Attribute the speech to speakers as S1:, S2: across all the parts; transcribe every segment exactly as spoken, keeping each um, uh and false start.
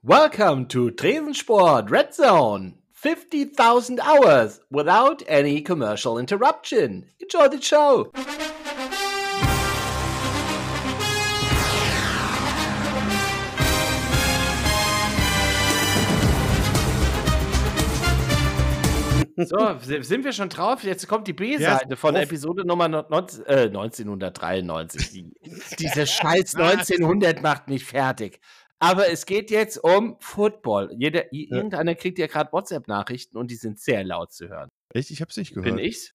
S1: Welcome to Tresensport Red Zone. fifty thousand hours without any commercial interruption. Enjoy the show. So, sind wir schon drauf? Jetzt kommt die B-Seite ja, von Episode Nummer neunzehn, äh, neunzehnhundertdreiundneunzig. Die, diese scheiß neunzehnhundert macht mich fertig. Aber es geht jetzt um Football. Jeder, ja. Irgendeiner kriegt ja gerade WhatsApp-Nachrichten und die sind sehr laut zu hören.
S2: Echt? Ich hab's nicht gehört.
S1: Bin ich's?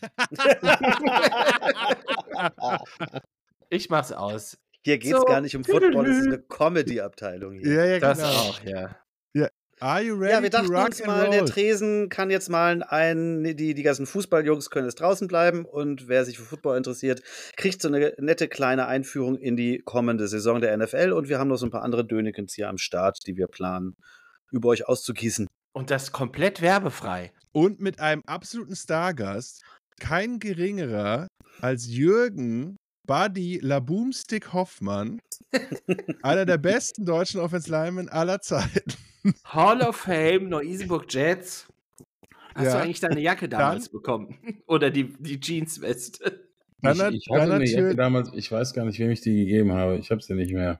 S1: Ich mach's aus.
S3: Hier geht's so, gar nicht um Football, es ist eine Comedy-Abteilung hier.
S2: Ja, ja,
S1: das
S2: genau.
S1: auch, ja.
S2: Ja. Are you ready
S3: ja, wir dachten
S2: to rock
S3: uns mal, der Tresen kann jetzt mal ein, die, die ganzen Fußballjungs können jetzt draußen bleiben und wer sich für Football interessiert, kriegt so eine nette kleine Einführung in die kommende Saison der N F L und wir haben noch so ein paar andere Dönekens hier am Start, die wir planen, über euch auszugießen.
S1: Und das komplett werbefrei.
S2: Und mit einem absoluten Stargast, kein geringerer als Jürgen Buddy Laboomstick Hoffmann, einer der besten deutschen Offensive Linemen aller Zeiten.
S1: Hall of Fame, Neu-Isenburg Jets. Hast ja. du eigentlich deine Jacke damals dann, bekommen? Oder die, die Jeansweste?
S4: Ich, ich hatte eine Jacke damals, ich weiß gar nicht, wem ich die gegeben habe. Ich habe sie nicht mehr.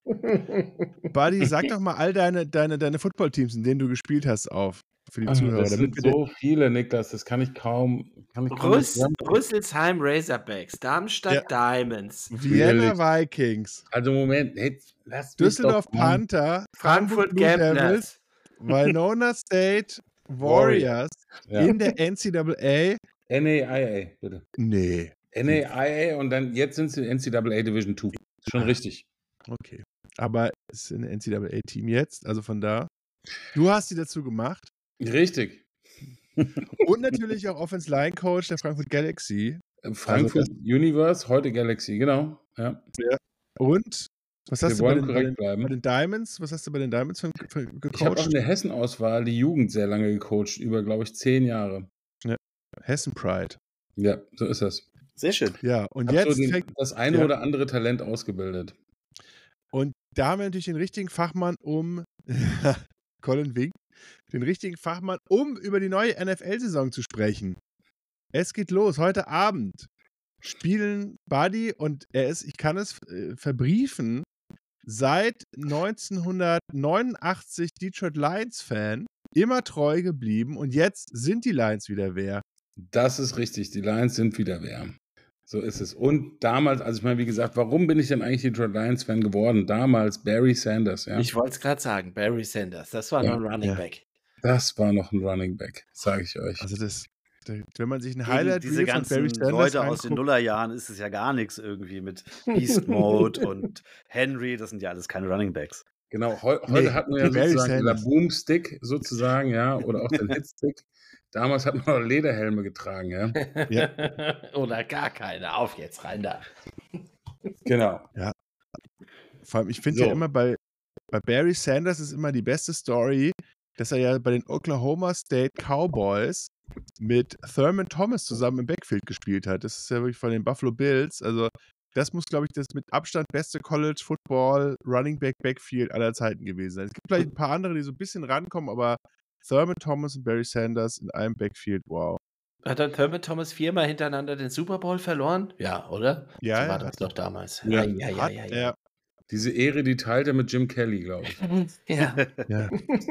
S2: Buddy, sag doch mal all deine, deine, deine Footballteams, in denen du gespielt hast, auf. Für die
S4: Ach,
S2: Zuhörer.
S4: Das sind so viele, Niklas, das kann ich kaum. Kann ich
S1: Rüss, kaum Rüsselsheim Razorbacks, Darmstadt ja. Diamonds,
S2: Vienna Vikings.
S4: Also Moment, hey, lass
S2: Düsseldorf Panther,
S1: Frankfurt Gamblers,
S2: Winona State Warriors ja. in der N C double A.
S4: N A I A, bitte.
S2: Nee.
S4: N A I A und dann jetzt sind sie N C double A Division zwei. Schon richtig.
S2: Okay. Aber es ist ein N C double A-Team jetzt, also von da. Du hast sie dazu gemacht.
S4: Richtig.
S2: Und natürlich auch Offensive Line Coach der Frankfurt Galaxy.
S4: Frankfurt also Universe, heute Galaxy, genau. Ja.
S2: Ja. Und was hast
S4: Wir
S2: du bei den,
S4: bleiben.
S2: bei den Diamonds? Was hast du bei den Diamonds für, für gecoacht?
S4: Ich habe auch in der Hessen-Auswahl die Jugend sehr lange gecoacht, über, glaube ich, zehn Jahre.
S2: Ja. Hessen Pride.
S4: Ja, so ist das.
S3: Sehr schön.
S2: Ja, und
S4: hab
S2: jetzt
S4: so den,
S2: fängt,
S4: das eine
S2: ja.
S4: oder andere Talent ausgebildet.
S2: Und da haben wir natürlich den richtigen Fachmann, um Colin Wink, den richtigen Fachmann, um über die neue N F L-Saison zu sprechen. Es geht los. Heute Abend spielen Buddy und er ist, ich kann es äh, verbriefen, seit neunzehnhundertneunundachtzig Detroit Lions-Fan, immer treu geblieben und jetzt sind die Lions wieder wer.
S4: Das ist richtig, die Lions sind wieder wer. So ist es. Und damals, also ich meine, wie gesagt, warum bin ich denn eigentlich Detroit Lions-Fan geworden? Damals Barry Sanders, ja.
S1: Ich wollte es gerade sagen, Barry Sanders, das war
S4: ja.
S1: noch ein Running Back.
S4: Das war noch ein Running Back, sage ich euch.
S2: Also das, wenn man sich ein
S3: Gegen
S2: Highlight
S3: diese ganzen
S2: Barry Sanders
S3: Leute
S2: anguckt,
S3: aus den Nullerjahren ist es ja gar nichts irgendwie mit Beast Mode und Henry, das sind ja alles keine Running Backs.
S4: Genau, heu, heute
S2: nee,
S4: hatten wir ja sozusagen den Boomstick sozusagen, ja, oder auch den Hitstick. Damals hat man noch Lederhelme getragen, ja.
S2: ja.
S1: Oder gar keine. Auf jetzt, rein da.
S4: Genau.
S2: Ja. Vor allem, ich finde
S4: so.
S2: ja immer bei, bei Barry Sanders ist immer die beste Story, dass er ja bei den Oklahoma State Cowboys mit Thurman Thomas zusammen im Backfield gespielt hat. Das ist ja wirklich von den Buffalo Bills. Also das muss, glaube ich, das mit Abstand beste College Football Running Back Backfield aller Zeiten gewesen sein. Es gibt vielleicht ein paar andere, die so ein bisschen rankommen, aber Thurman Thomas und Barry Sanders in einem Backfield, wow.
S1: Hat dann Thurman Thomas viermal hintereinander den Super Bowl verloren? Ja, oder?
S2: Ja,
S1: so war
S2: ja.
S1: das doch damals.
S4: Ja,
S1: ja, ja, ja, ja, ja.
S2: ja.
S4: Diese Ehre, die teilt er mit Jim Kelly, glaube ich.
S1: Ja.
S2: ja.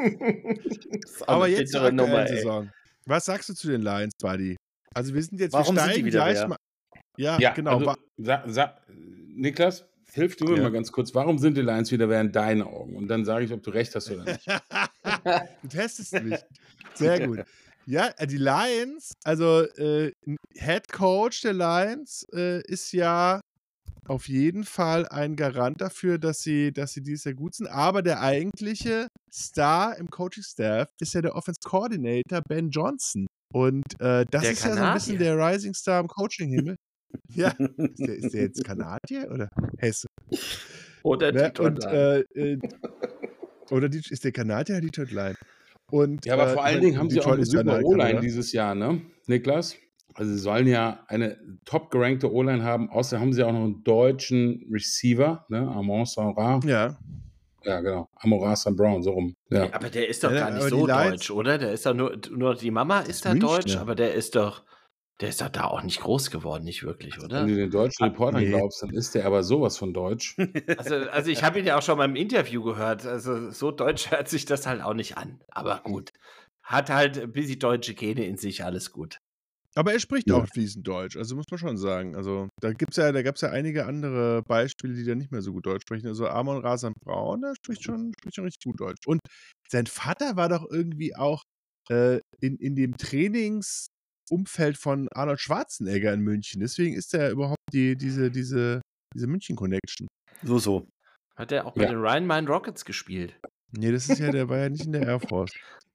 S2: Aber jetzt zur aktuellen Saison. Was sagst du zu den Lions, Buddy? Also wir sind jetzt,
S3: Warum
S2: wir
S3: sind
S2: steigen
S3: die wieder
S2: gleich
S3: wer?
S2: mal. Ja,
S4: ja
S2: genau.
S4: Also, sa, sa, Niklas, hilf du mir
S2: ja.
S4: mal ganz kurz. Warum sind die Lions wieder wer in deinen Augen? Und dann sage ich, ob du recht hast oder nicht.
S2: Du testest mich. Sehr gut. Ja, die Lions, also äh, Head Coach der Lions äh, ist ja auf jeden Fall ein Garant dafür, dass sie, dass sie dieses Jahr gut sind. Aber der eigentliche Star im Coaching-Staff ist ja der Offense-Coordinator Ben Johnson. Und äh, das
S1: der
S2: ist
S1: Kanadier.
S2: ja so ein bisschen der Rising Star im Coaching-Himmel. Ja, ist der, ist der jetzt Kanadier oder Hesse?
S1: Oder
S2: ja,
S1: Detroit
S2: und, äh, äh, Oder die, ist der Kanadier oder Detroit Lion? Und,
S4: ja, aber
S2: äh,
S4: vor allen Dingen haben sie auch eine super
S2: Kanadier,
S4: O-Line
S2: oder?
S4: dieses Jahr, ne, Niklas? Also sie sollen ja eine top gerankte O-Line haben. Außerdem haben sie auch noch einen deutschen Receiver, ne, Armand Saint-Ra.
S2: Ja.
S4: Ja, genau. Amon-Ra Saint Brown, so rum. Ja.
S1: Nee, aber der ist doch
S2: Ja,
S1: gar nicht
S2: aber die
S1: so
S2: Lions-
S1: deutsch, oder? Der ist doch nur, nur die Mama ist da
S2: Münchner.
S1: deutsch, aber der ist doch, der ist doch da auch nicht groß geworden, nicht wirklich,
S4: Wenn
S1: oder?
S4: du den deutschen Reportern
S2: nee.
S4: glaubst, dann ist der aber sowas von deutsch.
S1: Also, also ich habe ihn ja auch schon mal im Interview gehört. Also so deutsch hört sich das halt auch nicht an. Aber gut. Hat halt ein bisschen deutsche Gene in sich, alles gut.
S2: Aber er spricht
S4: Ja.
S2: auch fließend Deutsch, also muss man schon sagen. Also da gibt's ja, da gab's ja einige andere Beispiele, die da nicht mehr so gut Deutsch sprechen. Also Amon-Ra Saint Brown, der spricht schon, spricht schon richtig gut Deutsch. Und sein Vater war doch irgendwie auch äh, in, in dem Trainingsumfeld von Arnold Schwarzenegger in München. Deswegen ist er überhaupt die, diese, diese, diese München-Connection.
S3: So, so.
S1: Hat er auch bei
S4: Ja.
S1: den Rhein-Main Rockets gespielt?
S2: Nee, das ist ja, der war ja nicht in der Air Force.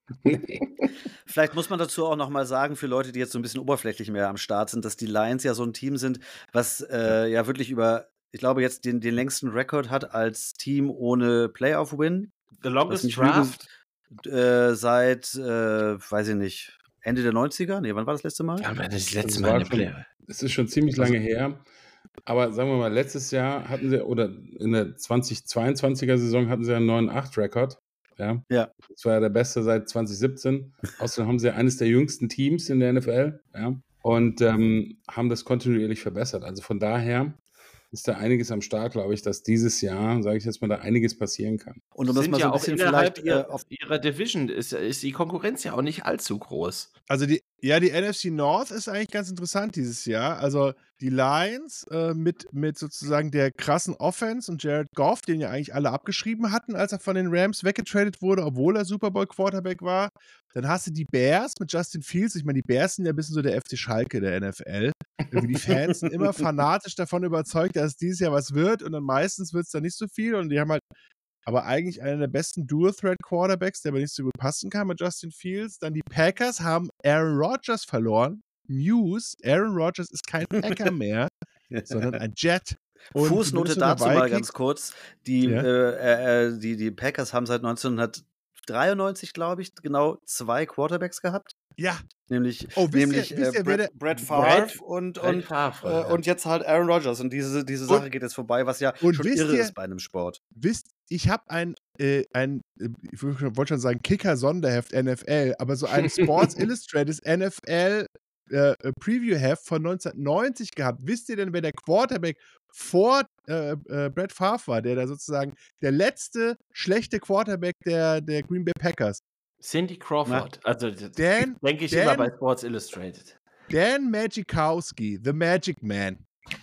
S3: Vielleicht muss man dazu auch noch mal sagen, für Leute, die jetzt so ein bisschen oberflächlich mehr am Start sind, dass die Lions ja so ein Team sind, was äh, ja wirklich über, ich glaube, jetzt den, den längsten Rekord hat als Team ohne Playoff-Win.
S1: The
S3: Lass
S1: longest
S3: mich lügen,
S1: draft?
S3: äh, seit, äh, weiß ich nicht, Ende der neunziger? Nee, wann war das letzte Mal?
S1: Wann war das
S4: Das
S1: letzte
S4: war
S1: Mal eine
S4: schon-
S1: Play?
S4: Es ist schon ziemlich lange her. Aber sagen wir mal, letztes Jahr hatten sie, oder in der zweitausendzweiundzwanziger Saison hatten sie einen neun acht Rekord. Ja.
S3: Ja.
S4: Das war ja der beste seit zwanzig siebzehn. Außerdem haben sie eines der jüngsten Teams in der N F L. Ja. Und ähm, haben das kontinuierlich verbessert. Also von daher ist da einiges am Start, glaube ich, dass dieses Jahr, sage ich jetzt mal, da einiges passieren kann.
S3: Und um das
S1: Sind
S3: mal so
S1: ja
S3: ein
S1: auch
S3: bisschen
S1: innerhalb
S3: vielleicht äh,
S1: ihr,
S3: auf
S1: ihrer Division ist, ist die Konkurrenz ja auch nicht allzu groß.
S2: Also die, ja, die N F C North ist eigentlich ganz interessant dieses Jahr. Also die Lions äh, mit, mit sozusagen der krassen Offense und Jared Goff, den ja eigentlich alle abgeschrieben hatten, als er von den Rams weggetradet wurde, obwohl er Super Bowl Quarterback war. Dann hast du die Bears mit Justin Fields. Ich meine, die Bears sind ja ein bisschen so der F C Schalke der N F L. Irgendwie die Fans sind immer fanatisch davon überzeugt, dass dieses Jahr was wird und dann meistens wird es dann nicht so viel und die haben halt aber eigentlich einer der besten Dual-Threat-Quarterbacks, der aber nicht so gut passen kann mit Justin Fields. Dann die Packers haben Aaron Rodgers verloren. News, Aaron Rodgers ist kein Packer mehr, sondern ein Jet. Und die
S3: Fußnote
S2: Minnesota
S3: dazu mal
S2: Vikings-
S3: ganz kurz. Die,
S2: Ja.
S3: äh, äh, die, die Packers haben seit neunzehnhundertdreiundneunzig, glaube ich, genau zwei Quarterbacks gehabt.
S2: Ja,
S3: Nämlich,
S2: Oh, wisst ihr-
S3: nämlich
S2: wisst
S3: äh,
S2: ihr, wer
S3: Brett,
S2: der-
S3: Brett Favre
S1: Brett-
S3: und,
S1: Brett
S3: und,
S1: Favre,
S3: äh,
S1: ja.
S3: und jetzt halt Aaron Rodgers. Und diese, diese
S2: Und-
S3: Sache geht jetzt vorbei, was ja
S2: und
S3: schon
S2: wisst
S3: irre
S2: ihr-
S3: ist bei einem Sport.
S2: wisst, ich habe ein, äh, ein, äh, ich wollte schon sagen, Kicker-Sonderheft N F L, aber so ein Sports Illustrated N F L äh, äh, Preview-Heft von neunzehnhundertneunzig gehabt. Wisst ihr denn, wer der Quarterback vor äh, äh, Brett Favre war, der da sozusagen der letzte schlechte Quarterback der, der Green Bay Packers?
S1: Cindy Crawford. Also das
S2: Dan,
S1: denke ich
S2: Dan-
S1: immer bei Sports Illustrated.
S2: Dan Magikowski, The Magic Man.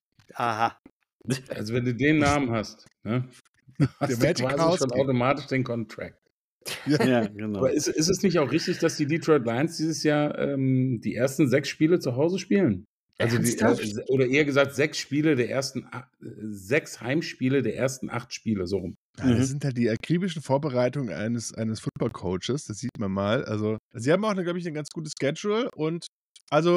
S3: Aha.
S4: Also wenn du den Namen hast, ne, hast du
S2: Magic
S4: quasi
S2: House
S4: schon
S2: geht.
S4: automatisch den Contract.
S3: Ja, genau.
S4: Aber ist, ist es nicht auch richtig, dass die Detroit Lions dieses Jahr ähm, die ersten sechs Spiele zu Hause spielen? Also die,
S1: Ernsthaft?
S4: äh, oder eher gesagt sechs Spiele der ersten a- äh, sechs Heimspiele der ersten acht Spiele, so rum.
S2: Ja,
S3: Mhm.
S2: das sind halt die akribischen Vorbereitungen eines, eines Football-Coaches, das sieht man mal. Also, sie haben auch, glaube ich, ein ganz gutes Schedule und also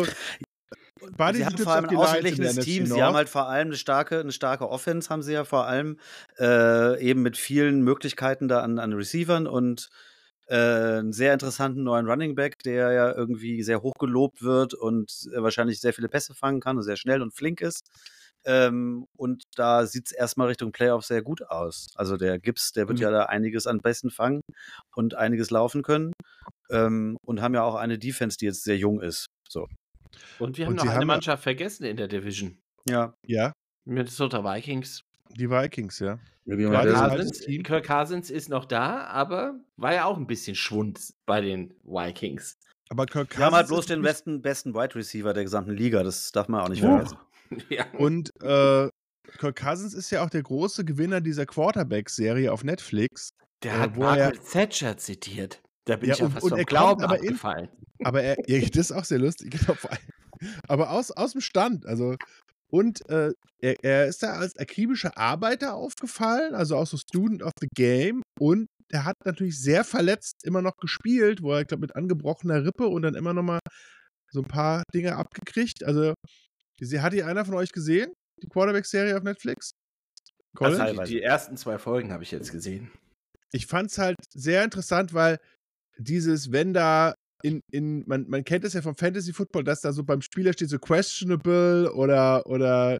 S2: beide
S3: Sie
S2: die
S3: haben
S2: Tipps
S3: vor allem
S2: auf
S3: ein
S2: die Lions in
S3: ausgeglichenes
S2: der N F C
S3: Team. Sie
S2: North.
S3: haben halt vor allem eine starke, eine starke Offense, haben sie ja vor allem äh, eben mit vielen Möglichkeiten da an, an Receivern und äh, einen sehr interessanten neuen Running Back, der ja irgendwie sehr hoch gelobt wird und äh, wahrscheinlich sehr viele Pässe fangen kann und sehr schnell und flink ist. Ähm, und da sieht es erstmal Richtung Playoffs sehr gut aus. Also der Gibbs, der wird
S2: Und-
S3: ja da einiges an Pässen fangen und einiges laufen können. Ähm, und haben ja auch eine Defense, die jetzt sehr jung ist. So.
S1: Und wir haben
S2: Und
S1: noch
S2: sie
S1: eine
S2: haben ja-
S1: Mannschaft vergessen in der Division.
S3: Ja.
S2: Ja,
S1: Minnesota Vikings.
S2: die Vikings, ja.
S4: Ja, die
S2: Ja,
S4: haben
S1: Kirk
S2: das
S4: ja-
S2: ist-
S1: Cousins,
S2: Team.
S1: Kirk Cousins ist noch da, aber war ja auch ein bisschen Schwund bei den Vikings.
S2: Aber Kirk
S3: Wir haben halt
S2: Cousins
S3: bloß
S2: ist
S3: den
S2: wirklich-
S3: besten, besten Wide Receiver der gesamten Liga. Das darf man auch nicht
S2: Oh.
S3: vergessen.
S1: Ja.
S2: Und äh, Kirk Cousins ist ja auch der große Gewinner dieser Quarterback-Serie auf Netflix.
S1: Der
S2: Äh,
S1: hat
S2: wo er-
S1: Margaret Thatcher zitiert. Da bin
S2: Ja,
S1: ich ja
S2: und-
S1: fast
S2: und
S1: vom
S2: er kommt
S1: Glauben
S2: aber in-
S1: abgefallen.
S2: Aber er, ja, das ist auch sehr lustig. Genau, vor allem- aber aus, aus dem Stand. Also, und äh, er, er ist da als akribischer Arbeiter aufgefallen, also auch so Student of the Game. Und er hat natürlich sehr verletzt immer noch gespielt, wo er, ich glaube, mit angebrochener Rippe und dann immer noch mal so ein paar Dinge abgekriegt. Also, die, hat die einer von euch gesehen? Die Quarterback-Serie auf Netflix? Colin?
S1: Also die,
S3: Teilweise.
S1: die ersten zwei Folgen habe ich jetzt gesehen.
S2: Ich fand es halt sehr interessant, weil dieses, wenn da in, in man, man kennt es ja vom Fantasy Football, dass da so beim Spieler steht so questionable oder, oder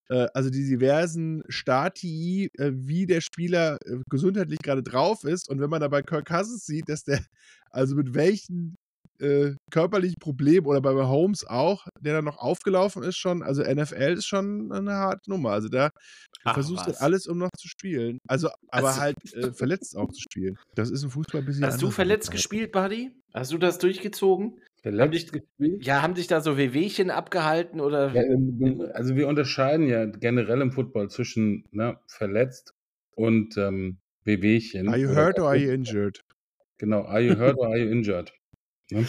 S2: äh, also die diversen Stati, äh, wie der Spieler äh, gesundheitlich gerade drauf ist. Und wenn man dabei Kirk Cousins sieht, dass der, also mit welchen äh, körperlichen Problemen oder bei Mahomes auch, der dann noch aufgelaufen ist schon, also N F L ist schon eine harte Nummer. Also da
S1: Ach,
S2: versuchst du
S1: was.
S2: alles, um noch zu spielen. Also, aber
S1: Also-
S2: halt äh, verletzt auch zu spielen. Das ist im Fußball ein bisschen
S1: Hast du
S2: anders,
S1: verletzt
S2: würde ich
S1: gespielt, Buddy? Hast du das durchgezogen? Haben dich,
S4: Verletzt gespielt?
S1: ja, haben dich da so Wehwehchen abgehalten oder?
S4: Ja, ähm, also wir unterscheiden ja generell im Football zwischen ne, verletzt und ähm, Wehwehchen.
S2: sagen. Are you
S4: oder
S2: hurt or are
S4: kaputt.
S2: you injured?
S4: Genau, are you hurt or are you injured? Ne?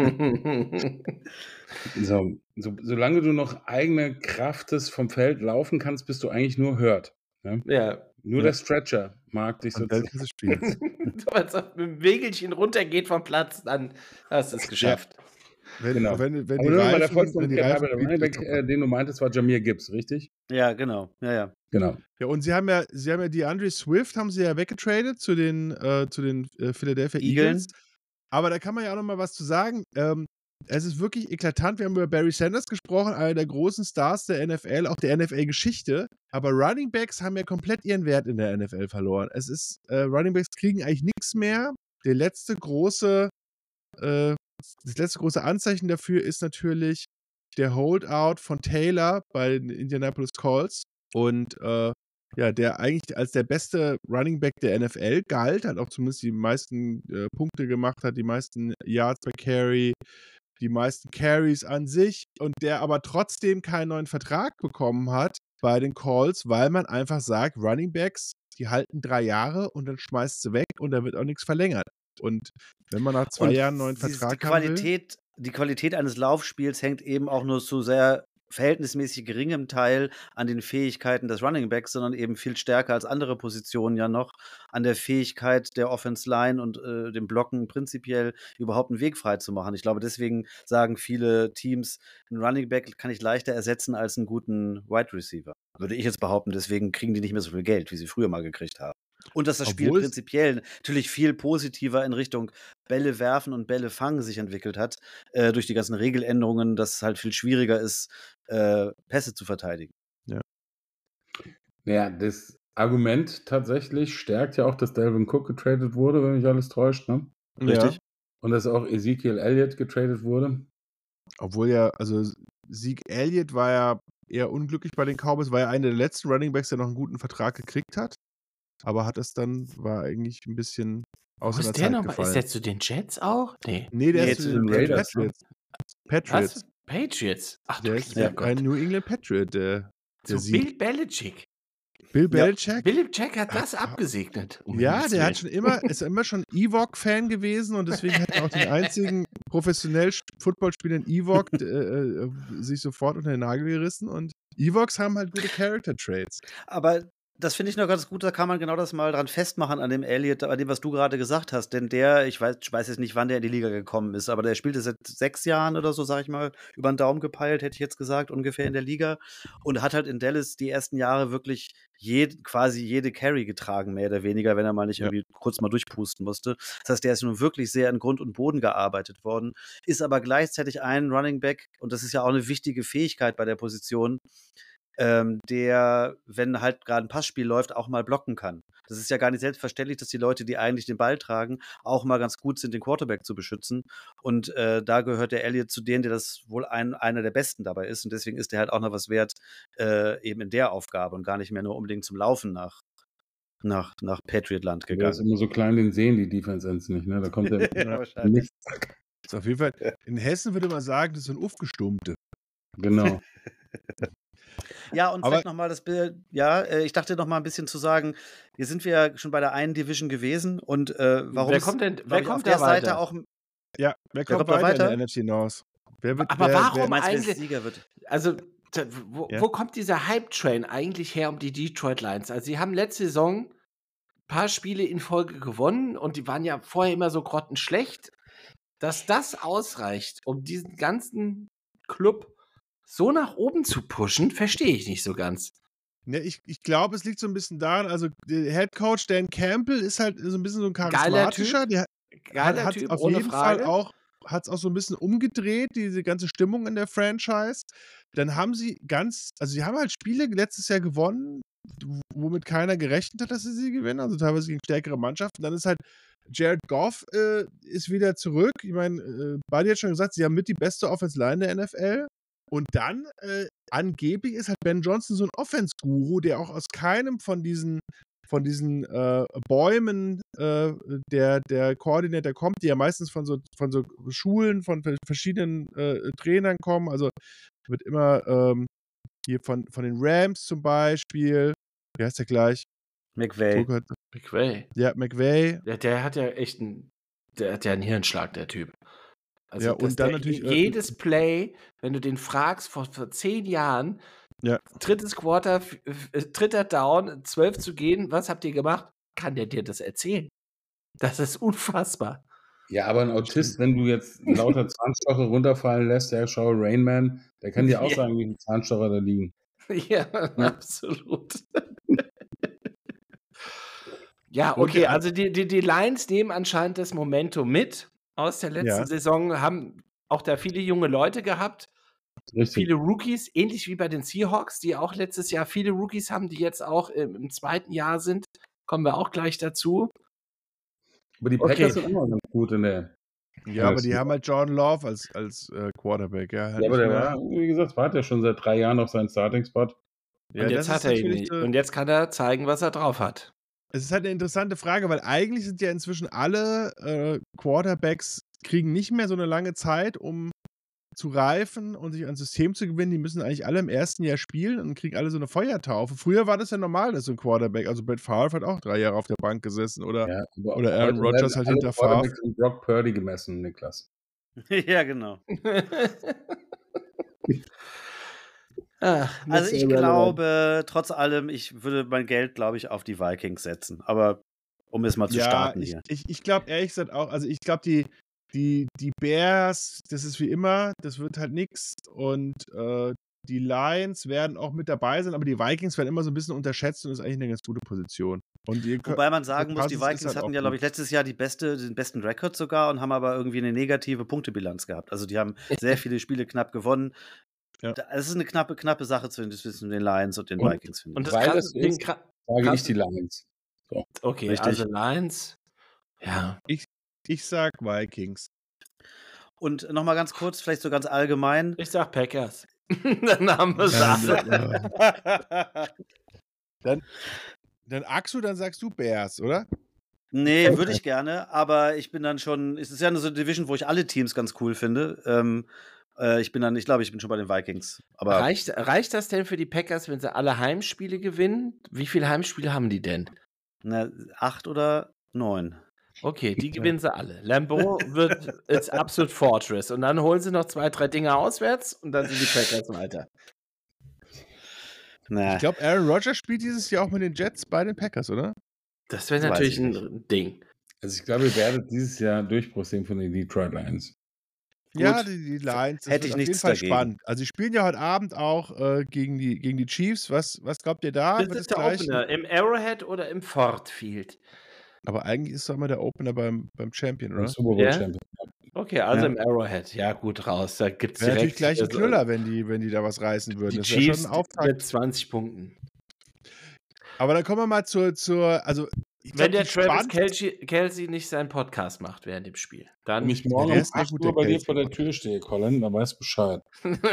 S4: So, so, solange du noch eigene Kraftes vom Feld laufen kannst, bist du eigentlich nur hurt. Ne?
S1: ja.
S4: Nur
S2: Ja.
S4: der Stretcher mag dich
S2: Und dann
S4: sozusagen.
S2: ist es Spiel.
S1: Wenn es mit dem Wägelchen runtergeht vom Platz, dann hast du es geschafft.
S2: Wenn,
S4: Genau.
S2: wenn, wenn
S4: Aber
S2: die
S4: nur mal der
S2: Reifen, wenn die
S4: Vollständigkeit
S2: Reifen
S4: halber, der Running Back, äh, den du meintest, war Jahmyr Gibbs, richtig?
S3: Ja, genau. Ja, ja.
S4: Genau.
S2: Ja, und sie haben ja, sie haben ja DeAndre Swift haben sie ja weggetradet zu den, äh, zu den äh, Philadelphia
S3: Eagles.
S2: Eagles. Aber da kann man ja auch noch mal was zu sagen. Ähm, es ist wirklich eklatant. Wir haben über Barry Sanders gesprochen, einer der großen Stars der N F L, auch der N F L-Geschichte. Aber Running Backs haben ja komplett ihren Wert in der N F L verloren. Es ist, äh, Running Backs kriegen eigentlich nichts mehr. Der letzte große, äh, das letzte große Anzeichen dafür ist natürlich der Holdout von Taylor bei den Indianapolis Colts. Und äh, ja, der eigentlich als der beste Running Back der N F L galt, hat auch zumindest die meisten äh, Punkte gemacht hat, die meisten Yards per Carry, die meisten Carries an sich und der aber trotzdem keinen neuen Vertrag bekommen hat bei den Colts, weil man einfach sagt, Running Backs, die halten drei Jahre und dann schmeißt sie weg und da wird auch nichts verlängert. Und wenn man nach zwei
S3: Und
S2: Jahren einen neuen
S3: dieses-
S2: Vertrag
S3: die
S2: haben will,
S3: Qualität, die Qualität eines Laufspiels hängt eben auch nur zu sehr verhältnismäßig geringem Teil an den Fähigkeiten des Running Backs, sondern eben viel stärker als andere Positionen ja noch an der Fähigkeit der Offense Line und äh, dem Blocken prinzipiell überhaupt einen Weg frei zu machen. Ich glaube, deswegen sagen viele Teams, einen Running Back kann ich leichter ersetzen als einen guten Wide Receiver. Würde ich jetzt behaupten, deswegen kriegen die nicht mehr so viel Geld, wie sie früher mal gekriegt haben. Und dass das Spiel
S2: Obwohl es-
S3: prinzipiell natürlich viel positiver in Richtung Bälle werfen und Bälle fangen sich entwickelt hat, äh, durch die ganzen Regeländerungen, dass es halt viel schwieriger ist, äh, Pässe zu verteidigen.
S4: Ja, das Argument tatsächlich stärkt ja auch, dass Dalvin Cook getradet wurde, wenn mich alles täuscht, ne?
S3: Richtig?
S4: Und dass auch Ezekiel Elliott getradet wurde.
S2: obwohl ja, also Zeke Elliott war ja eher unglücklich bei den Cowboys, war ja einer der letzten Running Backs, der noch einen guten Vertrag gekriegt hat. Aber hat es dann, war eigentlich ein bisschen
S1: Wo
S2: aus
S1: ist
S2: der
S1: der
S2: Zeit
S1: nochmal? Ist
S2: gefallen.
S1: der zu den Jets auch? Nee.
S2: Nee, der
S3: Nee,
S2: ist
S3: zu
S2: zu
S3: den
S2: den
S4: Raiders, ne?
S2: Patriots. Patriots.
S1: Was? Patriots? Ach du
S2: Der ist
S1: lieber
S2: ein
S1: Gott.
S2: New England Patriot, der, der
S1: Zu
S2: Sieg.
S1: Bill Belichick.
S2: Bill
S3: Ja.
S2: Belichick.
S1: Belichick hat das
S2: Hat-
S1: abgesegnet. um
S2: Ja,
S1: Himmels
S2: der hat
S1: Willen.
S2: schon immer, ist immer schon Ewok-Fan gewesen und deswegen hat er auch den einzigen professionell sp- Footballspielenden Ewok äh, äh, sich sofort unter den Nagel gerissen und Ewoks haben halt gute Character-Traits.
S3: Aber das finde ich noch ganz gut, da kann man genau das mal dran festmachen an dem Elliott, an dem, was du gerade gesagt hast. Denn der, ich weiß, ich weiß jetzt nicht, wann der in die Liga gekommen ist, aber der spielte seit sechs Jahren oder so, sag ich mal, über den Daumen gepeilt, hätte ich jetzt gesagt, ungefähr in der Liga. Und hat halt in Dallas die ersten Jahre wirklich jed, quasi jede Carry getragen, mehr oder weniger, wenn er mal nicht
S2: Ja.
S3: irgendwie kurz mal durchpusten musste. Das heißt, der ist nun wirklich sehr in Grund und Boden gearbeitet worden, ist aber gleichzeitig ein Running Back, und das ist ja auch eine wichtige Fähigkeit bei der Position, ähm, der, wenn halt gerade ein Passspiel läuft, auch mal blocken kann. Das ist ja gar nicht selbstverständlich, dass die Leute, die eigentlich den Ball tragen, auch mal ganz gut sind, den Quarterback zu beschützen. Und äh, da gehört der Elliott zu denen, der das wohl ein, einer der Besten dabei ist. Und deswegen ist der halt auch noch was wert, äh, eben in der Aufgabe und gar nicht mehr nur unbedingt zum Laufen nach, nach, nach Patriotland
S4: Der ist
S3: gegangen.
S4: immer so klein, den sehen die Defense Ends nicht, ne? Da kommt der
S3: Ja, wahrscheinlich.
S4: nichts.
S2: Ist auf jeden Fall, in Hessen würde man sagen, das ist ein Aufgestummte.
S4: Genau.
S3: Ja, und
S2: Aber-
S3: vielleicht nochmal das Bild, ja, äh, ich dachte noch mal ein bisschen zu sagen, hier sind wir ja schon bei der einen Division gewesen und äh, warum
S1: Wer
S3: es,
S1: kommt denn,
S3: glaub
S1: wer
S3: ich,
S1: kommt
S3: auf der
S1: da
S3: Seite
S1: weiter?
S3: auch,
S2: Ja, wer kommt,
S3: kommt da
S2: weiter,
S3: weiter?
S2: in der N F C North? Wer wird,
S1: Aber
S2: wer,
S1: warum
S2: wer,
S3: du meinst, wer
S1: eigentlich-
S3: Sieger wird?
S1: Also, t- wo,
S2: Ja.
S1: wo kommt dieser Hype-Train eigentlich her um die Detroit Lions? Also, sie haben letzte Saison ein paar Spiele in Folge gewonnen und die waren ja vorher immer so grottenschlecht. Dass das ausreicht, um diesen ganzen Club so nach oben zu pushen, verstehe ich nicht so ganz.
S2: Ne, ich ich glaube, es liegt so ein bisschen daran, also der Head Coach Dan Campbell ist halt so ein bisschen so ein
S1: Geiler
S2: charismatischer,
S1: Typ,
S2: der
S1: Geiler
S2: hat
S1: Typ,
S2: auf
S1: ohne
S2: jeden
S1: Frage.
S2: Fall auch hat's auch so ein bisschen umgedreht, diese ganze Stimmung in der Franchise. dann haben sie ganz, also sie haben halt Spiele letztes Jahr gewonnen, womit keiner gerechnet hat, dass sie sie gewinnen, also teilweise gegen stärkere Mannschaften. Dann ist halt Jared Goff äh, ist wieder zurück. Ich meine, äh, Buddy hat schon gesagt, sie haben mit die beste Offensive Line der N F L. Und dann, äh, angeblich ist halt Ben Johnson so ein Offense-Guru, der auch aus keinem von diesen von diesen äh, Bäumen äh, der, der Koordinator kommt, die ja meistens von so, von so Schulen, von verschiedenen äh, Trainern kommen. Also wird immer ähm, hier von, von den Rams zum Beispiel, wie heißt der gleich?
S3: McVay.
S1: McVay.
S2: Ja, McVay.
S1: Der, der hat ja echt einen, der hat ja einen Hirnschlag, der Typ. Also
S2: ja, und dann natürlich
S1: jedes Play, wenn du den fragst, vor, vor zehn Jahren,
S2: ja.
S1: drittes Quarter, dritter Down, zwölf zu gehen, was habt ihr gemacht? Kann der dir das erzählen? Das ist unfassbar.
S4: Ja, aber ein Autist, wenn du jetzt lauter Zahnstocher runterfallen lässt, der schau Rain Man, der kann dir auch
S1: ja.
S4: sagen, wie viele Zahnstocher da liegen.
S1: Ja, ja. Absolut. Ja, okay, also die, die, die Lions nehmen anscheinend das Momentum mit aus der letzten
S2: Ja.
S1: Saison, haben auch da viele junge Leute gehabt,
S4: Richtig.
S1: viele Rookies, ähnlich wie bei den Seahawks, die auch letztes Jahr viele Rookies haben, die jetzt auch im, im zweiten Jahr sind, kommen wir auch gleich dazu.
S4: Aber die Packers
S1: Okay.
S4: sind immer ganz gut in der.
S2: Ja, aber die haben halt Jordan Love als, als äh, Quarterback. Ja, halt
S4: Ja, aber
S2: nicht
S4: der
S2: mehr.
S4: war, wie gesagt, wartet ja schon seit drei Jahren auf seinen Starting-Spot.
S2: Ja,
S1: und
S2: das
S1: jetzt hat
S2: ist
S1: er ihn
S2: natürlich
S1: nicht.
S2: so-
S1: Und jetzt kann er zeigen, was er drauf hat.
S2: Es ist halt eine interessante Frage, weil eigentlich sind ja inzwischen alle äh, Quarterbacks kriegen nicht mehr so eine lange Zeit, um zu reifen und sich ein System zu gewinnen. Die müssen eigentlich alle im ersten Jahr spielen und kriegen alle so eine Feuertaufe. Früher war das ja normal, dass so ein Quarterback, also Brett Favre hat auch drei Jahre auf der Bank gesessen oder,
S4: Ja, aber
S2: oder Aaron
S4: heute
S2: Rodgers
S4: werden
S2: halt
S4: alle
S2: hinter Favre.
S4: Quarterbacks und Brock Purdy gemessen, Niklas.
S3: Ja, genau.
S1: Ach,
S3: Also ich
S1: Mister Irrelevant.
S3: glaube, trotz allem, ich würde mein Geld, glaube ich, auf die Vikings setzen. Aber um es mal zu
S2: Ja,
S3: starten
S2: ich,
S3: hier.
S2: ich, ich glaube ehrlich gesagt auch, also ich glaube, die, die, die Bears, das ist wie immer, das wird halt nix. Und äh, die Lions werden auch mit dabei sein, aber die Vikings werden immer so ein bisschen unterschätzt und ist eigentlich eine ganz gute Position. Und ihr könnt-
S3: Wobei man sagen muss, die
S2: Cousins ist
S3: Vikings
S2: halt auch
S3: hatten ja, glaube ich,
S2: gut.
S3: letztes Jahr die beste, den besten Rekord sogar und haben aber irgendwie eine negative Punktebilanz gehabt. Also die haben sehr viele Spiele knapp gewonnen.
S2: Ja.
S3: Da- Es ist eine knappe, knappe Sache zwischen zwischen den Lions und den
S1: Und-
S3: Vikings, finde
S1: Und
S3: ich.
S1: das
S4: Weil
S1: krasse
S4: das
S1: Ding,
S4: ist-
S1: kra-
S4: Sage
S1: krass-
S4: ich die Lions.
S1: Okay,
S3: Richtig.
S1: also Lions. Ja.
S2: Ich sag Vikings.
S3: Und nochmal ganz kurz, vielleicht so ganz allgemein.
S1: Ich sag Packers. Dann haben wir es alle.
S2: Dann, dann Axu, dann sagst du Bears, oder?
S3: Nee, würde ich gerne, aber ich bin dann schon, es ist ja eine so eine Division, wo ich alle Teams ganz cool finde. Ähm, äh, ich bin dann, ich glaube, ich bin schon bei den Vikings. Aber
S1: Reicht, reicht das denn für die Packers, wenn sie alle Heimspiele gewinnen? Wie viele Heimspiele haben die denn?
S3: ne, acht oder neun.
S1: Okay, die gewinnen sie alle. Lambeau wird ist absolut Fortress. Und dann holen sie noch zwei, drei Dinge auswärts und dann sind die Packers weiter.
S3: Na,
S2: Ich glaube, Aaron Rodgers spielt dieses Jahr auch mit den Jets bei den Packers, oder?
S1: Das wäre
S3: Weiß
S1: natürlich
S3: ich
S1: ein Ding.
S4: Also ich glaube, ihr werdet dieses Jahr Durchbruch sehen von den Detroit Lions.
S2: Ja,
S3: Gut.
S2: die, die Lions. Das
S3: Hätte
S2: wird
S3: ich
S2: auf
S3: nichts
S2: jeden Fall
S3: dagegen.
S2: spannend. Also, sie spielen ja heute Abend auch äh, gegen, die, gegen die Chiefs. Was, was glaubt ihr da?
S1: Das
S2: Wird
S1: ist
S2: das
S1: der
S2: gleich?
S1: Opener. Im Arrowhead oder im Ford Field?
S2: Aber eigentlich ist doch immer der Opener beim, beim Champion,
S4: Beim
S2: oder?
S4: Super Bowl
S1: Ja?
S4: Champion.
S1: Okay, also
S3: Ja.
S1: im Arrowhead. Ja, gut, raus. Da gibt es
S2: Wäre natürlich
S1: direkt
S2: gleich ein
S1: also,
S2: Knüller, wenn die, wenn die da was reißen würden.
S1: die
S2: Das wäre
S1: Chiefs
S2: schon ein Auftakt.
S1: mit zwanzig Punkten.
S2: Aber dann kommen wir mal zur, zur also ich
S1: Wenn
S2: glaub,
S1: der
S2: die
S1: Travis
S2: spannend-
S1: Kelsey, Kelsey nicht seinen Podcast macht während dem Spiel, dann.
S4: Wenn ich morgen
S2: der
S4: um
S2: ist sehr
S4: acht
S2: gut,
S4: Uhr
S2: der
S4: bei dir
S2: Kelsey.
S4: vor der Tür stehe, Colin, dann weißt du Bescheid.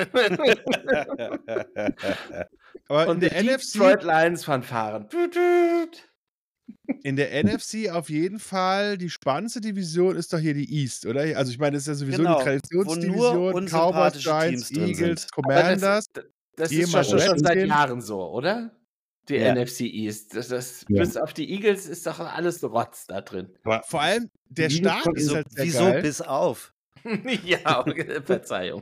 S2: aber in
S1: Und die
S2: der N F C,
S1: Detroit Lions Fanfaren. Tüt, tüt.
S2: in der N F C auf jeden Fall die spannendste Division ist doch hier die East, oder? Also ich meine, das ist ja sowieso
S3: Genau,
S2: die
S3: wo nur
S2: Traditionsdivision. Cowboys,
S3: unsympathische
S2: Giants,
S3: Teams drin
S2: Eagles,
S3: sind.
S1: Aber das,
S2: Commanders.
S1: das ist schon,
S2: ehemals
S1: schon, schon seit
S2: Redskins.
S1: Jahren so, oder? Die
S3: Ja.
S1: N F C East. Das, das,
S4: Ja.
S1: Bis auf die Eagles ist doch alles Rotz da drin.
S2: Aber vor allem der
S4: Die Eagles
S2: Start
S4: konnten
S2: ist
S3: Wieso,
S2: halt sehr
S3: wieso
S2: geil.
S3: bis auf?
S1: Ja, okay, Verzeihung.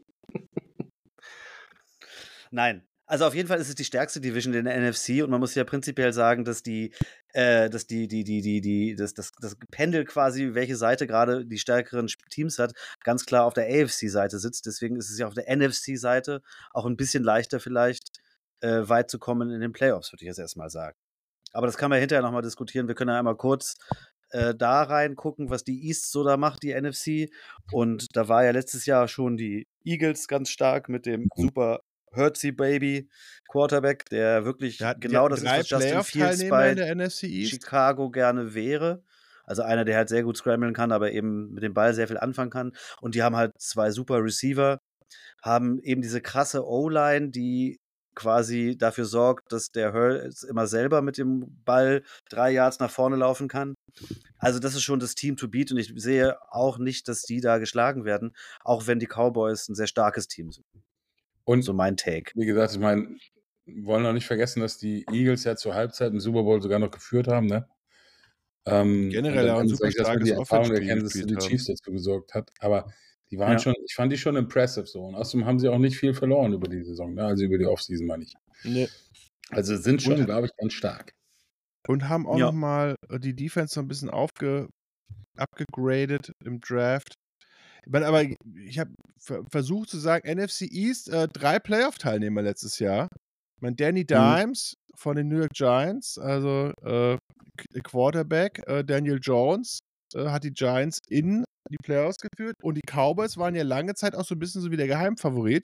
S3: Nein. Also auf jeden Fall ist es die stärkste Division in der N F C und man muss ja prinzipiell sagen, dass die, äh, dass die, die, die, die, die, das, das, das Pendel quasi, welche Seite gerade die stärkeren Teams hat, ganz klar auf der A F C-Seite sitzt. Deswegen ist es ja auf der N F C-Seite auch ein bisschen leichter vielleicht äh, weit zu kommen in den Playoffs, würde ich jetzt erstmal sagen. Aber das kann man hinterher nochmal diskutieren. Wir können ja einmal kurz äh, da reingucken, was die East so da macht, die N F C. Und da war ja letztes Jahr schon die Eagles ganz stark mit dem super Hurtsy Baby Quarterback, der wirklich
S2: Ja,
S3: genau das ist, was Justin Fields bei
S2: in der N F C East.
S3: Chicago gerne wäre. Also einer, der halt sehr gut scramblen kann, aber eben mit dem Ball sehr viel anfangen kann. Und die haben halt zwei super Receiver, haben eben diese krasse O-Line, die quasi dafür sorgt, dass der Hurts immer selber mit dem Ball drei Yards nach vorne laufen kann. Also das ist schon das Team to beat und ich sehe auch nicht, dass die da geschlagen werden, auch wenn die Cowboys ein sehr starkes Team sind.
S4: Und
S3: so mein Take.
S4: Wie gesagt, ich meine, wir wollen auch nicht vergessen, dass die Eagles ja zur Halbzeit im Super Bowl sogar noch geführt haben, ne? Ähm,
S2: Generell auch ein super starkes
S4: die Erfahrung der
S2: Offense-Spiel
S4: Kansas City
S2: gespielt
S4: Chiefs dazu gesorgt hat. Aber die waren
S3: Ja.
S4: schon, ich fand die schon impressive so. Und außerdem haben sie auch nicht viel verloren über die Saison, ne? Also über die Offseason meine ich.
S2: Nee.
S4: Also sind schon,
S2: Und-
S4: glaube ich, ganz stark.
S2: Und haben auch
S3: Ja.
S2: nochmal die Defense so ein bisschen aufge abgegradet im Draft. Ich meine, aber ich habe ver versucht zu sagen, N F C East, äh, drei Playoff-Teilnehmer letztes Jahr. Ich meine, Danny Dimes von den New York Giants, also äh, Qu- Quarterback, äh, Daniel Jones äh, hat die Giants in die Playoffs geführt und die Cowboys waren ja lange Zeit auch so ein bisschen so wie der Geheimfavorit.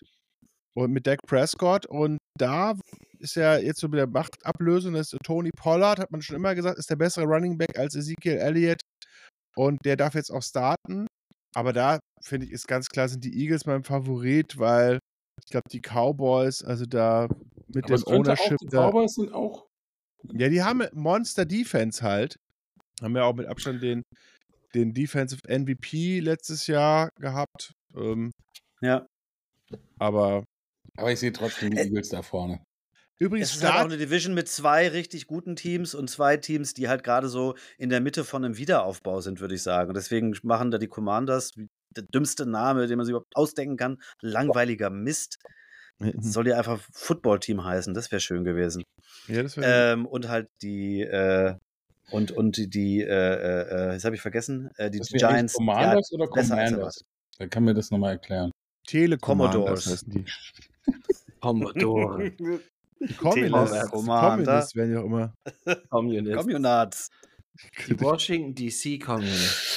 S2: Und mit Dak Prescott und da ist ja jetzt so mit der Machtablösung, das ist Tony Pollard, hat man schon immer gesagt, ist der bessere Running Back als Ezekiel Elliott und der darf jetzt auch starten. Aber da, finde ich, ist ganz klar, sind die Eagles mein Favorit, weil ich glaube, die Cowboys, also da mit
S4: Aber
S2: dem
S4: es könnte auch,
S2: Ownership
S4: die
S2: da.
S4: Cowboys sind auch.
S2: Ja, die haben Monster Defense halt. Haben ja auch mit Abstand den, den Defensive M V P letztes Jahr gehabt. Ähm,
S3: Ja.
S2: aber
S4: Aber ich sehe trotzdem die Eagles da vorne.
S2: übrigens,
S3: Es ist halt auch
S2: Start,
S3: eine Division mit zwei richtig guten Teams und zwei Teams, die halt gerade so in der Mitte von einem Wiederaufbau sind, würde ich sagen. Und deswegen machen da die Commanders, der dümmste Name, den man sich überhaupt ausdenken kann, langweiliger Mist. Soll ja einfach Football-Team heißen, das wäre schön gewesen.
S2: ja, das wäre
S3: Ähm, und halt die, äh, und, und die, die äh, äh, jetzt habe ich vergessen, äh, die
S4: Das wäre eigentlich
S3: Giants.
S4: Commanders
S3: ja,
S4: oder
S3: besser als
S4: Commanders? Da kann mir das nochmal erklären.
S2: Telecommanders
S3: Commodores.
S2: heißen die.
S1: Commodore.
S2: Die Communists, die
S3: Commander.
S2: Communists werden ja auch immer.
S1: Communist.
S3: Communards.
S1: Die Washington D C Communists.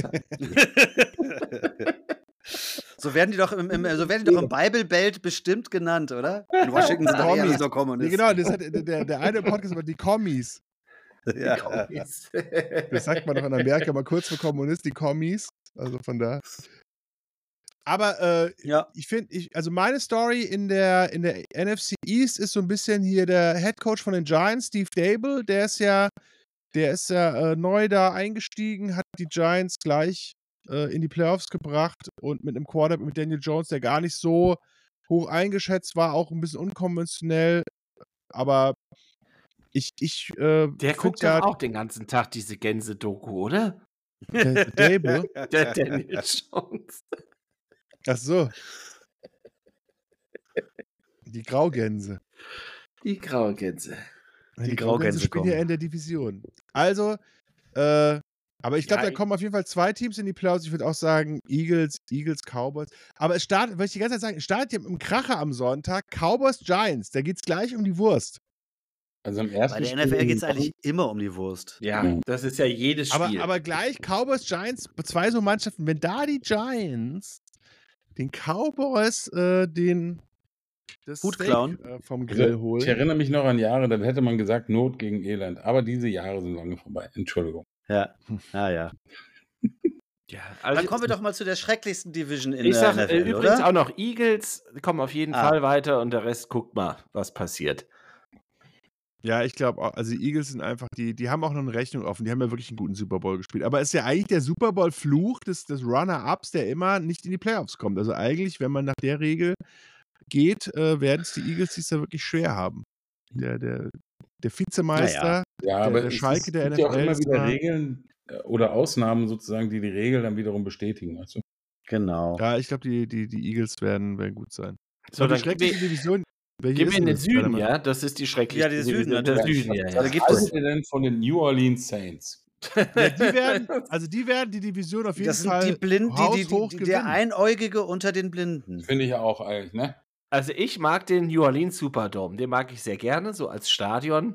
S3: So werden die doch im, im, so werden die doch im Bible Belt bestimmt genannt, oder? In Washington sind doch eher
S2: Kommis.
S3: so
S2: Nee,
S3: Kommunisten.
S2: genau, das hat, der, der eine Podcast über die Kommis.
S3: Ja.
S1: Communists.
S2: Das sagt man doch in Amerika mal kurz für Kommunist, die Kommis. Also von da. Aber äh,
S3: Ja.
S2: ich finde, ich, also meine Story in der, in der N F C East ist so ein bisschen hier der Head Coach von den Giants, Steve Dable, der ist ja, der ist ja äh, neu da eingestiegen, hat die Giants gleich äh, in die Playoffs gebracht und mit einem Quarterback mit Daniel Jones, der gar nicht so hoch eingeschätzt war, auch ein bisschen unkonventionell, aber ich, ich äh,
S1: Der
S2: find
S1: guckt
S2: ja,
S1: doch auch den ganzen Tag diese Gänse-Doku, oder?
S2: der, der Dable,
S1: Der Daniel Jones.
S2: ach so. Die Graugänse.
S1: Die graue Gänse.
S3: Die Graugänse
S2: spielen ja
S3: kommen.
S2: in der Division. Also, äh, aber ich glaube,
S1: Ja,
S2: da kommen auf jeden Fall zwei Teams in die Playoffs. Ich würde auch sagen, Eagles, Eagles, Cowboys. Aber es startet, wollte ich die ganze Zeit sagen, es startet ja mit einem Kracher am Sonntag. Cowboys, Giants. Da geht es gleich um die Wurst.
S4: Also im ersten
S3: Bei der
S4: Spiel
S3: N F L geht es
S4: in-
S3: eigentlich immer um die Wurst.
S1: Ja,
S4: Ja.
S1: das ist ja jedes
S2: Aber,
S1: Spiel.
S2: aber gleich Cowboys, Giants, zwei so Mannschaften. Wenn da die Giants den Cowboys äh, den das
S3: Hut
S2: Steak,
S3: klauen.
S2: äh, vom Grill
S4: Also, ich
S2: holen.
S4: erinnere mich noch an Jahre, dann hätte man gesagt, Not gegen Elend. Aber diese Jahre sind lange vorbei. Entschuldigung.
S3: Ja, ja, ja.
S1: ja, also
S3: Dann kommen wir doch mal zu der schrecklichsten Division in
S1: ich
S3: der
S1: sage
S3: N F L,
S1: äh, übrigens
S3: oder?
S1: auch noch Eagles kommen auf jeden
S3: Ah.
S1: Fall weiter und der Rest guckt mal, was passiert.
S2: Ja, ich glaube auch, also die Eagles sind einfach, die, die haben auch noch eine Rechnung offen, die haben ja wirklich einen guten Super Bowl gespielt. Aber es ist ja eigentlich der Super Bowl-Fluch des, des Runner-Ups, der immer nicht in die Playoffs kommt. Also eigentlich, wenn man nach der Regel geht, äh, werden es die Eagles dies da wirklich schwer haben. Der, der, der Vizemeister,
S4: Ja,
S2: der,
S4: aber
S2: der
S4: es
S2: Schalke
S4: ist,
S2: der
S4: gibt
S2: N F
S4: ja auch
S2: L
S4: immer
S2: ist
S4: wieder
S2: immer,
S4: Regeln äh, oder Ausnahmen sozusagen, die die Regel dann wiederum bestätigen. Weißt du?
S3: Genau.
S2: ja, ich glaube, die, die, die Eagles werden, werden gut sein.
S1: So,
S2: Aber
S1: dann
S2: die
S1: gib
S2: schreckliche
S1: mir,
S2: Division, welche
S1: gib
S2: ist
S1: mir in
S2: denn
S1: den
S2: das?
S1: Süden,
S2: Warte mal.
S1: ja? Das ist die schrecklichste
S3: Ja, der Süden
S1: Division. Der
S3: natürlich.
S1: Süden, ja,
S3: Da
S1: ja.
S3: gibt's
S4: Was
S3: es.
S4: haltet ihr denn von den New Orleans Saints?
S2: Ja, die werden, also die werden die Division auf jeden
S3: Das sind
S2: Fall
S3: die Blinden, die, die,
S2: haushoch
S3: die, die, der
S2: gewinnen.
S3: Einäugige unter den Blinden.
S4: Finde ich ja auch eigentlich, ne?
S1: Also ich mag den New Orleans Superdome, den mag ich sehr gerne, so als Stadion.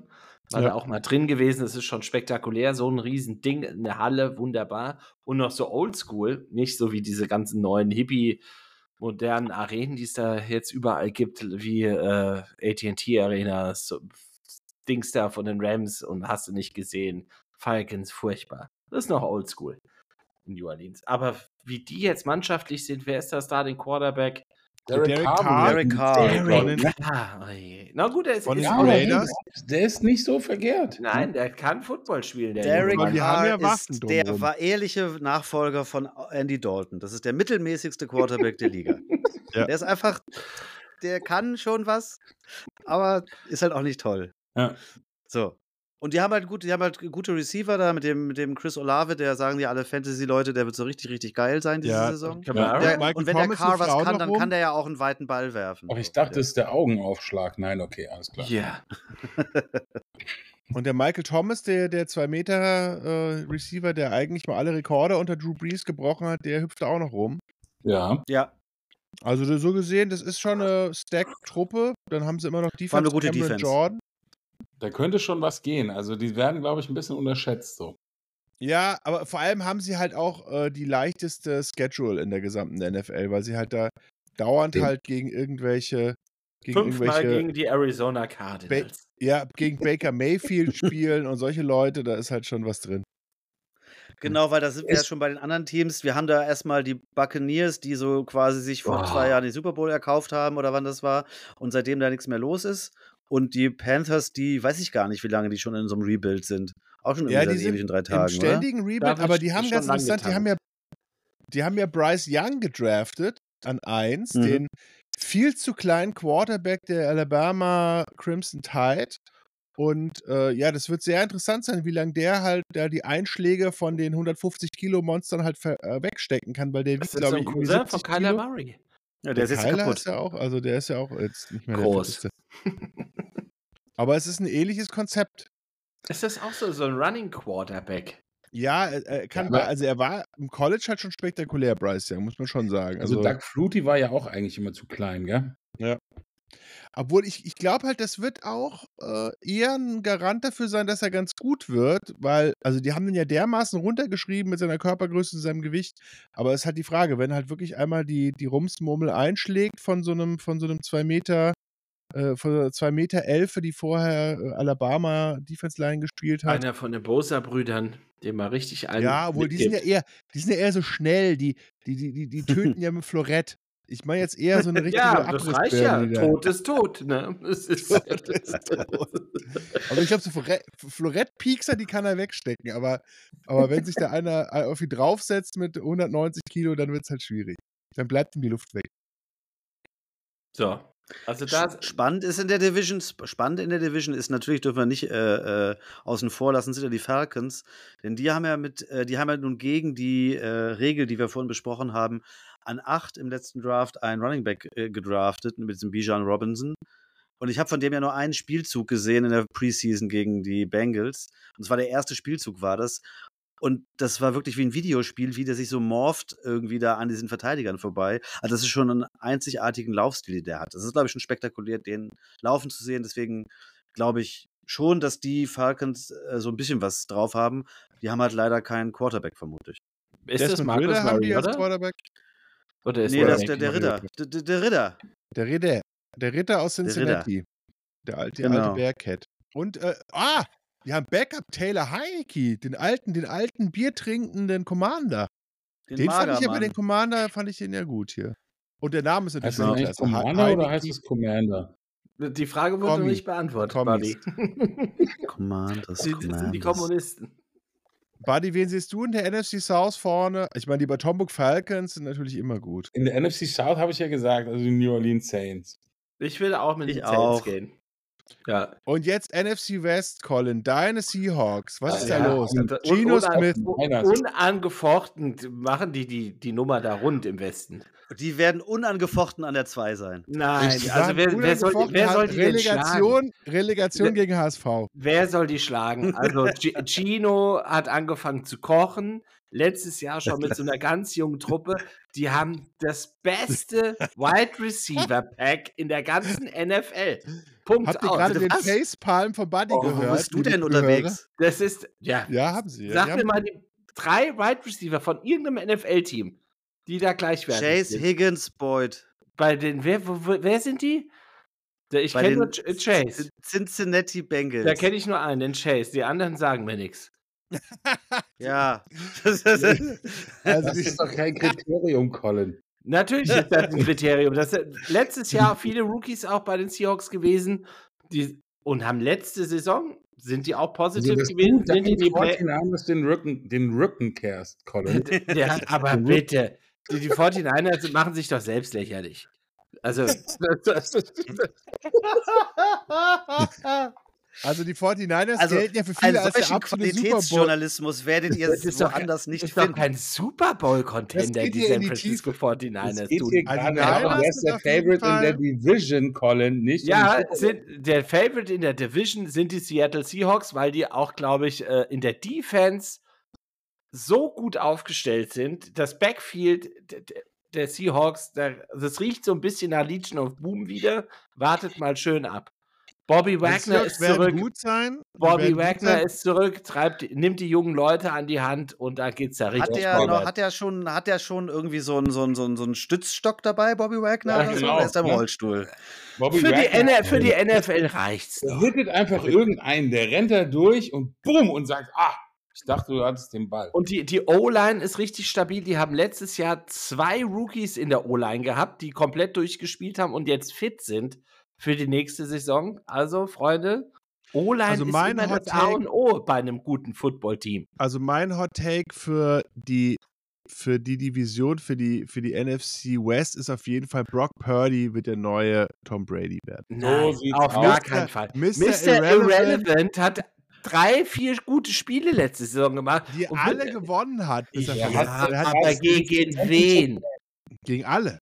S1: War
S2: Ja.
S1: da auch mal drin gewesen. Das ist schon spektakulär. So ein Riesending in der Halle, wunderbar. Und noch so oldschool, nicht so wie diese ganzen neuen Hippie- modernen Arenen, die es da jetzt überall gibt, wie äh, A T and T Arena, so Dings da von den Rams und hast du nicht gesehen. Falcons, furchtbar. Das ist noch oldschool in New Orleans. Aber wie die jetzt mannschaftlich sind, wer ist da Starting Quarterback?
S2: Derek
S4: Carr
S2: Carr.
S3: Derek Carr.
S1: Derek
S2: Von
S1: Carr. Oh je. Na gut, er ist,
S2: Von
S1: ist
S2: den
S4: Ja,
S1: auch-
S4: aber
S2: Raiders.
S4: der ist nicht so verkehrt.
S1: Nein, der kann Football spielen. Der
S3: Derek
S1: junge
S2: Aber die
S1: Mann.
S2: haben ja
S3: Carr
S2: Waffen
S3: ist der
S2: drumherum.
S3: war ehrliche Nachfolger von Andy Dalton. Das ist der mittelmäßigste Quarterback der Liga.
S2: Ja.
S3: Der ist einfach, der kann schon was, aber ist halt auch nicht toll.
S4: Ja.
S3: So. Und die haben halt gut, die haben halt gute Receiver da mit dem, mit dem Chris Olave, der sagen ja alle Fantasy-Leute, der wird so richtig, richtig geil sein diese
S2: Ja,
S3: Saison.
S1: Kamara?
S3: Der,
S2: Michael
S3: und wenn der
S2: Thomas
S3: Carr
S2: hüpft
S3: was
S2: auch
S3: kann,
S2: noch
S3: dann
S2: rum.
S3: kann der ja auch einen weiten Ball werfen.
S4: Ach, ich
S3: So,
S4: dachte,
S3: der-
S4: es ist der Augenaufschlag. Nein, okay, alles klar.
S1: Ja.
S2: Und der Michael Thomas, der, der zwei Meter äh, Receiver, der eigentlich mal alle Rekorde unter Drew Brees gebrochen hat, der hüpft da auch noch rum.
S4: Ja.
S3: Ja,
S2: Also so gesehen, das ist schon eine Stack-Truppe. Dann haben sie immer noch
S3: War
S2: Defense
S3: eine gute
S2: Cameron
S3: Defense.
S2: Jordan.
S4: Da könnte schon was gehen. Also die werden, glaube ich, ein bisschen unterschätzt so.
S2: Ja, aber vor allem haben sie halt auch äh, die leichteste Schedule in der gesamten N F L, weil sie halt da dauernd
S4: Ja.
S2: halt gegen irgendwelche gegen
S1: Fünfmal
S2: irgendwelche
S1: gegen die Arizona Cardinals.
S2: ja, gegen Baker Mayfield spielen und solche Leute, da ist halt schon was drin.
S3: genau, weil da sind wir ja
S4: Ist-
S3: schon bei den anderen Teams. Wir haben da erstmal die Buccaneers, die so quasi sich vor
S1: Boah.
S3: zwei Jahren den Super Bowl erkauft haben oder wann das war und seitdem da nichts mehr los ist. Und die Panthers, die weiß ich gar nicht, wie lange die schon in so einem Rebuild sind. Auch schon
S2: Ja,
S3: irgendwie
S2: die
S3: seit
S2: sind
S3: ewig in drei
S2: Im
S3: Tagen, oder?
S2: ständigen Rebuild,
S1: Da wird
S2: aber die
S1: sch-
S2: haben
S1: schon
S2: ganz
S1: lang
S2: interessant, die haben ja die haben ja Bryce Young gedraftet an eins,
S3: Mhm.
S2: den viel zu kleinen Quarterback der Alabama Crimson Tide. Und äh, ja, das wird sehr interessant sein, wie lange der halt da die Einschläge von den hundertfünfzig Kilo Monstern halt ver- äh, wegstecken kann, weil der
S1: Das
S2: wiegt,
S1: ist
S2: glaube
S1: so
S2: ich,
S1: ein
S2: irgendwie
S1: Cousin von
S2: siebzig
S1: Kyler
S2: Kilo.
S1: Murray.
S3: Ja, der ist jetzt
S2: Kyler
S3: kaputt.
S2: ist ja auch, also der ist ja auch jetzt nicht mehr
S1: Groß.
S2: der Fitteste. Aber es ist ein ähnliches Konzept.
S1: Ist das auch so, so ein Running Quarterback?
S2: Ja, er, er kann,
S4: Ja, aber-
S2: also er war im College halt schon spektakulär, Bryce Young, muss man schon sagen.
S4: Also,
S2: Also,
S4: Doug Flutie war ja auch eigentlich immer zu klein, gell?
S2: obwohl ich, ich glaube halt, das wird auch äh, eher ein Garant dafür sein, dass er ganz gut wird, weil, also die haben ihn ja dermaßen runtergeschrieben mit seiner Körpergröße und seinem Gewicht, aber es ist halt die Frage, wenn halt wirklich einmal die, die Rumsmurmel einschlägt von so einem, von so einem zwei Meter, äh, von zwei Meter Elfe, die vorher äh, Alabama Defense Line gespielt hat.
S1: Einer von den Bosa-Brüdern, den mal richtig einen
S2: Ja, obwohl die sind ja
S1: mitgibt.
S2: eher, die sind ja eher so schnell, die, die, die, die, die töten ja mit Florett. Ich meine jetzt eher so eine richtige
S1: Ja, das reicht ja.
S2: Abrissbirne, die da-
S1: Tot ist tot, ne? Es ist
S2: Tot ist tot. Aber ich glaube, so Florett- Florett-Piekser, die kann er wegstecken. Aber, aber wenn sich da einer auf ihn draufsetzt mit hundertneunzig Kilo, dann wird es halt schwierig. Dann bleibt ihm die Luft weg.
S1: So. Also da
S3: Sch- Spannend ist in der Division, sp- spannend in der Division ist natürlich, dürfen wir nicht äh, äh, außen vor lassen, sind ja die Falcons. Denn die haben ja mit, äh, die haben ja nun gegen die äh, Regel, die wir vorhin besprochen haben, an acht im letzten Draft einen Running Back äh, gedraftet mit diesem Bijan Robinson. Und ich habe von dem ja nur einen Spielzug gesehen in der Preseason gegen die Bengals. Und zwar der erste Spielzug war das. Und das war wirklich wie ein Videospiel, wie der sich so morpht irgendwie da an diesen Verteidigern vorbei. Also das ist schon einen einzigartigen Laufstil, den der hat. Das ist, glaube ich, schon spektakulär, den laufen zu sehen. Deswegen glaube ich schon, dass die Falcons äh, so ein bisschen was drauf haben. Die haben halt leider keinen Quarterback, vermutlich.
S1: ist das
S2: Desmond
S1: Marcus
S2: Ridder haben die
S1: Murray,
S2: als
S1: oder?
S2: Quarterback.
S1: Oder ist
S3: Nee,
S1: der
S3: das ist
S1: weg?
S3: der, der Ritter. Der, der, der Ritter.
S2: Der Ritter. Der Ritter aus
S3: Ritter.
S2: Cincinnati. Der alte, die
S3: Genau.
S2: alte Bearcat. Und, äh, ah, die haben Backup Taylor Heineke, den alten, den alten biertrinkenden Commander.
S3: Den,
S2: Den fand ich ja bei
S3: Magermann.
S2: den Commander, fand ich den ja gut hier. Und der Name ist natürlich
S4: Heißt das eigentlich
S2: klasse.
S4: Commander oder
S2: Heineke-
S4: heißt es Commander?
S1: Die Frage wurde
S2: Kommi.
S1: noch nicht beantwortet,
S2: Kommis.
S1: Buddy.
S3: Commanders,
S1: Die, das sind die
S3: Commanders.
S1: Kommunisten.
S2: Buddy, wen siehst du in der N F C South vorne? Ich meine, die Potomac Falcons sind natürlich immer gut.
S4: In der N F C South habe ich ja gesagt, also die New Orleans Saints.
S1: Ich will auch mit
S3: Ich
S1: den Saints
S3: auch.
S1: gehen. Ja.
S2: Und jetzt N F C West, Colin, deine Seahawks. Was ist
S1: Ja,
S2: da los?
S1: und-
S2: Geno
S1: und-
S2: Smith.
S4: Niners.
S1: Unangefochten machen die, die die Nummer da rund im Westen.
S3: Die werden unangefochten an der zwei sein.
S1: Nein,
S2: Die
S1: also
S2: waren
S1: wer, wer, soll,
S2: unangefochten,
S1: wer soll
S2: hat
S1: die denn schlagen?
S2: Relegation, Relegation
S1: Wer-
S2: gegen H S V.
S1: Wer soll die schlagen? Also G- Gino hat angefangen zu kochen, letztes Jahr schon mit so einer ganz jungen Truppe. Die haben das beste Wide Receiver Pack in der ganzen N F L. Punkt.
S2: Habt ihr
S1: aus.
S2: gerade den
S3: Was?
S2: Facepalm von Buddy
S3: Oh,
S2: gehört?
S3: wo bist du
S2: liebe
S3: denn
S2: Zuhörer?
S3: unterwegs?
S1: Das ist, ja.
S2: Ja, haben sie. Ja,
S1: Sag
S2: die
S1: mir
S2: haben-
S1: mal die drei Wide Receiver von irgendeinem N F L-Team, die da gleichwertig
S3: Chase,
S1: sind.
S3: Higgins, Boyd.
S1: Bei den, wer, wo, wo- wer sind die? Der- Ich
S3: Bei
S1: kenne nur
S3: den
S1: Ch- Chase.
S3: Cincinnati Bengals.
S1: Da kenne ich nur einen, den Chase. Die anderen sagen mir nichts.
S3: Ja.
S2: Also
S4: Das
S2: die,
S4: ist doch kein Kriterium, Colin.
S1: Natürlich ist das ein Kriterium. Das ist letztes Jahr viele Rookies auch bei den Seahawks gewesen die, und haben letzte Saison, sind die auch positiv
S4: Also, dass
S1: gewesen?
S4: du
S1: Sind die in die Play
S4: forty-niners den Rücken, den Rücken kehrst, Colin.
S1: Ja, aber bitte. Die, die forty-niners machen sich doch selbst lächerlich. Also,
S2: also die forty-niners
S3: Also,
S2: gelten ja für
S3: einen
S2: viele als der
S3: solchen
S2: absolute Super Bowl.
S3: Qualitätsjournalismus werdet ihr
S1: das ist doch,
S3: woanders nicht
S1: ist doch
S3: finden.
S1: kein Super
S2: Das
S1: Bowl-Contender,
S2: geht
S1: die
S2: hier in
S1: San
S2: die
S1: Francisco
S2: Tiefe.
S1: forty-niners.
S4: Es geht
S1: Du.
S4: hier
S2: Also
S4: gerade
S2: die
S4: darum,
S2: Niners
S4: wer ist
S2: sind
S4: der
S2: auf jeden
S4: Favorite in
S2: Fall-
S4: der Division, Colin, nicht
S1: Ja,
S4: im
S1: sind, der Favorite in der Division sind die Seattle Seahawks, weil die auch, glaube ich, äh, in der Defense so gut aufgestellt sind. Das Backfield d- d- der Seahawks, da- das riecht so ein bisschen nach Legion of Boom wieder. Wartet mal schön ab. Bobby
S2: Die
S1: Wagner
S2: Seahawks
S1: ist
S2: werden
S1: zurück.
S2: gut sein. Die
S1: Bobby
S2: werden gut
S1: Wagner
S2: sein.
S1: ist zurück, treibt, die- nimmt die jungen Leute an die Hand und da geht's da
S3: Hat
S1: richtig
S3: der, noch,
S1: vorwärts.
S3: hat, der schon, hat der schon irgendwie so einen, so einen, so einen, so einen Stützstock dabei, Bobby Wagner?
S4: Ja,
S3: oder so?
S4: genau,
S3: Oder ist er im
S4: ne?
S3: Rollstuhl?
S4: Bobby
S1: Für die,
S4: Wagner,
S1: N- für die N F L reicht's
S4: der
S1: doch.
S4: hittet einfach irgendeinen, der rennt da durch und boom und sagt, ah, ich dachte, du hattest den Ball.
S1: Und die, die O-Line ist richtig stabil. Die haben letztes Jahr zwei Rookies in der O-Line gehabt, die komplett durchgespielt haben und jetzt fit sind für die nächste Saison. Also, Freunde, O-Line
S2: Also
S1: ist
S2: mein
S1: immer
S2: Hot
S1: das A
S2: Take-
S1: und O bei einem guten Footballteam.
S2: Also mein Hot Take für die für die Division, für die, für die N F C West ist auf jeden Fall Brock Purdy wird der neue Tom Brady werden.
S1: Nein,
S4: sieht's
S1: auf
S4: aus.
S1: gar
S2: Mister
S1: keinen Fall.
S2: Mister
S1: Mister
S2: Irrelevant.
S1: Irrelevant hat drei, vier gute Spiele letzte Saison gemacht.
S2: Die
S1: und
S2: alle
S1: wird-
S2: gewonnen hat. Bis er
S1: Ja,
S2: verletzt war. Er hat
S1: aber gegen wen?
S2: gegen alle.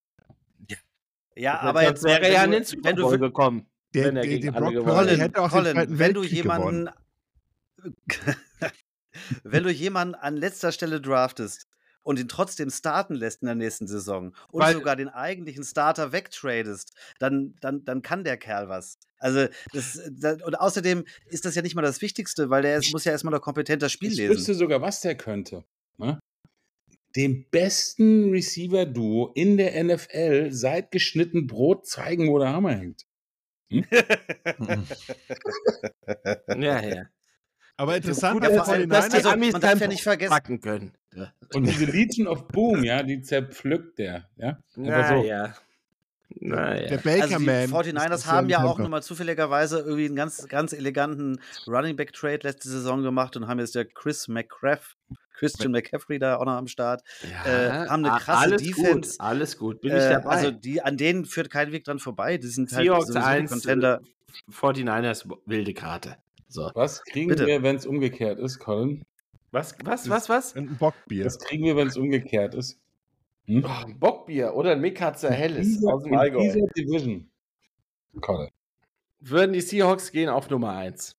S3: Ja, aber
S1: Sonst
S3: jetzt
S1: wäre
S3: wenn
S1: er ja
S3: du-
S1: in den Super
S3: wenn du
S1: Bowl
S3: wir-
S1: gekommen.
S2: Der,
S1: wenn er
S2: der,
S1: gegen
S2: der
S1: alle
S2: Brock
S1: gewonnen
S2: Purdy
S3: Colin,
S2: hätte auch den
S3: Colin,
S2: Zweiten
S3: wenn du
S2: Weltkrieg gewonnen.
S3: jemanden, wenn du jemanden an letzter Stelle draftest und ihn trotzdem starten lässt in der nächsten Saison und
S1: Weil-
S3: sogar den eigentlichen Starter wegtradest, dann, dann, dann kann der Kerl was. Also das, das, und außerdem ist das ja nicht mal das Wichtigste, weil der ist, muss ja erstmal noch kompetent das Spiel
S4: Ich
S3: lesen.
S4: wüsste sogar, was der könnte. Ne? Dem besten Receiver-Duo in der N F L seit geschnitten Brot zeigen, wo der Hammer hängt.
S1: Ja, ja.
S2: Aber interessant,
S1: Gut,
S2: dass die
S1: dass, dass die
S2: forty-niners
S3: Also,
S1: Amis
S3: man darf
S1: keinen
S3: ja nicht
S1: Punkt
S3: vergessen-
S1: packen können. Ja.
S4: Und diese Legion of Boom, ja, die zerpflückt der. Ja? Aber so.
S1: Naja. Naja.
S2: der Baker
S3: Also die
S2: Man.
S3: forty-niners
S2: ist- ist
S3: haben ja
S2: ein
S3: auch
S2: Temper.
S3: nochmal zufälligerweise irgendwie einen ganz, ganz eleganten Running Back Trade letzte Saison gemacht und haben jetzt der Chris McCraff, Christian McCaffrey da auch noch am Start. äh, haben eine
S1: a-
S3: krasse
S1: alles
S3: Defense.
S1: Gut, alles gut, bin ich
S3: Äh,
S1: dabei.
S3: also die, an denen führt kein Weg dran vorbei. Die sind halt
S1: Seahawks
S3: sowieso die
S1: eins,
S3: Contender.
S1: forty-niners wilde Karte. So.
S4: Was kriegen
S3: Bitte.
S4: wir, wenn es umgekehrt ist, Colin?
S1: Was, was, was, was?
S2: Ein Bockbier.
S4: Was kriegen wir, wenn es umgekehrt ist? Hm?
S1: Oh, ein Bockbier oder ein Mikatzer Helles
S4: Dieser-
S1: aus dem
S4: in
S1: Allgäu.
S4: dieser Division. Colin.
S1: Würden die Seahawks gehen auf Nummer eins.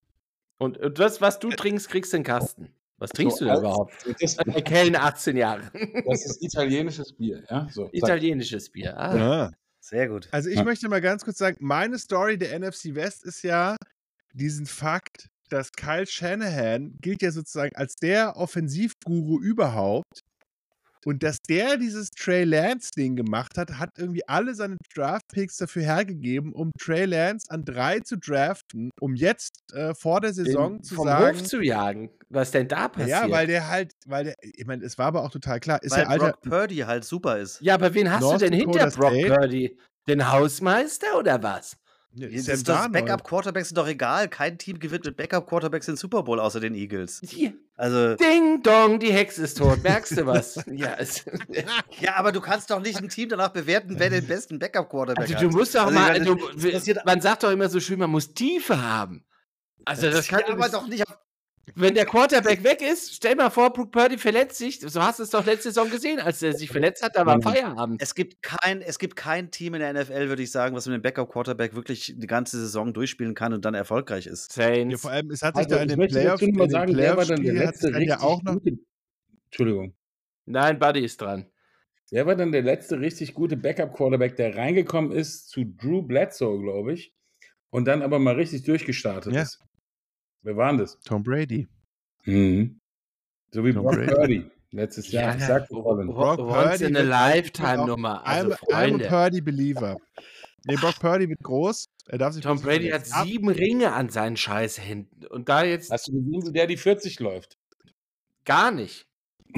S1: Und, und das, was du trinkst, kriegst du in den Kasten. Was trinkst
S4: So,
S1: du denn
S4: als-
S1: überhaupt?
S4: Das,
S1: Äh, Kellen, achtzehn Jahre.
S4: das ist italienisches Bier. Ja? So, zack.
S1: Italienisches Bier. Ah.
S2: Ja.
S3: Sehr gut.
S2: Also ich
S4: Ja.
S2: möchte mal ganz kurz sagen, meine Story der N F C West ist ja diesen Fakt, dass Kyle Shanahan gilt ja sozusagen als der Offensivguru überhaupt. Und dass der dieses Trey Lance-Ding gemacht hat, hat irgendwie alle seine Draft-Picks dafür hergegeben, um Trey Lance an drei zu draften, um jetzt äh, vor der Saison
S1: Den
S2: zu
S1: vom
S2: sagen.
S1: Hof zu jagen. Was denn da passiert?
S2: Ja, weil der halt, weil der, ich meine, es war aber auch total klar, ist
S3: Weil
S2: der alter.
S3: Brock Purdy halt super ist.
S1: Ja, aber wen hast
S2: North
S1: du denn hinter
S2: Dakota
S1: Brock
S2: State?
S1: Purdy? Den Hausmeister oder was?
S2: Ja,
S3: Das,
S2: Sam
S3: das
S2: Darnold.
S3: Backup-Quarterbacks sind doch egal. Kein Team gewinnt mit Backup-Quarterbacks den Super Bowl außer den Eagles.
S1: Hier.
S3: Also,
S1: Ding dong, die Hexe ist tot. Merkst du was? Ja, es,
S3: ja, aber du kannst doch nicht ein Team danach bewerten, wer den besten Backup-Quarterback
S1: also,
S3: hat.
S1: du musst doch
S3: Also,
S1: mal.
S3: ich
S1: Du,
S3: meine, das passiert-
S1: man sagt doch immer so schön, man muss Tiefe haben. Also das kann
S3: ja, aber doch nicht auf
S1: Wenn der Quarterback weg ist, stell mal vor, Brock Purdy verletzt sich. So hast du es doch letzte Saison gesehen, als er sich verletzt hat, da war
S4: Mhm.
S1: Feierabend.
S3: Es gibt kein, es gibt kein Team in der N F L, würde ich sagen, was mit dem Backup-Quarterback wirklich die ganze Saison durchspielen kann und dann erfolgreich ist.
S2: Ja,
S1: Saints.
S2: vor allem, es hat sich
S4: Also,
S2: da in
S4: ich
S2: den
S4: möchte
S2: Playoffs,
S4: dazu
S2: in
S4: noch mal
S2: den
S4: sagen, wer war dann der
S2: Playoff-Spielen hat es
S4: letzte
S2: dann ja
S4: richtig
S2: auch noch.
S4: gute... Entschuldigung.
S1: Nein, Buddy ist dran.
S4: Wer war dann der letzte richtig gute Backup-Quarterback, der reingekommen ist zu Drew Bledsoe, glaube ich, und dann aber mal richtig durchgestartet
S2: Ja.
S4: ist. Wer war denn das?
S2: Tom Brady.
S4: Mhm. So wie
S2: Tom
S4: Brock
S2: Brady.
S4: Purdy letztes Jahr. Ich sagte Colin.
S2: Brock
S1: Once
S2: Purdy
S1: in a
S2: wird
S1: Lifetime-Nummer. Also,
S2: I'm, I'm a
S1: Freunde.
S2: Purdy Believer. Nee, Brock Purdy wird groß. Er darf sich
S1: Tom
S2: bloß nicht
S1: Brady hat
S2: verletzen.
S1: sieben Ringe an seinen scheiß Händen. Und da jetzt
S4: Hast du gesehen, wie der die vierzig läuft?
S1: gar nicht.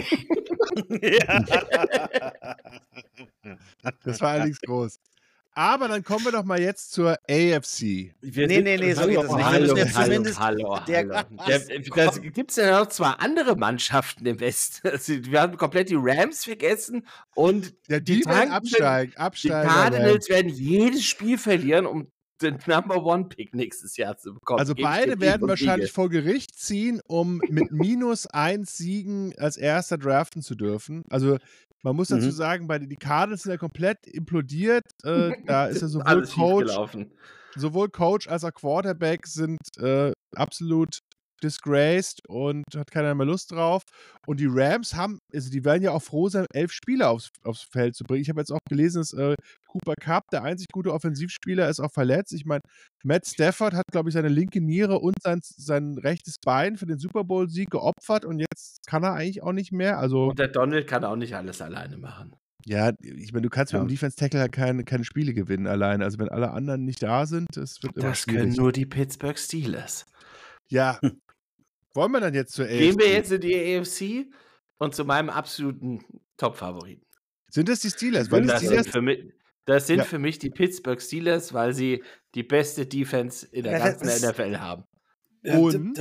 S2: Das war allerdings groß. Aber dann kommen wir doch mal jetzt zur A F C.
S1: Wir
S3: Nee,
S1: sind-
S3: nee, nee, so
S1: hallo,
S3: geht das nicht. Wir
S1: Hallo,
S3: müssen jetzt
S1: hallo,
S3: zumindest-
S1: hallo,
S3: der-
S1: hallo. Der, das gibt es ja noch zwei andere Mannschaften im Westen. Also, wir haben komplett die Rams vergessen und
S2: Ja, die,
S1: Die
S2: werden
S1: Tanken
S2: absteigen.
S1: die
S2: absteigen
S1: Cardinals werden jedes Spiel verlieren, um den Number One Pick nächstes Jahr zu bekommen.
S2: Also
S1: Gebe ich dir
S2: beide
S1: Brief
S2: werden
S1: und
S2: wahrscheinlich
S1: Siegel.
S2: vor Gericht ziehen, um mit minus eins Siegen als erster draften zu dürfen. Also man muss dazu
S3: Mhm.
S2: sagen, bei den die Cardinals sind ja komplett implodiert. Äh, da ist ja sowohl
S1: Alles
S2: Coach,
S1: schiefgelaufen.
S2: sowohl Coach als auch Quarterback sind äh, absolut disgraced und hat keiner mehr Lust drauf. Und die Rams haben, also die werden ja auch froh sein, elf Spieler aufs, aufs Feld zu bringen. Ich habe jetzt auch gelesen, dass äh, Cooper Kupp, der einzig gute Offensivspieler, ist auch verletzt. Ich meine, Matt Stafford hat, glaube ich, seine linke Niere und sein, sein rechtes Bein für den Super Bowl-Sieg geopfert und jetzt kann er eigentlich auch nicht mehr. Also,
S1: Und der Donald kann auch nicht alles alleine machen.
S2: ja, ich meine, du kannst
S3: Ja.
S2: mit dem Defense-Tackle halt keine, keine Spiele gewinnen alleine. Also, wenn alle anderen nicht da sind, das wird immer
S1: Das können
S2: schwierig.
S1: nur die Pittsburgh Steelers.
S2: Ja. Wollen wir dann jetzt zur A F C?
S1: Gehen wir jetzt in die A F C und zu meinem absoluten Top-Favoriten.
S2: Sind das die Steelers? Weil die
S1: Das
S2: Steelers
S1: sind, für mich, das sind
S2: Ja.
S1: für mich die Pittsburgh Steelers, weil sie die beste Defense in der
S3: Ja,
S1: ganzen
S3: das-
S1: N F L haben.
S2: Und?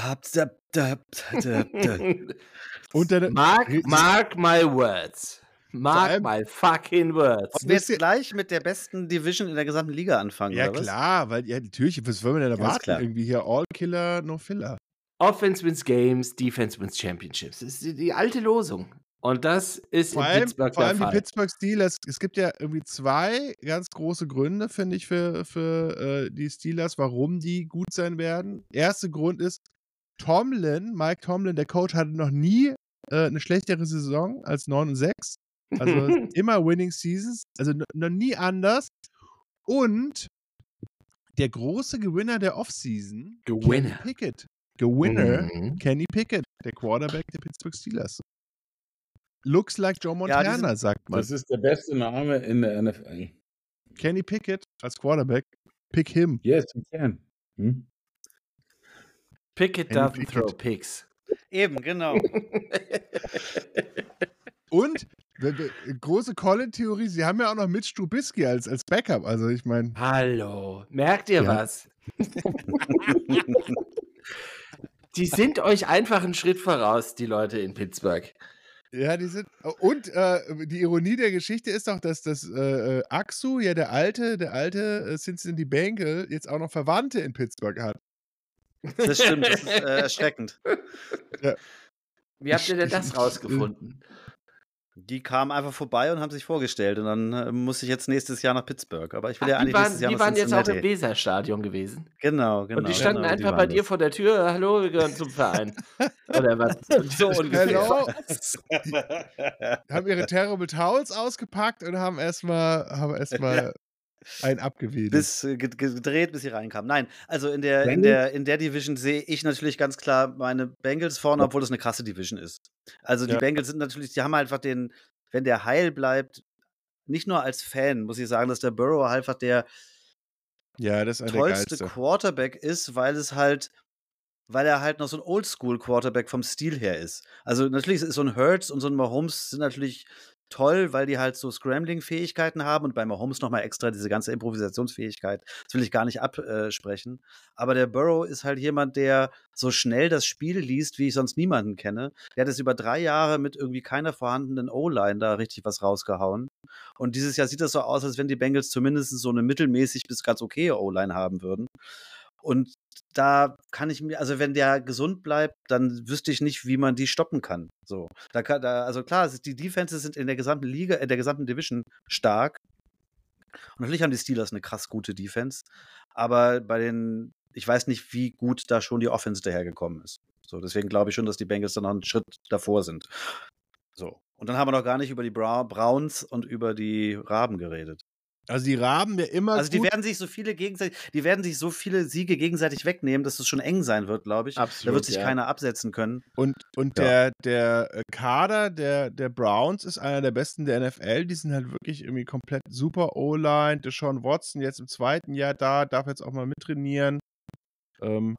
S2: und dann
S1: Mark, mark my words. Mark
S2: allem-
S1: my fucking words.
S3: Ob wir jetzt gleich mit der besten Division in der gesamten Liga anfangen,
S2: Ja,
S3: oder was?
S2: klar, weil, ja, natürlich, was wollen wir denn
S3: Ganz
S2: erwarten?
S3: klar.
S2: Irgendwie hier All-Killer, No-Filler.
S1: Offense wins Games, Defense wins Championships. Das ist die, die alte Losung. Und das ist
S2: Vor
S1: in
S2: allem,
S1: Pittsburgh
S2: vor
S1: der
S2: allem die
S1: Fall.
S2: Pittsburgh Steelers. Es gibt ja irgendwie zwei ganz große Gründe, finde ich, für, für äh, die Steelers, warum die gut sein werden. Erster Grund ist, Tomlin, Mike Tomlin, der Coach, hatte noch nie äh, eine schlechtere Saison als neun und sechs. Also immer Winning Seasons. Also n- noch nie anders. Und der große Gewinner der Offseason,
S1: Gewinner.
S2: Kenny Pickett. Gewinner,
S1: Mhm.
S2: Kenny Pickett, der Quarterback der Pittsburgh Steelers. Looks like Joe
S3: Ja, die
S2: Montana, sagt man.
S4: Das ist der beste Name in der N F L.
S2: Kenny Pickett als Quarterback. Pick him.
S4: Yes, you can. Hm?
S1: Pickett
S2: Kenny
S1: doesn't
S2: Pickett.
S1: throw picks.
S3: Eben, genau.
S2: Und w- w- große Colin-Theorie, sie haben ja auch noch Mitch Trubisky als, als Backup. Also ich meine,
S1: Hallo, merkt ihr
S2: Ja.
S1: was? Die sind euch einfach einen Schritt voraus, die Leute in Pittsburgh.
S2: ja, die sind. Und äh, die Ironie der Geschichte ist doch, dass das äh, äh, Aksu, ja der alte, der alte äh, Cincinnati Bengal, jetzt auch noch Verwandte in Pittsburgh hat.
S3: Das stimmt, das ist äh, erschreckend.
S1: Wie habt ihr denn
S2: Ich-
S1: das
S2: ich-
S1: rausgefunden?
S3: Die kamen einfach vorbei und haben sich vorgestellt und dann äh, muss ich jetzt nächstes Jahr nach Pittsburgh. Aber ich will
S1: Ach,
S3: ja
S1: die
S3: eigentlich
S1: waren,
S3: nächstes Jahr
S1: die
S3: nach
S1: waren jetzt auch im
S3: Cincinnati.
S1: Weserstadion gewesen.
S3: Genau, genau.
S1: Und die standen
S3: genau,
S1: einfach bei
S3: waren
S1: dir
S3: das.
S1: vor der Tür. Hallo, wir gehören zum Verein. Oder was?
S3: So ungefähr.
S2: Hello. Haben ihre Terrible Towels ausgepackt und haben erstmal haben erstmal einen abgewedelt.
S3: Bis äh, ge- gedreht, bis sie reinkamen. Nein, also in der, in
S4: Bengals?
S3: der, in der Division sehe ich natürlich ganz klar meine Bengals vorne, obwohl das eine krasse Division ist. Also die
S2: Ja.
S3: Bengals sind natürlich, die haben einfach den, wenn der heil bleibt, nicht nur als Fan, muss ich sagen, dass der Burrow einfach der
S2: Ja, das ist einer der
S3: tollste
S2: geilste.
S3: Quarterback ist, weil es halt, weil er halt noch so ein Oldschool-Quarterback vom Stil her ist. Also natürlich ist so ein Hurts und so ein Mahomes sind natürlich toll, weil die halt so Scrambling-Fähigkeiten haben und bei Mahomes nochmal extra diese ganze Improvisationsfähigkeit. Das will ich gar nicht absprechen. Aber der Burrow ist halt jemand, der so schnell das Spiel liest, wie ich sonst niemanden kenne. Der hat es über drei Jahre mit irgendwie keiner vorhandenen O-Line da richtig was rausgehauen. Und dieses Jahr sieht das so aus, als wenn die Bengals zumindest so eine mittelmäßig bis ganz okaye O-Line haben würden. Und da kann ich mir, also wenn der gesund bleibt, dann wüsste ich nicht, wie man die stoppen kann. So, da kann, da, also klar, es ist, die Defenses sind in der gesamten Liga, in der gesamten Division stark. Und natürlich haben die Steelers eine krass gute Defense, aber bei den, ich weiß nicht, wie gut da schon die Offense dahergekommen ist. So, deswegen glaube ich schon, dass die Bengals dann noch einen Schritt davor sind. So. Und dann haben wir noch gar nicht über die Bra Browns und über die Raben geredet.
S2: Also die Raben ja immer
S3: Also die
S2: gut.
S3: werden sich so viele gegenseitig, die werden sich so viele Siege gegenseitig wegnehmen, dass es schon eng sein wird, glaube ich.
S1: Absolut,
S3: da wird sich
S1: ja.
S3: keiner absetzen können.
S2: Und, und
S3: Ja.
S2: der, der äh, Kader der, der Browns ist einer der besten der N F L. Die sind halt wirklich irgendwie komplett super O-Line. Deshaun Watson jetzt im zweiten Jahr da, darf jetzt auch mal mittrainieren. Ähm,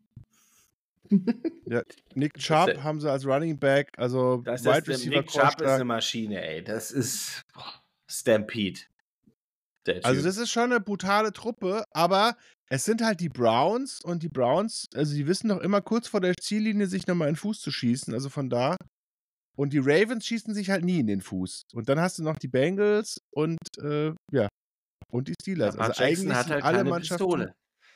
S2: ja, Nick Chubb
S1: der-
S2: haben sie als Running Back, also
S1: Das
S2: Wide
S1: ist, der
S2: Receiver
S1: Nick Chubb ist
S2: stark.
S1: eine Maschine, ey. Das ist boah, Stampede. Der
S2: Also
S1: Typ.
S2: das ist schon eine brutale Truppe, aber es sind halt die Browns und die Browns, also die wissen doch immer kurz vor der Ziellinie sich nochmal in den Fuß zu schießen, also von da. Und die Ravens schießen sich halt nie in den Fuß. Und dann hast du noch die Bengals und äh, ja, und die Steelers.
S1: Lamar
S2: Also
S1: Jackson
S2: eigentlich
S1: hat
S2: sind
S1: halt
S2: alle
S1: keine
S2: Mannschaften.
S1: Pistole.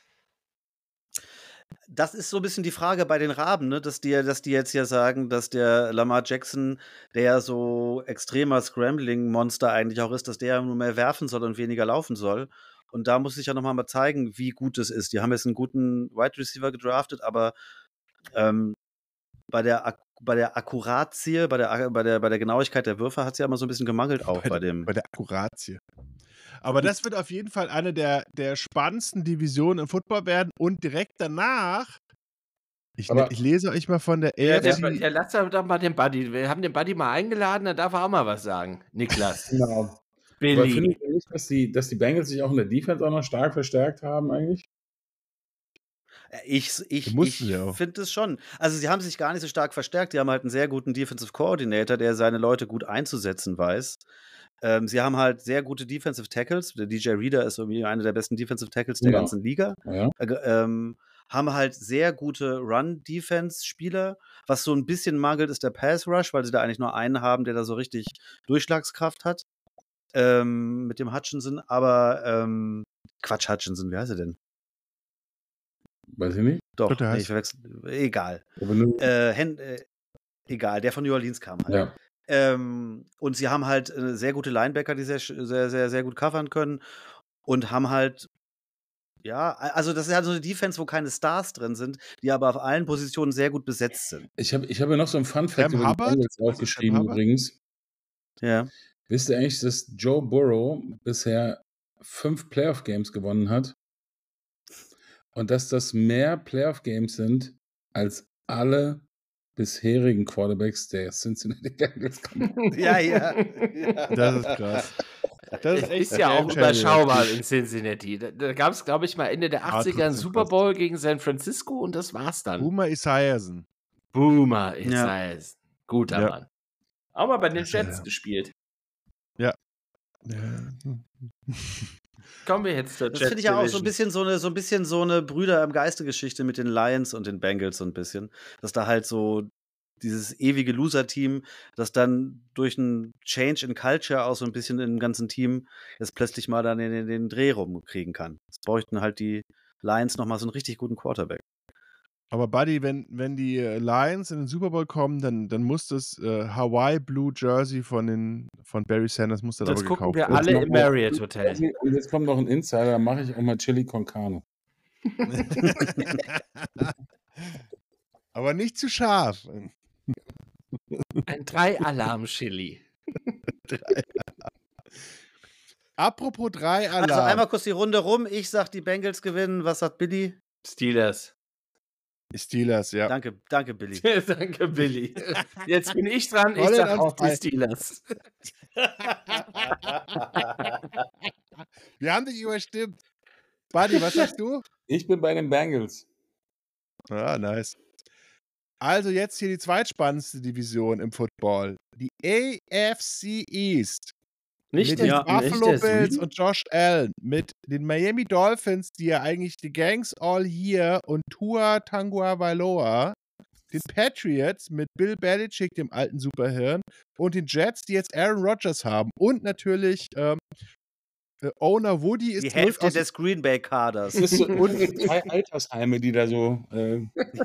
S3: Das ist so ein bisschen die Frage bei den Raben, ne? dass, die, dass die jetzt ja sagen, dass der Lamar Jackson, der ja so extremer Scrambling-Monster eigentlich auch ist, dass der nur mehr werfen soll und weniger laufen soll. Und da muss ich ja nochmal mal zeigen, wie gut es ist. Die haben jetzt einen guten Wide Receiver gedraftet, aber ähm, bei der, Ak bei der Akkuratie, bei der, bei, der, bei der Genauigkeit der Würfe hat es ja immer so ein bisschen gemangelt auch bei,
S2: bei,
S3: dem.
S2: bei der Akkuratie. Aber das wird auf jeden Fall eine der, der spannendsten Divisionen im Football werden. Und direkt danach, ich,
S4: Aber-
S2: ich lese euch mal von der
S1: Ja,
S2: A F C.
S1: der, ja, lass doch mal den Buddy. Wir haben den Buddy mal eingeladen, da darf er auch mal was sagen. Niklas.
S4: Genau. Aber
S1: Billy.
S4: findet ihr nicht, dass die, dass die Bengals sich auch in der Defense auch noch stark verstärkt haben eigentlich?
S3: Ich, ich,
S2: Mussten
S3: ich
S2: sie auch.
S3: finde es schon. Also sie haben sich gar nicht so stark verstärkt. Die haben halt einen sehr guten Defensive Coordinator, der seine Leute gut einzusetzen weiß. Ähm, sie haben halt sehr gute Defensive Tackles. Der D J Reader ist irgendwie einer der besten Defensive Tackles der
S4: Ja.
S3: ganzen Liga.
S4: Ja.
S3: Äh, ähm, haben halt sehr gute Run-Defense-Spieler. Was so ein bisschen mangelt, ist der Pass-Rush, weil sie da eigentlich nur einen haben, der da so richtig Durchschlagskraft hat. Ähm, mit dem Hutchinson. Aber ähm, Quatsch, Hutchinson, wie heißt er denn?
S4: Weiß ich nicht.
S3: Doch,
S2: Bitte
S3: nee,
S2: heißt-
S3: ich verwechsel. Egal.
S4: Aber nur,
S3: Äh, Hen äh, egal, der von New Orleans kam halt.
S4: ja.
S3: Ähm, und sie haben halt äh, sehr gute Linebacker, die sehr, sch- sehr, sehr, sehr gut covern können. Und haben halt, ja, a- also das ist halt so eine Defense, wo keine Stars drin sind, die aber auf allen Positionen sehr gut besetzt sind.
S4: Ich habe ich hab ja noch so ein Fun-Fact
S2: Sam
S4: über die
S2: Hubbard?
S4: Bengals
S2: Was ist
S4: aufgeschrieben
S2: Sam Hubbard?
S4: übrigens.
S3: Ja.
S4: Wisst ihr eigentlich, dass Joe Burrow bisher fünf Playoff-Games gewonnen hat? Und dass das mehr Playoff-Games sind als alle bisherigen Quarterbacks der Cincinnati Bengals.
S3: Ja, ja. ja.
S2: Das ist krass. Das
S1: Es
S2: ist echt
S1: ist ja auch
S2: Gamechanger.
S1: überschaubar in Cincinnati. Da, da gab es, glaube ich, mal Ende der
S2: Ah,
S1: achtziger einen
S2: trotzdem
S1: Super
S2: krass.
S1: Bowl gegen San Francisco und das war's dann.
S2: Boomer Esiason.
S1: Boomer ist
S3: Ja.
S1: es. Guter
S2: Ja.
S1: Mann. Auch mal bei den
S2: Das ist
S1: Jets
S2: ja-
S1: gespielt.
S2: Ja.
S1: Kommen wir jetzt zur
S3: Das
S1: Jets
S3: finde ich ja auch so
S1: Division.
S3: ein bisschen so eine, so ein bisschen so eine Brüder im Geiste-Geschichte mit den Lions und den Bengals so ein bisschen. Dass da halt so dieses ewige Loser-Team, das dann durch einen Change in Culture auch so ein bisschen im ganzen Team jetzt plötzlich mal dann den, den Dreh rumkriegen kann. Es bräuchten halt die Lions nochmal so einen richtig guten Quarterback.
S2: Aber Buddy, wenn, wenn die äh, Lions in den Super Bowl kommen, dann, dann muss das äh, Hawaii Blue Jersey von, den, von Barry Sanders muss dann
S1: Das
S2: aber
S1: gucken
S2: gekauft
S1: wir
S2: werden.
S1: alle
S4: noch
S1: im
S4: mal-
S1: Marriott Hotel.
S4: Und jetzt kommt noch ein Insider, da mache ich auch mal Chili con Carne.
S2: Aber nicht zu scharf.
S1: Ein Drei-Alarm-Chili.
S2: Apropos drei Alarm.
S3: Also einmal kurz die Runde rum. Ich sag, die Bengals gewinnen. Was sagt Billy?
S1: Steelers.
S2: Steelers, ja.
S3: Danke, danke, Billy.
S1: Danke, Billy. Jetzt bin ich dran. Ich
S2: Rollen
S1: sag
S2: an
S1: auch die
S2: zwei.
S1: Steelers.
S2: Wir haben dich überstimmt. Buddy, was sagst du?
S4: Ich bin bei den Bengals.
S2: Ah, nice. Also jetzt hier die zweitspannendste Division im Football. Die A F C East.
S1: Nicht
S2: mit
S1: der,
S2: den
S3: ja,
S2: Buffalo
S1: nicht der
S2: Bills
S1: Süden?
S2: und Josh Allen. Mit den Miami Dolphins, die ja eigentlich die Gangs all here und Tua Tagovailoa. Den Patriots mit Bill Belichick, dem alten Superhirn. Und den Jets, die jetzt Aaron Rodgers haben. Und natürlich ähm, äh, Owner Woody ist
S3: Die
S2: zurück
S3: Hälfte
S2: aus
S3: des Green Bay-Kaders.
S4: Das ist so und drei Altersheime, die da so. Äh,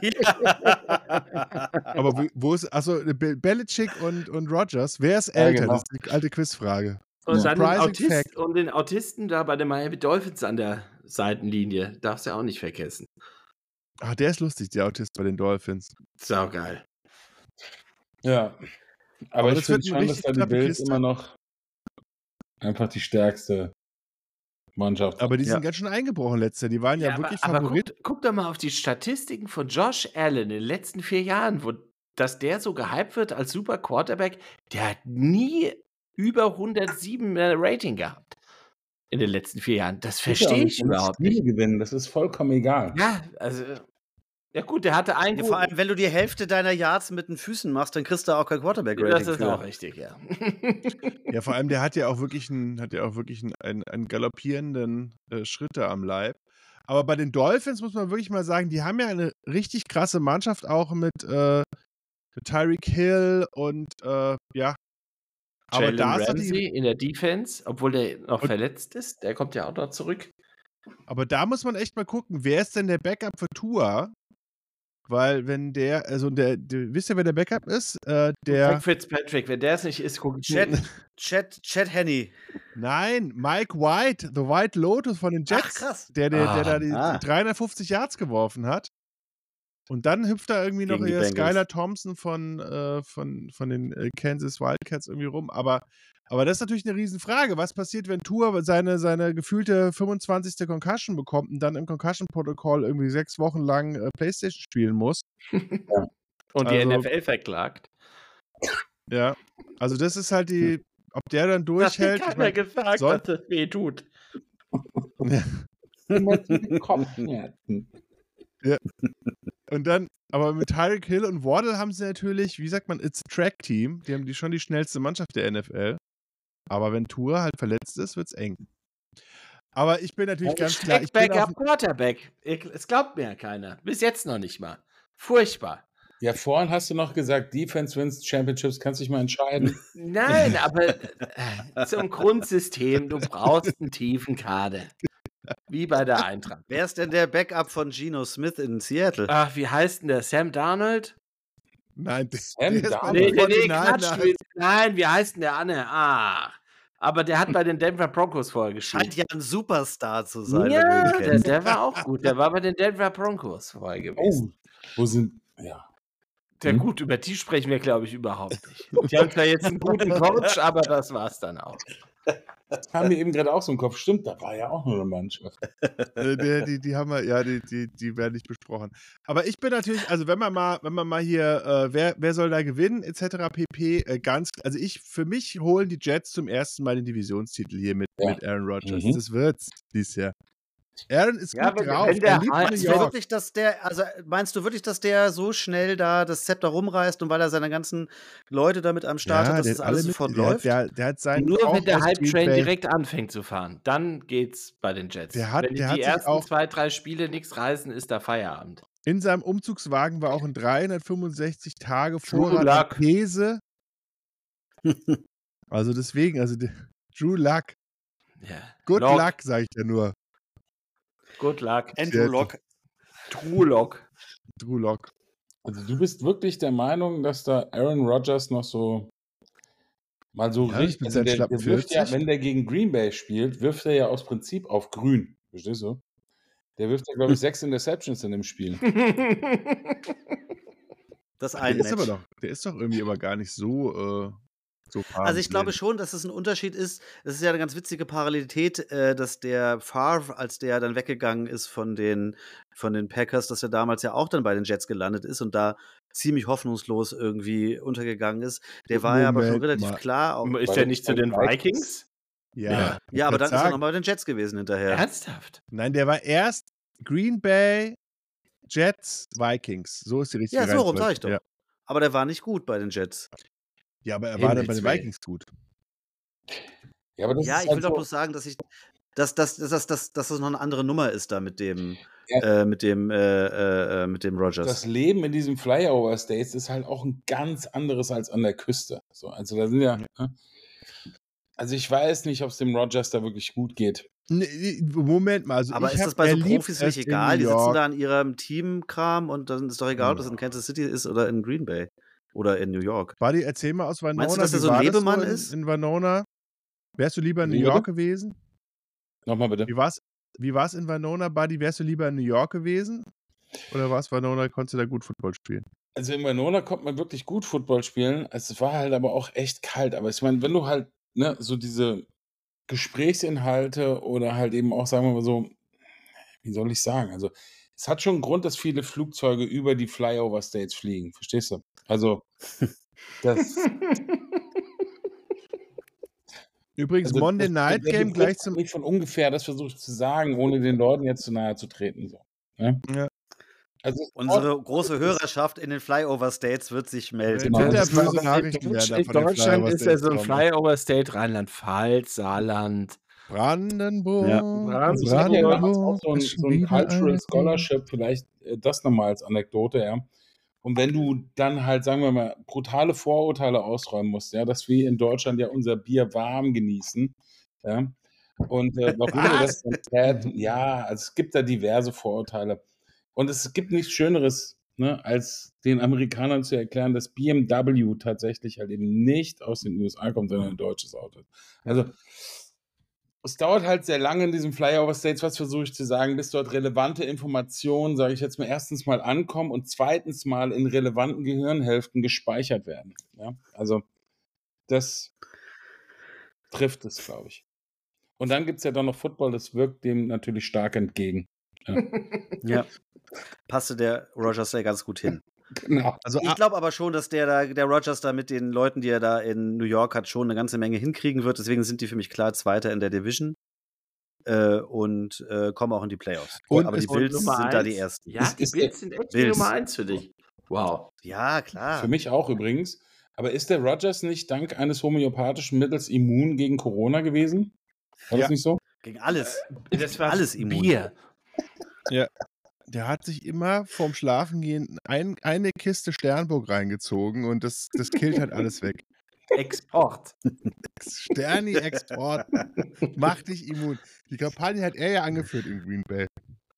S2: Aber wo, wo ist, achso, Be- Belichick und, und Rodgers, wer ist
S4: Ja,
S2: älter?
S4: genau.
S2: Das ist die alte Quizfrage.
S1: Und dann den,
S2: Surprising
S1: Autist,
S2: fact.
S1: und den Autisten da bei den Miami Dolphins an der Seitenlinie. Darfst du ja auch nicht vergessen.
S2: Ach, der ist lustig, der Autist bei den Dolphins.
S1: Saugeil.
S4: ja. Aber,
S2: Aber
S4: ich
S2: das wird
S4: finde
S2: eine
S4: schon, dass
S2: richtig
S4: da die
S2: knappe
S4: Bills
S2: Kiste.
S4: immer noch einfach die stärkste Mannschaft.
S2: Aber die
S3: Ja.
S2: sind ganz schön eingebrochen letztes Jahr. Die waren ja,
S1: Ja,
S2: wirklich
S1: aber, aber
S2: Favorit.
S1: guck, guck doch mal auf die Statistiken von Josh Allen in den letzten vier Jahren, wo, dass der so gehypt wird als super Quarterback. Der hat nie über hundertsieben äh, Rating gehabt in den letzten vier Jahren. Das verstehe ich überhaupt
S4: Spiele
S1: nicht.
S4: gewinnen, das ist vollkommen egal.
S1: Ja, also, ja gut, der hatte einen
S3: Ja, vor
S1: guten.
S3: allem, wenn du die Hälfte deiner Yards mit den Füßen machst, dann kriegst du auch kein Quarterback-Rating
S1: Das ist
S3: für.
S1: auch richtig, ja.
S2: Ja, vor allem, der hat ja auch wirklich einen, hat ja auch wirklich einen, einen, einen galoppierenden äh, Schritte am Leib. Aber bei den Dolphins muss man wirklich mal sagen, die haben ja eine richtig krasse Mannschaft auch mit, äh, mit Tyreek Hill und äh, ja. Aber
S1: Jalen
S2: da ist
S1: Ramsey
S2: natürlich,
S1: in der Defense, obwohl der noch
S2: Und-
S1: verletzt ist, der kommt ja auch noch zurück.
S2: aber da muss man echt mal gucken, wer ist denn der Backup für Tua? Weil wenn der, also der, der wisst ihr, wer der Backup ist? Äh, der,
S1: Greg Fitzpatrick, wenn der es nicht ist, guck ich
S3: Chad,
S1: mir.
S3: Chad, Chad Henne.
S2: nein, Mike White, The White Lotus von den
S3: Ach,
S2: Jets.
S3: krass.
S2: Der, der, der
S1: Ah,
S2: da die,
S3: ah.
S2: die dreihundertfünfzig Yards geworfen hat. Und dann hüpft da irgendwie noch
S3: Gegen die
S2: hier
S3: Bengals.
S2: Skylar Thompson von, äh, von, von den äh, Kansas Wildcats irgendwie rum. Aber, aber das ist natürlich eine Riesenfrage. Was passiert, wenn Tua seine, seine gefühlte fünfundzwanzigste Concussion bekommt und dann im Concussion-Protokoll irgendwie sechs Wochen lang äh, Playstation spielen muss?
S1: Und die
S2: Also-
S1: N F L verklagt.
S2: Ja. Also das ist halt die, ob der dann
S1: Das hat
S2: durchhält. Ich
S1: keiner
S2: mein,
S1: gesagt,
S2: soll-
S1: dass das weh tut.
S4: Kopfschmerzen.
S2: Und dann, aber mit Tyreek Hill und Waddle haben sie natürlich, wie sagt man, it's a Track-Team. Die haben die schon die schnellste Mannschaft der N F L. Aber wenn Tua halt verletzt ist, wird's eng. Aber ich bin natürlich ganz klar, ich bin auf,
S1: Backup Quarterback. Ich- Es glaubt mir ja keiner. Bis jetzt noch nicht mal. Furchtbar.
S4: Ja, vorhin hast du noch gesagt, Defense wins Championships, kannst dich mal entscheiden.
S1: Nein, aber äh, zum Grundsystem, du brauchst einen tiefen Kader. Wie bei der Eintracht.
S3: Wer ist denn der Backup von Geno Smith in Seattle?
S1: Ach, wie heißt denn der? Sam Darnold?
S2: nein, der,
S4: Sam
S2: der ist
S4: Darnold?
S2: bei
S1: Nee,
S2: den
S1: nee, nee,
S2: Forty-Niners.
S1: Quatsch. du- Nein, wie heißt denn der Anne? Ah. Aber der hat bei den Denver Broncos vorher
S3: Scheint
S1: gespielt.
S3: ja ein Superstar zu sein, wenn du
S1: Ja,
S3: ihn
S1: der,
S3: kennst.
S1: der war auch gut. Der war bei den Denver Broncos vorher gewesen.
S4: Oh, wo sind, ja.
S1: Der
S4: Hm?
S1: gut, über die sprechen wir, glaube ich, überhaupt nicht. Die haben zwar jetzt einen guten Coach, aber das war's dann auch.
S4: Das kam mir eben gerade auch so im Kopf. Stimmt, da war ja auch nur eine Mannschaft.
S2: Äh, der, die, die haben wir, ja, die, die, die werden nicht besprochen. Aber ich bin natürlich, also wenn man mal, wenn man mal hier, äh, wer, wer soll da gewinnen, et cetera pp, äh, ganz, also ich, für mich holen die Jets zum ersten Mal den Divisionstitel hier mit,
S4: Ja.
S2: mit Aaron Rodgers.
S4: Mhm.
S2: Das wird's dieses Jahr. Aaron ist
S1: Ja,
S2: gut
S1: wenn-
S2: drauf.
S1: wenn der
S2: er liebt
S1: halt-
S2: New
S3: Meinst du
S2: York.
S3: wirklich, dass der, also meinst du wirklich, dass der so schnell da das Zepter rumreißt und weil er seine ganzen Leute damit am Start hat, dass
S2: der
S3: das
S2: hat
S3: alles
S2: alle
S3: sofort
S2: mit, der,
S3: läuft?
S2: Der, der hat seinen
S1: Nur
S2: auch
S1: wenn der
S2: aus
S1: Hype
S2: Green
S1: Train
S2: Bay-
S1: direkt anfängt zu fahren, dann geht's bei den Jets.
S2: Der hat-
S1: wenn die,
S2: der hat
S1: die
S2: sich
S1: ersten
S2: auch-
S1: zwei, drei Spiele nichts reißen, ist da Feierabend.
S2: In seinem Umzugswagen war auch ein dreihundertfünfundsechzig Tage
S1: True
S2: Vorrat an
S1: Luck.
S2: Käse. Also deswegen, also die, True Luck.
S1: Ja.
S2: Good
S1: Lock.
S2: Luck, sage ich ja nur.
S1: Good luck.
S3: Andrew
S2: Seattle.
S3: Locke.
S1: True Lock.
S2: True Luck.
S4: Also du bist wirklich der Meinung, dass da Aaron Rodgers noch so mal so
S2: Ja,
S4: richtig,
S2: mit
S4: also
S2: seinen
S4: der,
S2: schlappen
S4: der wirft ja,
S2: vierzig.
S4: wenn der gegen Green Bay spielt, wirft er ja aus Prinzip auf grün. Verstehst du? Der wirft ja, glaube ich, sechs Interceptions in dem Spiel.
S3: Das
S2: Der
S3: ein
S2: ist aber
S3: Match.
S2: doch, der ist doch irgendwie aber gar nicht so, äh, so
S3: Also ich glaube
S2: farbenblind.
S3: schon, dass es ein Unterschied ist. Es ist ja eine ganz witzige Parallelität, äh, dass der Favre, als der dann weggegangen ist von den, von den Packers, dass er damals ja auch dann bei den Jets gelandet ist und da ziemlich hoffnungslos irgendwie untergegangen ist. Der war ja aber schon
S2: Moment
S3: relativ
S2: mal.
S3: klar. Auch,
S1: Ist
S4: Bei
S1: der
S4: den
S1: nicht zu den
S4: Vikings?
S1: Vikings?
S2: Ja,
S1: Ja.
S2: ich
S3: ja, aber
S2: würd
S3: dann ist er
S2: sagen,
S3: nochmal bei den Jets gewesen hinterher.
S1: Ernsthaft?
S2: Nein, der war erst Green Bay, Jets, Vikings. So ist die richtige
S3: Ja, so rum sag
S2: Reihenfolge.
S3: ich doch.
S2: Ja.
S3: Aber der war nicht gut bei den Jets.
S2: ja, aber er war dann bei
S1: Himmels
S2: den
S1: Willen.
S2: Vikings gut.
S4: Ja, aber das
S3: Ja,
S4: ist
S3: ich
S4: halt
S3: will doch
S4: so,
S3: bloß sagen, dass ich, dass, dass, dass, dass, dass, dass das noch eine andere Nummer ist da mit dem,
S4: Ja.
S3: äh, mit dem, äh, äh, äh, mit dem Rogers.
S4: das Leben in diesem Flyover States ist halt auch ein ganz anderes als an der Küste. So, also da sind ja, ne? Also ich weiß nicht, ob es dem Rodgers da wirklich gut geht.
S2: Nee, Moment mal. Also
S3: Aber
S2: ich
S3: ist
S2: hab,
S3: das bei
S2: er
S3: so
S2: liebt
S3: Profis
S2: es
S3: nicht
S2: in
S3: egal?
S2: New
S3: Die sitzen
S2: York.
S3: da an ihrem Teamkram und dann ist doch egal, ob das in
S2: Ja.
S3: Kansas City ist oder in Green Bay oder in New York.
S2: Buddy, erzähl mal aus Winona.
S3: Meinst du, dass er
S2: wie
S3: so ein
S2: war das
S3: Lebemann
S2: in,
S3: ist?
S2: In Winona. Wärst du lieber in
S4: Wie
S2: New
S4: bitte?
S2: York gewesen?
S4: Nochmal bitte.
S2: Wie war's, wie war's in Winona, Buddy? Wärst du lieber in New York gewesen? Oder war's Winona, konntest du da gut Football spielen?
S4: Also in Winona konnte man wirklich gut Football spielen. Es war halt aber auch echt kalt. Aber ich meine, wenn du halt, ne, so diese Gesprächsinhalte oder halt eben auch, sagen wir mal so, wie soll ich sagen? Also, es hat schon einen Grund, dass viele Flugzeuge über die Flyover States fliegen. Verstehst du? Also, das
S2: Übrigens,
S4: also,
S2: Monday
S4: das
S2: Night
S4: der
S2: Game
S4: Begriff
S2: gleich
S4: kommt
S2: zum.
S4: nicht von ungefähr, das versuche ich zu sagen, ohne den Leuten jetzt zu nahe zu treten, so, ne?
S2: Ja.
S4: Also,
S3: Unsere große Hörerschaft in den Flyover States wird sich melden.
S4: Genau, das ist
S2: Bitterböse
S4: was
S2: Nachrichten werden da von den
S1: Deutschland
S2: Flyover
S1: ist ja
S2: States
S1: so ein
S2: kommen.
S1: Flyover State, Rheinland-Pfalz, Saarland.
S2: Brandenburg,
S3: Ja.
S4: Also, ich hatte ja damals auch
S2: Brandenburg
S4: so 'n
S2: ist schon
S4: so 'n
S2: wieder
S4: Cultural
S2: ein
S4: Scholarship, vielleicht, äh, das noch mal als Anekdote, ja. Und wenn du dann halt, sagen wir mal, brutale Vorurteile ausräumen musst, ja, dass wir in Deutschland ja unser Bier warm genießen, ja, und, äh, warum wir das
S2: Was?
S4: dann täten, ja, also, es gibt da diverse Vorurteile. Und es gibt nichts Schöneres, ne, als den Amerikanern zu erklären, dass B M W tatsächlich halt eben nicht aus den U S A kommt, sondern ein deutsches Auto ist. Also, es dauert halt sehr lange in diesen Flyover States, was versuche ich zu sagen, bis dort relevante Informationen, sage ich jetzt mal, erstens mal ankommen und zweitens mal in relevanten Gehirnhälften gespeichert werden, ja? Also, das trifft es, glaube ich. Und dann gibt's ja dann noch Football, das wirkt dem natürlich stark entgegen. Ja.
S3: Ja. Passte der Rogers da ganz gut hin.
S4: Genau.
S2: Also,
S3: Ich glaube aber schon, dass der da, der Rogers da mit den Leuten, die er da in New York hat, schon eine ganze Menge hinkriegen wird. Deswegen sind die für mich klar Zweiter in der Division äh, und äh, kommen auch in die Playoffs.
S2: Und
S3: aber die
S2: es-
S1: Und
S3: Bills
S1: Nummer
S3: sind da
S1: eins?
S3: die Ersten.
S1: Ja,
S4: Ist-
S1: die
S4: ist
S1: Bills sind echt die
S3: Bills.
S1: Nummer eins für dich. Wow.
S3: Ja, klar.
S4: Für mich auch übrigens. Aber ist der Rogers nicht dank eines homöopathischen Mittels immun gegen Corona gewesen? War
S2: Ja.
S4: das nicht so?
S3: Gegen alles.
S1: Das war
S3: Alles immun.
S1: Bier.
S2: der hat sich immer vorm Schlafengehen ein, eine Kiste Sternburg reingezogen und das, das killt halt alles weg.
S1: Export.
S2: Sterni-Export macht dich immun. Die Kampagne hat er ja angeführt in Green Bay.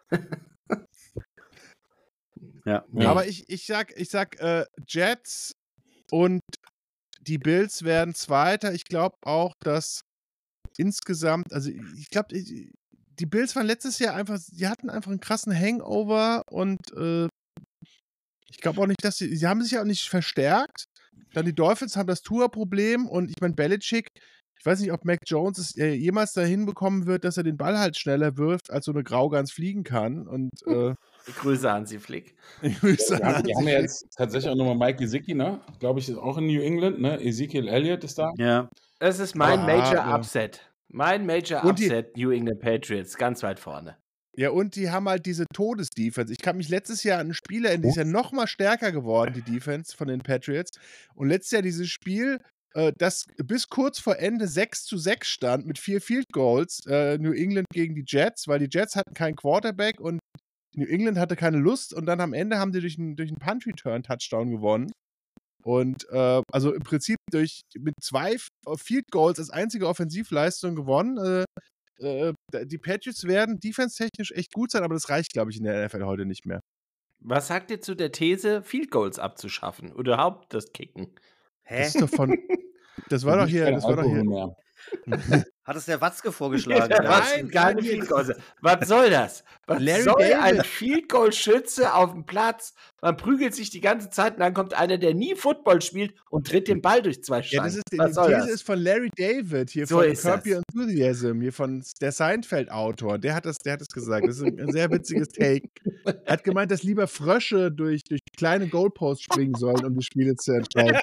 S3: Ja.
S4: Ja.
S2: Aber ich, ich sag, ich sag äh, Jets und die Bills werden Zweiter. Ich glaube auch, dass insgesamt, also ich glaube, die Bills waren letztes Jahr einfach, die hatten einfach einen krassen Hangover und äh, ich glaube auch nicht, dass sie, sie haben sich ja auch nicht verstärkt. Dann die Dolphins haben das Tour-Problem und ich meine, Belichick, ich weiß nicht, ob Mac Jones es äh, jemals dahin bekommen wird, dass er den Ball halt schneller wirft, als so eine Graugans fliegen kann. Und äh,
S1: Grüße an Sie, Flick.
S2: ich würde
S4: Wir
S2: sagen,
S4: haben, wir haben ja
S2: Flick-
S4: jetzt tatsächlich auch nochmal Mike Gesicki, ne? Glaube ich, ist auch in New England, ne? Ezekiel Elliott ist da.
S3: Ja.
S1: Das ist mein
S2: Ah,
S1: Major
S2: ja.
S1: Upset. Mein Major
S2: Und die-
S1: Upset, New England Patriots, ganz weit vorne.
S2: Ja, und die haben halt diese Todesdefense. Ich kann mich letztes Jahr an ein Spiel erinnern, die ist ja noch mal stärker geworden, die Defense von den Patriots. Und letztes Jahr dieses Spiel, äh, das bis kurz vor Ende sechs zu sechs stand mit vier Field Goals, äh, New England gegen die Jets, weil die Jets hatten keinen Quarterback und New England hatte keine Lust. Und dann am Ende haben die durch einen, durch einen Punt-Return-Touchdown gewonnen. Und äh, also im Prinzip durch mit zwei F- Field Goals als einzige Offensivleistung gewonnen. Äh, äh, die Patriots werden defense-technisch echt gut sein, aber das reicht, glaube ich, in der N F L heute nicht mehr.
S1: Was sagt ihr zu der These, Field Goals abzuschaffen? Oder überhaupt das Kicken?
S3: Hä?
S2: Das ist doch von. Das war doch hier.
S4: Kein
S2: Das war doch
S4: Alkohol
S2: hier.
S4: mehr.
S3: Hat es der Watzke vorgeschlagen?
S1: Ja,
S3: oder?
S1: was?
S2: Nein,
S1: Keine
S2: nein,
S1: Field Goals. Was soll das? Was
S2: Larry
S1: soll
S2: David.
S1: ein Field Goal Schütze auf dem Platz? Man prügelt sich die ganze Zeit und dann kommt einer, der nie Football spielt und tritt den Ball durch zwei
S2: Ja,
S1: Stangen.
S2: das ist, die
S1: Was soll
S2: These
S1: das?
S2: ist von Larry David, hier
S1: So
S2: von
S1: ist
S2: Curb
S1: das.
S2: Your Enthusiasm, hier von der Seinfeld-Autor. Der hat das, der hat das gesagt. Das ist ein sehr witziges Take. Er hat gemeint, dass lieber Frösche durch, durch kleine Goalposts springen sollen, um die Spiele zu entscheiden.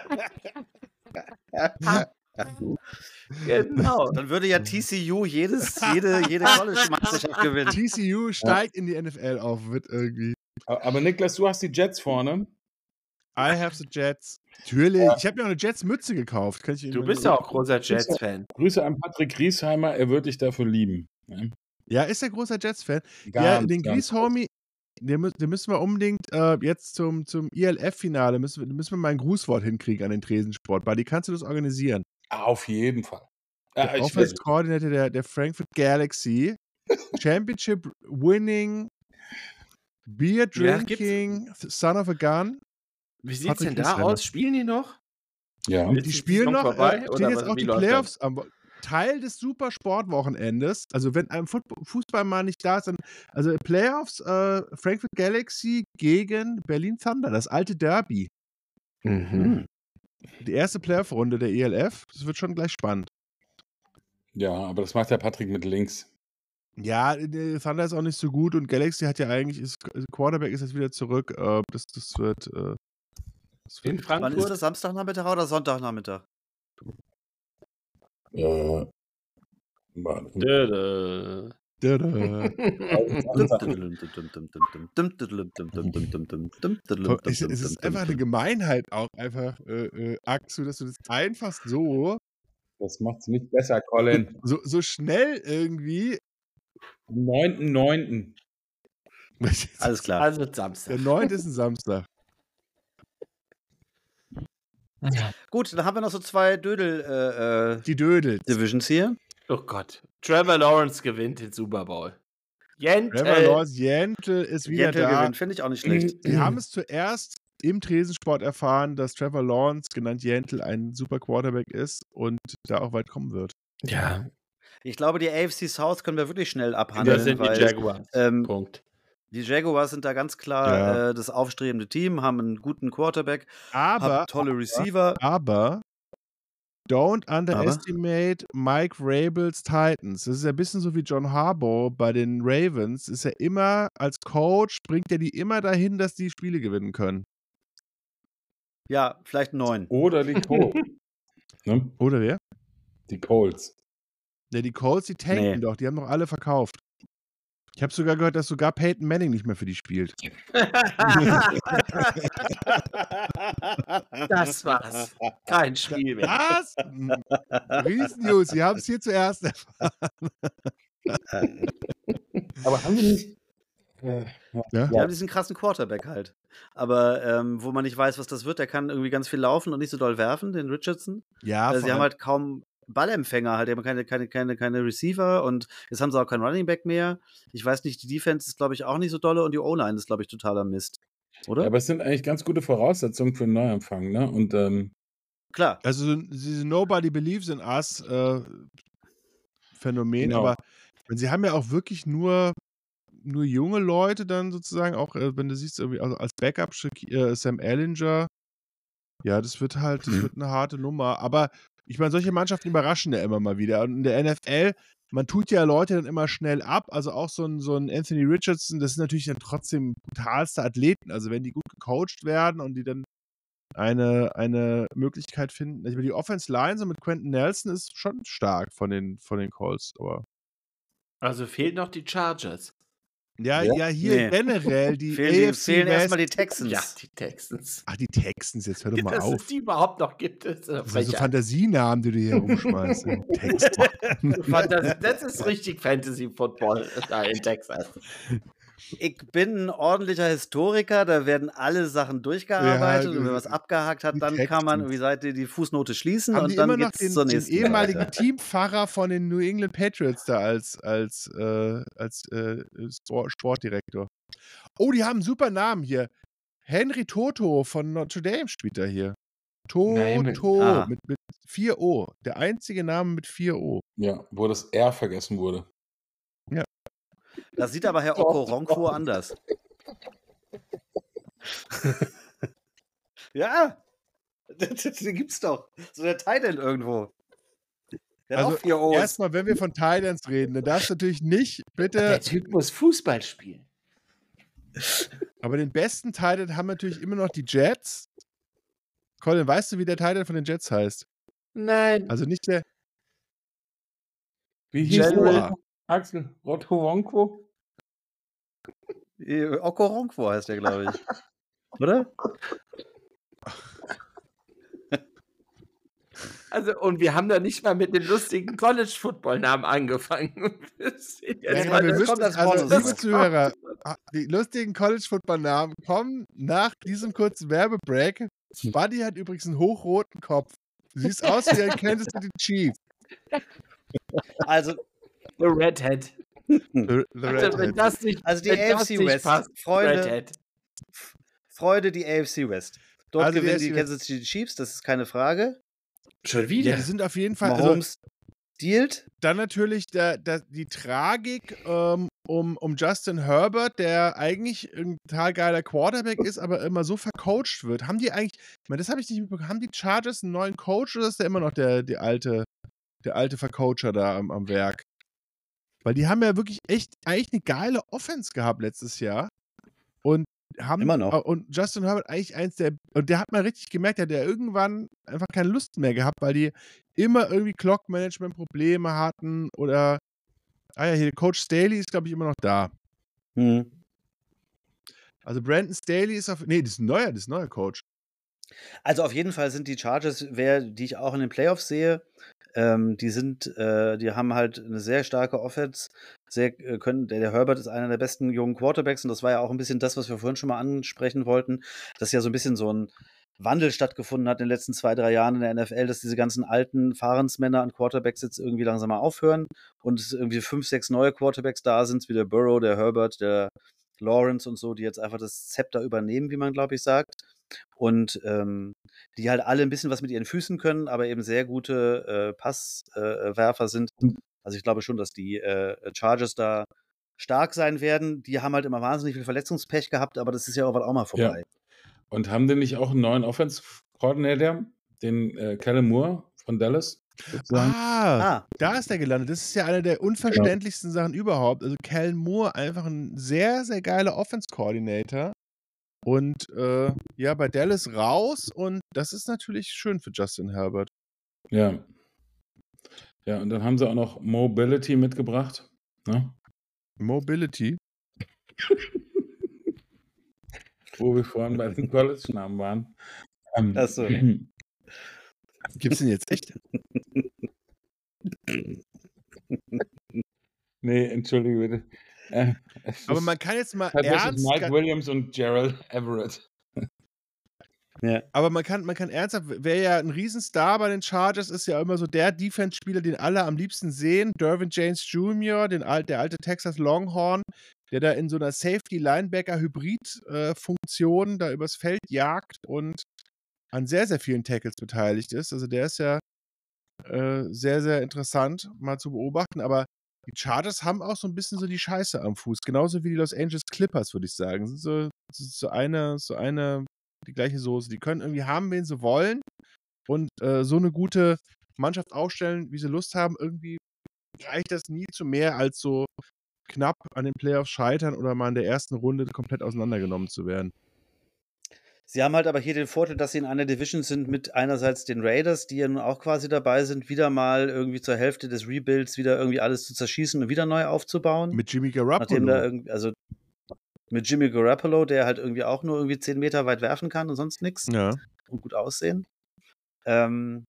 S1: Genau.
S3: Dann würde ja T C U jedes, jede, jede College-Meisterschaft gewinnen.
S2: T C U steigt in die N F L auf, wird irgendwie.
S4: Aber Niklas, du hast die Jets vorne.
S2: I have the Jets. Natürlich. Ich habe mir auch eine Jets-Mütze gekauft. Kann ich
S1: Du bist ja auch großer Jets-Fan.
S4: Grüße an Patrick Griesheimer, er wird dich dafür lieben. Ja,
S2: Ja, ist der großer Jets-Fan.
S4: Ganz,
S2: Ja, den
S4: ganz
S2: Grease-Homie, den, mü- den müssen wir unbedingt äh, jetzt zum, zum I L F-Finale, müssen wir, müssen wir mal ein Grußwort hinkriegen an den Tresensport. Buddy, kannst du das organisieren?
S4: Ah, auf jeden Fall. Ja,
S2: Der
S4: ich
S2: Offense
S4: weiß,
S2: Coordinator der, der Frankfurt Galaxy, Championship Winning, Beer
S1: Ja, gibt's-
S2: Drinking, Son of a Gun.
S1: Wie sieht's
S2: Patrick
S1: denn da
S2: Griesheimer.
S1: aus? Spielen die noch?
S4: ja.
S1: Ist
S2: Die
S1: die
S2: spielen
S1: Saison
S2: noch,
S1: vorbei,
S2: äh,
S1: oder
S2: stehen jetzt
S1: was-
S2: auch
S1: wie
S2: die
S1: läuft das?
S2: Playoffs am Wo- Teil des Super Sportwochenendes. Also wenn ein Football, Fußball mal nicht da ist, dann also Playoffs äh, Frankfurt Galaxy gegen Berlin Thunder, das alte Derby.
S1: Mhm.
S2: Die erste Playoff-Runde der E L F. Das wird schon gleich spannend.
S4: Ja, aber das macht der Patrick mit links.
S2: Ja, der Thunder ist auch nicht so gut und Galaxy hat ja eigentlich, ist, Quarterback ist jetzt wieder zurück. Äh, das, das wird. Äh, das
S1: In
S2: wird
S3: Wann ist
S1: Frankfurt?
S3: das? Samstagnachmittag oder Sonntagnachmittag?
S4: Äh, warte.
S1: Dö,
S2: Dada. Komm, Es, es ist einfach eine Gemeinheit auch einfach, äh, äh, Axel, dass du das einfach so,
S4: Das macht's nicht besser, Colin.
S2: so, so schnell irgendwie.
S4: Am neunten neunten
S3: Alles klar.
S1: Also
S2: Der
S1: Samstag.
S2: neunte ist ein Samstag.
S3: Gut, dann haben wir noch so zwei
S2: Die Dödels.
S3: Dödel-Divisions hier.
S1: Oh Gott. Trevor Lawrence gewinnt den Super Bowl.
S2: Trevor
S1: Jentel.
S2: Lawrence, Jentel ist wieder
S3: Jentel
S2: da.
S3: gewinnt, finde ich auch nicht schlecht.
S2: Wir haben es zuerst im Tresensport erfahren, dass Trevor Lawrence, genannt Jentel, ein super Quarterback ist und da auch weit kommen wird.
S1: Ja,
S3: Ich glaube, die A F C South können wir wirklich schnell
S1: das
S3: abhandeln,
S1: sind die
S3: weil
S1: Jaguars.
S3: ähm,
S1: Punkt.
S3: die Jaguars sind da ganz klar
S2: Ja.
S3: äh, das aufstrebende Team, haben einen guten Quarterback,
S2: Aber,
S3: haben tolle Receiver.
S2: aber, don't underestimate Mike Vrabels Titans. Das ist ja ein bisschen so wie John Harbaugh bei den Ravens. Ist ja immer, als Coach bringt er die immer dahin, dass die Spiele gewinnen können.
S3: Ja, vielleicht neun.
S4: Oder die Colts. Ne?
S2: Oder wer?
S4: Die Colts.
S2: Ja, die Colts, die tanken
S3: Nee.
S2: doch. Die haben doch alle verkauft. Ich habe sogar gehört, dass sogar Peyton Manning nicht mehr für die spielt.
S1: Das war's. Kein Spiel mehr.
S2: Was? Riesen-News, Sie haben es hier zuerst erfahren.
S4: Aber haben wir nicht. Äh,
S2: Ja?
S3: Die haben diesen krassen Quarterback halt. Aber ähm, wo man nicht weiß, was das wird, der kann irgendwie ganz viel laufen und nicht so doll werfen, den Richardson.
S2: Ja,
S3: äh,
S2: vor
S3: sie haben
S2: allem-
S3: halt kaum Ballempfänger, halt, die haben keine, keine, keine, keine Receiver und jetzt haben sie auch keinen Running Back mehr. Ich weiß nicht, die Defense ist, glaube ich, auch nicht so dolle und die O-Line ist, glaube ich, totaler Mist. Oder?
S4: aber es sind eigentlich ganz gute Voraussetzungen für einen Neuanfang, ne? Und ähm,
S3: Klar.
S2: Also diese Nobody Believes in Us äh, Phänomen,
S4: Genau.
S2: aber wenn sie haben ja auch wirklich nur, nur junge Leute dann sozusagen, auch äh, wenn du siehst, irgendwie, also als Backup Shaq- äh, Sam Ellinger, ja, das wird halt, das
S4: Mhm.
S2: wird eine harte Nummer. Aber ich meine, solche Mannschaften überraschen ja immer mal wieder. Und in der N F L, man tut ja Leute dann immer schnell ab. Also auch so ein, so ein Anthony Richardson, das sind natürlich dann trotzdem brutalste Athleten. Also wenn die gut gecoacht werden und die dann eine, eine Möglichkeit finden. Also die Offense Line so mit Quentin Nelson ist schon stark von den, von den Colts. Aber
S1: Also fehlen noch die Chargers.
S2: ja,
S4: Ja?
S2: ja, hier
S3: Nee.
S2: generell die
S3: Fehlen, die,
S2: A F C
S3: fehlen
S2: West.
S3: erstmal die Texans.
S1: Ja, die Texans.
S2: Ach, die Texans, jetzt hör doch mal
S1: Dass
S2: auf.
S1: es die überhaupt noch gibt, ist eine
S2: Das sind so
S1: Frechheit.
S2: Fantasienamen, die du hier rumschmeißt. Texans.
S1: Fantas- Das ist richtig Fantasy-Football da in Texas.
S3: Ich bin ein ordentlicher Historiker, da werden alle Sachen durchgearbeitet
S2: Ja,
S3: und wenn man was abgehakt hat,
S2: die
S3: dann kann man
S2: Texans.
S3: irgendwie Seite die Fußnote schließen
S2: Haben
S3: und
S2: die
S3: dann
S2: immer noch
S3: geht's
S2: den,
S3: zur
S2: den
S3: nächsten.
S2: ehemaligen Teampfarrer von den New England Patriots da als, als, äh, als äh, Sport- Sportdirektor? Oh, die haben einen super Namen hier. Henry Toto von Notre Dame spielt da hier.
S1: Nein, mit-
S2: Toto
S3: Ah.
S2: mit, mit vier O. Der einzige Name mit vier O.
S4: ja, wo das R vergessen wurde.
S3: Das sieht aber Herr Okoronkwo anders. Ja, das, das, den gibt's doch. So der Titan irgendwo. Der hat
S2: Also
S3: auch vier O's.
S2: erstmal, wenn wir von Titans reden, dann darfst du natürlich nicht bitte,
S1: Der Typ muss Fußball spielen.
S2: aber den besten Titan haben natürlich immer noch die Jets. Colin, weißt du, wie der Titan von den Jets heißt?
S1: Nein.
S2: Also nicht der
S4: Wie hieß
S2: General.
S4: der? Axel Rothoronko?
S3: Äh, Okoronkwo heißt der, glaube ich. Oder?
S1: Also, und wir haben da nicht mal mit den lustigen College-Football-Namen angefangen. Jetzt
S2: Ja,
S3: Jetzt
S2: genau,
S3: kommt-
S2: wir
S3: jetzt
S2: müssen,
S3: kommt das
S2: also,
S3: Bonus.
S2: liebe Zuhörer, ah, die lustigen College-Football-Namen kommen nach diesem kurzen Werbebreak. Buddy hat übrigens einen hochroten Kopf. Du siehst aus wie ein Kansas City Chief.
S3: Also,
S1: The Redhead.
S2: The, the
S1: Also, wenn
S2: Redhead.
S1: das nicht,
S3: also die
S1: wenn
S3: A F
S1: das
S3: C
S1: nicht
S3: West,
S1: passt,
S3: Freunde,
S1: Redhead.
S3: Freude, die A F C West. Dort
S2: Also die
S3: gewinnen
S2: A F C
S3: die Kansas City Chiefs, das ist keine Frage.
S1: Schon
S2: Ja,
S1: wieder.
S2: die sind auf jeden Fall. Also,
S3: Mahomes dealt.
S2: dann natürlich der, der, die Tragik ähm, um, um Justin Herbert, der eigentlich ein total geiler Quarterback ist, aber immer so vercoacht wird. Haben die eigentlich, ich meine, das habe ich nicht mitbekommen, haben die Chargers einen neuen Coach oder ist der immer noch der, die alte, der alte Vercoacher da am, am Werk. Weil die haben ja wirklich echt eigentlich eine geile Offense gehabt letztes Jahr. Und haben
S3: Immer noch.
S2: und Justin Herbert eigentlich eins der und der hat mal richtig gemerkt, der hat ja irgendwann einfach keine Lust mehr gehabt, weil die immer irgendwie Clock-Management-Probleme hatten oder ah ja, hier Coach Staley ist, glaube ich, immer noch da.
S3: Hm.
S2: Also Brandon Staley ist auf nee, das ist ein neuer, das ist ein neuer Coach.
S3: Also auf jeden Fall sind die Chargers, wer, die ich auch in den Playoffs sehe, ähm, die sind, äh, die haben halt eine sehr starke Offense. Sehr, äh, können, der, der Herbert ist einer der besten jungen Quarterbacks und das war ja auch ein bisschen das, was wir vorhin schon mal ansprechen wollten, dass ja so ein bisschen so ein Wandel stattgefunden hat in den letzten zwei, drei Jahren in der N F L, dass diese ganzen alten Fahrensmänner und Quarterbacks jetzt irgendwie langsam mal aufhören und es irgendwie fünf, sechs neue Quarterbacks da sind, wie der Burrow, der Herbert, der Lawrence und so, die jetzt einfach das Zepter übernehmen, wie man, glaube ich, sagt. Und ähm, die halt alle ein bisschen was mit ihren Füßen können, aber eben sehr gute äh, Passwerfer äh, sind. Also ich glaube schon, dass die äh, Chargers da stark sein werden. Die haben halt immer wahnsinnig viel Verletzungspech gehabt, aber das ist ja auch, auch mal vorbei.
S4: Ja. Und haben die nicht auch einen neuen Offense-Coordinator, den äh, Kellen Moore von Dallas?
S2: Ah,
S3: Ah,
S2: da ist der gelandet. Das ist ja eine der unverständlichsten Sachen überhaupt. Also Kellen Moore, einfach ein sehr, sehr geiler Offense-Coordinator. Und äh, ja, bei Dallas raus und das ist natürlich schön für Justin Herbert.
S4: Ja. Ja, und dann haben sie auch noch Mobility mitgebracht. Ne?
S2: Mobility.
S4: Wo wir vorhin bei den College-Namen waren. Ähm,
S3: ach so.
S2: Gibt's den jetzt echt?
S4: Nee, entschuldige bitte. Äh, es
S2: Aber
S4: ist
S2: man kann jetzt mal
S4: tatsächlich
S2: ernst.
S4: Mike Williams und Gerald Everett.
S3: Ja.
S2: Aber man kann, man kann ernsthaft, wer ja ein Riesenstar bei den Chargers ist, ja immer so der Defense-Spieler, den alle am liebsten sehen. Derwin James Junior, den alt, der alte Texas Longhorn, der da in so einer Safety-Linebacker-Hybrid-Funktion da übers Feld jagt und an sehr, sehr vielen Tackles beteiligt ist. Also der ist ja äh, sehr, sehr interessant mal zu beobachten. Aber die Chargers haben auch so ein bisschen so die Scheiße am Fuß. Genauso wie die Los Angeles Clippers, würde ich sagen. Das ist so, das ist so eine, so eine, die gleiche Soße. Die können irgendwie haben, wen sie wollen und äh, so eine gute Mannschaft aufstellen, wie sie Lust haben. Irgendwie reicht das nie zu mehr, als so knapp an den Playoffs scheitern oder mal in der ersten Runde komplett auseinandergenommen zu werden.
S3: Sie haben halt aber hier den Vorteil, dass sie in einer Division sind mit einerseits den Raiders, die ja nun auch quasi dabei sind, wieder mal irgendwie zur Hälfte des Rebuilds wieder irgendwie alles zu zerschießen und wieder neu aufzubauen.
S2: Mit Jimmy
S3: Nachdem da
S2: Garoppolo.
S3: irgendwie, also mit Jimmy Garoppolo, der halt irgendwie auch nur irgendwie zehn Meter weit werfen kann und sonst nichts
S2: Ja.
S3: und gut aussehen. Ähm,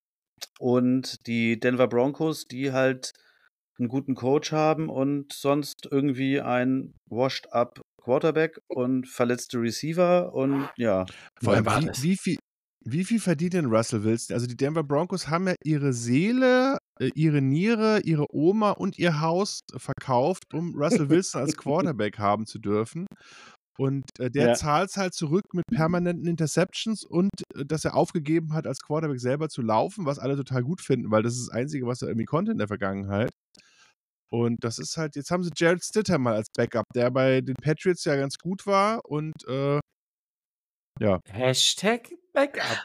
S3: und die Denver Broncos, die halt einen guten Coach haben und sonst irgendwie ein washed-up Quarterback und verletzte Receiver und ja.
S2: Vor allem,
S1: Wer war
S2: wie,
S1: das?
S2: wie, viel, wie viel verdient denn Russell Wilson? Also die Denver Broncos haben ja ihre Seele, äh, ihre Niere, ihre Oma und ihr Haus verkauft, um Russell Wilson als Quarterback haben zu dürfen. Und äh, der
S3: Ja.
S2: zahlt es halt zurück mit permanenten Interceptions und äh, dass er aufgegeben hat, als Quarterback selber zu laufen, was alle total gut finden, weil das ist das Einzige, was er irgendwie konnte in der Vergangenheit. Und das ist halt, jetzt haben sie Jared Stidham mal als Backup, der bei den Patriots ja ganz gut war und äh, ja.
S1: Hashtag Backup.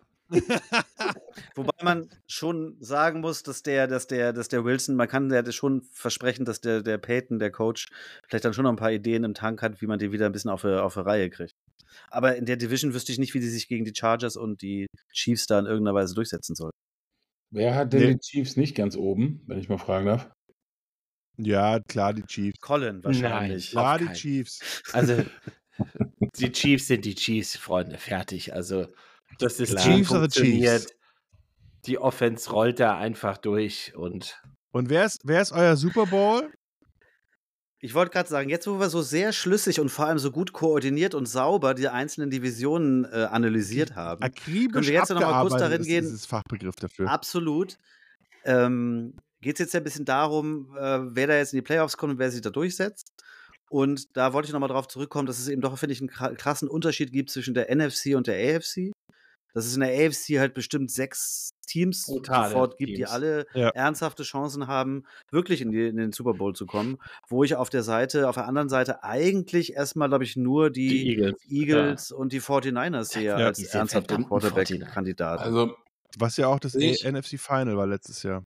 S3: Wobei man schon sagen muss, dass der, dass der, dass der Wilson, man kann ja schon versprechen, dass der, der Peyton, der Coach, vielleicht dann schon noch ein paar Ideen im Tank hat, wie man den wieder ein bisschen auf die, auf die Reihe kriegt. Aber in der Division wüsste ich nicht, wie die sich gegen die Chargers und die Chiefs da in irgendeiner Weise durchsetzen sollen.
S4: Wer hat denn
S2: Nee.
S4: die Chiefs nicht ganz oben, wenn ich mal fragen darf?
S2: Ja, klar, die Chiefs.
S3: Colin wahrscheinlich.
S1: Nein.
S2: Klar,
S1: Auf
S2: die
S1: keinen.
S2: Chiefs.
S1: Also, die Chiefs sind die Chiefs, Freunde. Fertig. Also, das System
S2: Chiefs are the
S1: funktioniert.
S2: Chiefs.
S1: Die Offense rollt da einfach durch und
S2: Und wer ist, wer ist euer Super Bowl?
S3: Ich wollte gerade sagen, jetzt wo wir so sehr schlüssig und vor allem so gut koordiniert und sauber die einzelnen Divisionen äh, analysiert haben,
S2: Akribisch
S3: können wir jetzt noch mal kurz
S2: abgearbeitet
S3: darin
S2: ist
S3: gehen.
S2: dieses Fachbegriff dafür.
S3: Absolut. Ähm, geht es jetzt ja ein bisschen darum, äh, wer da jetzt in die Playoffs kommt und wer sich da durchsetzt. Und da wollte ich nochmal drauf zurückkommen, dass es eben doch, finde ich, einen krassen Unterschied gibt zwischen der N F C und der A F C. Dass es in der A F C halt bestimmt sechs Teams
S1: Brutale
S3: sofort gibt, die
S1: Teams.
S3: alle
S2: Ja.
S3: ernsthafte Chancen haben, wirklich in, die, in den Super Bowl zu kommen. Wo ich auf der Seite, auf der anderen Seite eigentlich erstmal, glaube ich, nur die,
S1: die Eagles.
S3: Eagles und die forty-niners sehe
S2: Ja,
S3: als
S1: diese
S3: ernsthafte
S1: verdammten
S3: Quarterback-Kandidaten.
S4: Also,
S2: Was ja auch das
S4: Ich-
S2: N F C Final war letztes Jahr.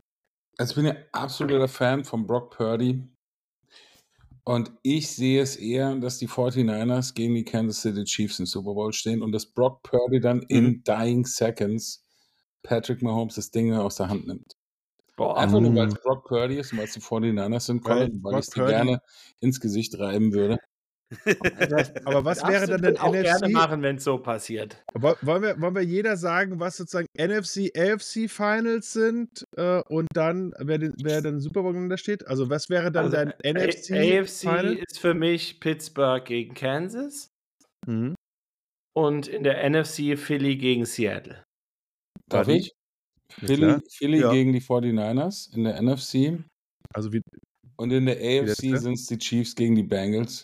S4: Also ich bin ja absoluter Fan von Brock Purdy. Und ich sehe es eher, dass die forty-niners gegen die Kansas City Chiefs im Super Bowl stehen und dass Brock Purdy dann in
S3: Mhm.
S4: dying seconds Patrick Mahomes das Ding aus der Hand nimmt.
S1: Boah.
S4: Einfach nur, weil
S2: Mm.
S4: es Brock Purdy ist und weil es die forty-niners sind,
S2: Weil
S4: Colin, weil
S2: Brock
S4: ich es dir
S2: Purdy-
S4: gerne ins Gesicht reiben würde.
S2: Aber was wäre dann denn
S1: auch gerne
S2: N F C?
S1: machen, wenn es so passiert.
S2: Woll- Wollen wir, wollen wir jeder sagen, was sozusagen N F C, A F C Finals sind äh, und dann, wer, den, wer dann Super Bowl da steht? Also was wäre dann
S1: Also,
S2: dein N F C
S1: A F C
S2: Final?
S1: ist für mich Pittsburgh gegen Kansas
S2: Mhm.
S1: und in der N F C Philly gegen Seattle.
S4: Darf
S2: Buddy?
S4: ich?
S2: Ja,
S4: Philly,
S2: klar.
S4: Philly
S3: Ja.
S4: gegen die forty-niners in der N F C
S2: Also wie,
S4: und in der A F C
S2: letzte?
S4: sind es die Chiefs gegen die Bengals.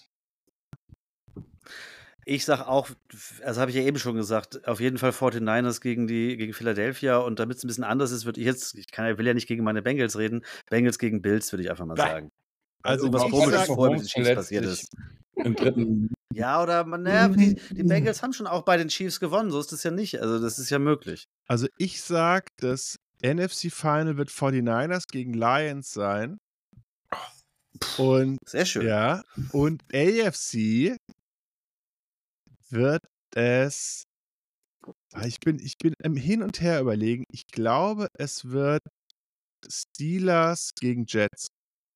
S3: Ich sag auch, also habe ich ja eben schon gesagt, auf jeden Fall forty-niners gegen die gegen Philadelphia und damit es ein bisschen anders ist, würde ich jetzt, ich kann, ja- will ja nicht gegen meine Bengals reden, Bengals gegen Bills würde ich einfach mal
S1: Bah.
S3: sagen. Weil
S2: Also
S3: irgendwas
S2: ich
S3: Komisches
S2: sag-
S3: vorher mit den Chiefs
S4: verletzt
S3: passiert
S4: sich
S3: ist.
S4: Im dritten.
S3: Ja, oder man, naja, die, die Bengals haben schon auch bei den Chiefs gewonnen, so ist es ja nicht. Also das ist ja möglich.
S2: also ich sag, das N F C Final wird forty-niners gegen Lions sein. Und
S3: Sehr schön.
S2: ja, und A F C wird es. Ah, Ich bin, ich bin im Hin und Her überlegen. Ich glaube, es wird Steelers gegen Jets.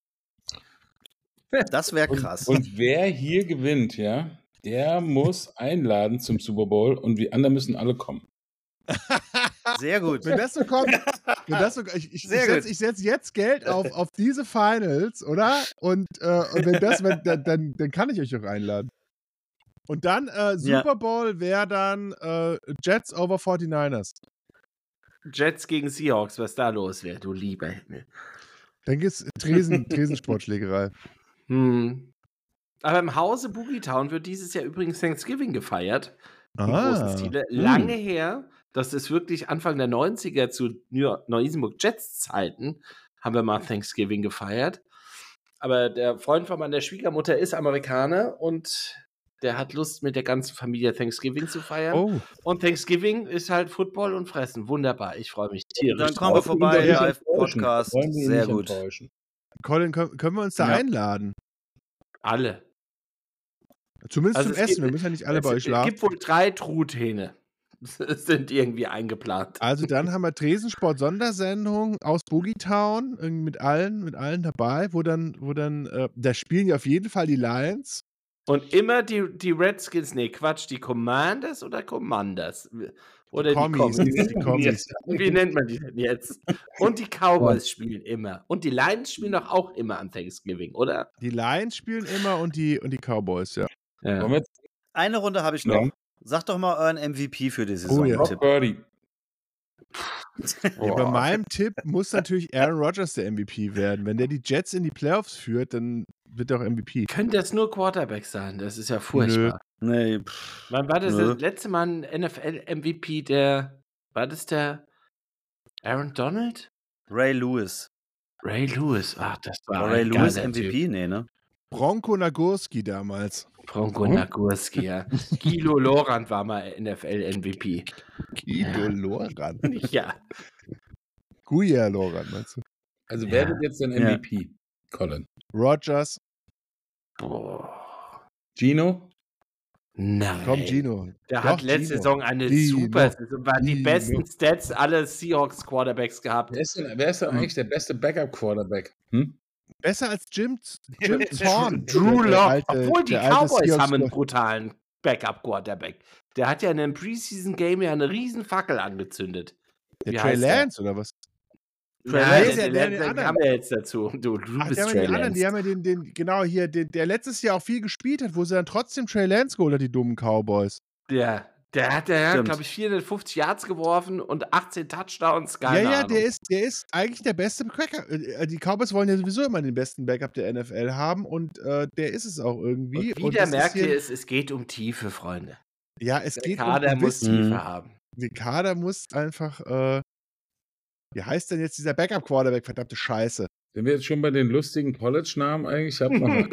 S3: Das wäre
S4: Und,
S3: krass.
S4: und wer hier gewinnt, ja, der muss einladen zum Super Bowl und die anderen müssen alle kommen.
S3: Sehr gut.
S2: Wenn das so kommt, wenn das so, ich, ich, ich
S3: Sehr
S2: setze
S3: gut.
S2: setz jetzt Geld auf, auf diese Finals, oder? Und, äh, und wenn das, wenn, dann, dann, dann kann ich euch auch einladen. Und dann äh, Super Bowl wäre dann äh, Jets over forty-niners.
S1: Jets gegen Seahawks, was da los wäre, du lieber Himmel.
S2: Dann gibt's Tresen, Tresensportschlägerei.
S1: Hm. Aber im Hause Boogie Town wird dieses Jahr übrigens Thanksgiving gefeiert. Im großen
S2: Ah.
S1: Stile.
S2: Hm.
S1: Lange her, das ist wirklich Anfang der neunziger zu New York, Neu-Isenburg Jets Zeiten, haben wir mal Thanksgiving gefeiert. Aber der Freund von meiner Schwiegermutter ist Amerikaner und der hat Lust, mit der ganzen Familie Thanksgiving zu feiern.
S2: Oh,
S1: Und Thanksgiving ist halt Football und Fressen. Wunderbar. Ich freue mich tierisch.
S3: Dann
S1: drauf.
S3: kommen wir vorbei,
S4: Ja.
S3: Live-Podcast.
S4: Wollen wir ihn
S3: Sehr
S4: nicht
S3: gut.
S4: enttäuschen.
S2: Colin, können, können wir uns da
S3: Ja.
S2: einladen?
S1: Alle.
S2: Zumindest
S1: Also
S2: zum
S1: es
S2: Essen.
S1: gibt-
S2: Wir müssen ja nicht alle
S1: es,
S2: bei euch
S1: es
S2: schlafen.
S1: gibt wohl drei Truthähne. Sind irgendwie eingeplant.
S2: Also dann haben wir Tresensport-Sondersendung aus Boogie Town, irgendwie mit allen, mit allen dabei, wo dann, wo dann, äh, da spielen ja auf jeden Fall die Lions.
S1: Und immer die, die Redskins, nee, Quatsch, die Commanders oder Commanders? Oder
S2: Kommis,
S1: die Kommis.
S2: die Kommis.
S1: Wie nennt man die denn jetzt? Und die Cowboys spielen immer. Und die Lions spielen doch auch immer an Thanksgiving, oder?
S2: Die Lions spielen immer und die, und die Cowboys, ja.
S1: Ja.
S4: Wollen wir jetzt
S3: Eine Runde habe ich
S4: Ja.
S3: noch. Sag doch mal euren M V P für die Saison.
S2: Oh ja.
S4: Brock
S3: Tipp.
S4: Purdy.
S2: Ja, bei
S4: Boah.
S2: meinem Tipp muss natürlich Aaron Rodgers der M V P werden. Wenn der die Jets in die Playoffs führt, dann wird er auch M V P.
S1: Können das nur Quarterbacks sein? Das ist ja furchtbar.
S3: Nee, pff,
S1: Wann war das
S3: Nö.
S1: das letzte Mal ein N F L-M V P, der, war das der Aaron Donald?
S3: Ray Lewis.
S1: Ray Lewis, ach, das war
S3: War Ray
S1: ein
S3: Lewis
S1: geiler
S3: M V P? Nee, ne?
S2: Bronco Nagurski damals.
S1: Typ. Bronco
S4: Hm?
S1: Nagurski, ja. Guido Lorand war mal N F L-M V P.
S2: Guido Loran.
S1: Ja.
S2: Guia Loran, meinst du?
S4: Also
S1: Ja.
S4: wer wird jetzt dein
S3: Ja.
S4: M V P? Colin.
S2: Rodgers.
S1: Boah.
S4: Gino?
S1: Nein.
S2: Komm, Gino.
S1: Der
S2: Doch,
S1: hat letzte
S2: Gino.
S1: Saison eine
S2: Gino.
S1: super Saison, war die
S2: Gino.
S1: besten Stats aller Seahawks Quarterbacks gehabt.
S4: Wer ist denn, wer ist denn eigentlich der beste Backup-Quarterback? Hm?
S2: Besser als Jim, Jim Thorne.
S1: Drew
S2: Der
S1: Lock.
S2: alte-
S1: Obwohl die
S2: der alte
S1: Cowboys
S2: Seahawks-
S1: haben einen brutalen Backup-Quarterback. Der hat ja in einem Preseason-Game ja eine riesen Fackel angezündet.
S2: Der
S1: Wie
S2: Trey
S1: heißt der?
S2: Lance oder was?
S1: Trey
S2: Lance,
S1: Lance,
S2: der-
S1: der,
S2: der-
S1: der,
S2: den anderen.
S1: haben wir jetzt dazu. Du, du
S2: Ach,
S1: bist
S2: die haben ja
S1: Trey
S2: die anderen,
S1: Lance.
S2: die haben ja den, den, genau hier, den, der letztes Jahr auch viel gespielt hat, wo sie dann trotzdem Trey Lance geholt hat, die dummen Cowboys.
S1: Der, der hat, der hat
S3: Stimmt.
S1: glaube ich, vierhundertfünfzig Yards geworfen und achtzehn Touchdowns.
S2: Ja,
S1: Keine
S2: ja,
S1: Ahnung.
S2: der ist, der ist eigentlich der beste Backup. Äh, Die Cowboys wollen ja sowieso immer den besten Backup der N F L haben und äh, der ist es auch irgendwie.
S1: Und
S2: Und
S1: wieder
S2: das ist
S1: merkt
S2: hier-
S1: ihr, es, es geht um Tiefe, Freunde.
S2: Ja, es
S1: Der
S2: geht
S1: Kader
S2: um
S1: muss
S2: Wissen.
S3: Mhm.
S1: Tiefe haben.
S2: Der Kader muss einfach, äh, wie heißt denn jetzt dieser Backup-Quarterback? Verdammte Scheiße.
S4: Sind wir jetzt schon bei den lustigen College-Namen eigentlich? Ich hab noch einen.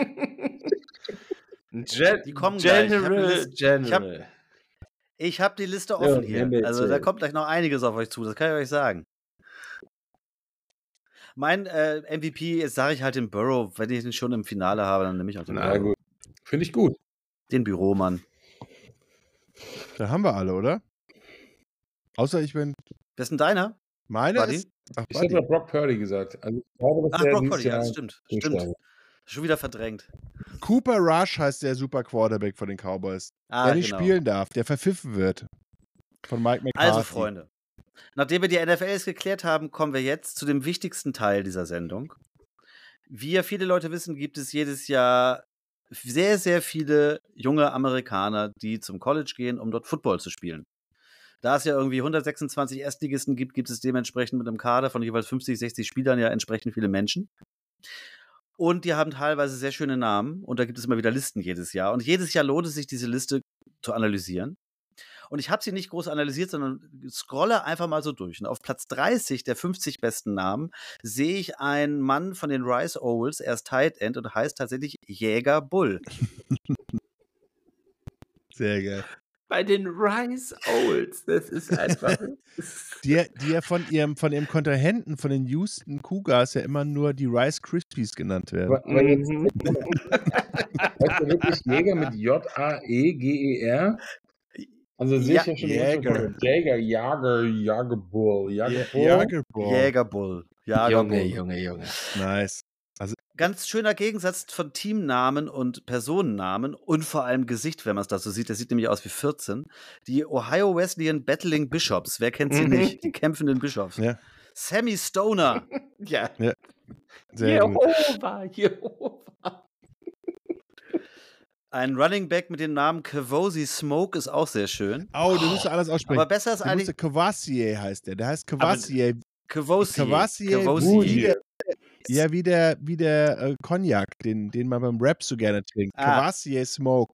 S1: Gen
S3: Die kommen gleich. Ich hab eine
S1: General,
S3: Liste- ich hab-
S1: General.
S3: Ich habe die Liste offen
S1: Ja,
S3: hier.
S1: nehmen wir jetzt
S3: Also da
S1: so.
S3: kommt gleich noch einiges auf euch zu, das kann ich euch sagen. Mein äh, M V P sage ich halt den Burrow. Wenn ich den schon im Finale habe, dann nehme ich auch den
S4: Na
S3: Burrow.
S4: gut. Finde ich gut.
S3: Den Büromann.
S2: Da haben wir alle, oder? Außer ich bin.
S3: Wer ist denn deiner?
S2: Meine
S3: Buddy?
S2: ist. Ach,
S4: Ich habe
S2: Buddy.
S4: ja Brock Purdy gesagt. Also ich glaube, dass
S3: Ach,
S4: der
S3: Brock
S4: dieses
S3: Purdy, ja,
S4: Jahr
S3: das stimmt. Stimmt.
S4: durchstartet.
S3: Schon wieder verdrängt.
S2: Cooper Rush heißt der super Quarterback von den Cowboys.
S3: Ah,
S2: der nicht
S3: genau.
S2: spielen darf, der verpfiffen wird. Von Mike McCarthy.
S3: Also, Freunde, nachdem wir die N F L geklärt haben, kommen wir jetzt zu dem wichtigsten Teil dieser Sendung. Wie ja viele Leute wissen, gibt es jedes Jahr sehr, sehr viele junge Amerikaner, die zum College gehen, um dort Football zu spielen. Da es ja irgendwie hundertsechsundzwanzig Erstligisten gibt, gibt es dementsprechend mit einem Kader von jeweils fünfzig, sechzig Spielern ja entsprechend viele Menschen. Und die haben teilweise sehr schöne Namen und da gibt es immer wieder Listen jedes Jahr. Und jedes Jahr lohnt es sich, diese Liste zu analysieren. Und ich habe sie nicht groß analysiert, sondern scrolle einfach mal so durch. Und auf Platz dreißig der fünfzig besten Namen sehe ich einen Mann von den Rice Owls. Er ist Tight End und heißt tatsächlich Jäger Bull.
S2: Sehr geil.
S1: Bei den Rice Owls. Das ist einfach.
S2: Die, die ja von ihrem, von ihrem Kontrahenten, von den Houston Cougars, ja immer nur die Rice Krispies genannt werden.
S4: Aber, aber jetzt,
S1: Mhm.
S4: heißt der wirklich Jäger mit J A E G E R? Also sehe
S3: Ja,
S4: ich ja schon
S2: Jäger.
S4: Jäger, Jager, Jagerbull. Jagerbull.
S2: Jagerbull.
S3: Jäger Bull. Jäger
S1: Junge,
S3: Bull.
S1: Junge, Junge.
S2: Nice.
S3: Ganz schöner Gegensatz von Teamnamen und Personennamen und vor allem Gesicht, wenn man es da so sieht. Der sieht nämlich aus wie vierzehn. Die Ohio Wesleyan Battling Bishops. Wer kennt sie
S1: Mhm.
S3: nicht? Die kämpfenden Bischofs.
S2: Ja,
S3: Sammy Stoner.
S1: Ja.
S2: sehr gut.
S1: Jehova, Jehova.
S3: Ein Running Back mit dem Namen Kavosi Smoke ist auch sehr schön.
S2: Oh, du musst alles aussprechen.
S3: Aber besser ist
S2: Der
S3: eigentlich
S2: musste Cavassier heißt der. Der heißt Cavassier.
S3: Kavosi.
S2: Cavassier.
S3: Kavosi.
S2: Wie der, ja, wie der, wie der äh, Cognac, den, den man beim Rap so gerne trinkt.
S3: Ah.
S2: Cavassier Smoke.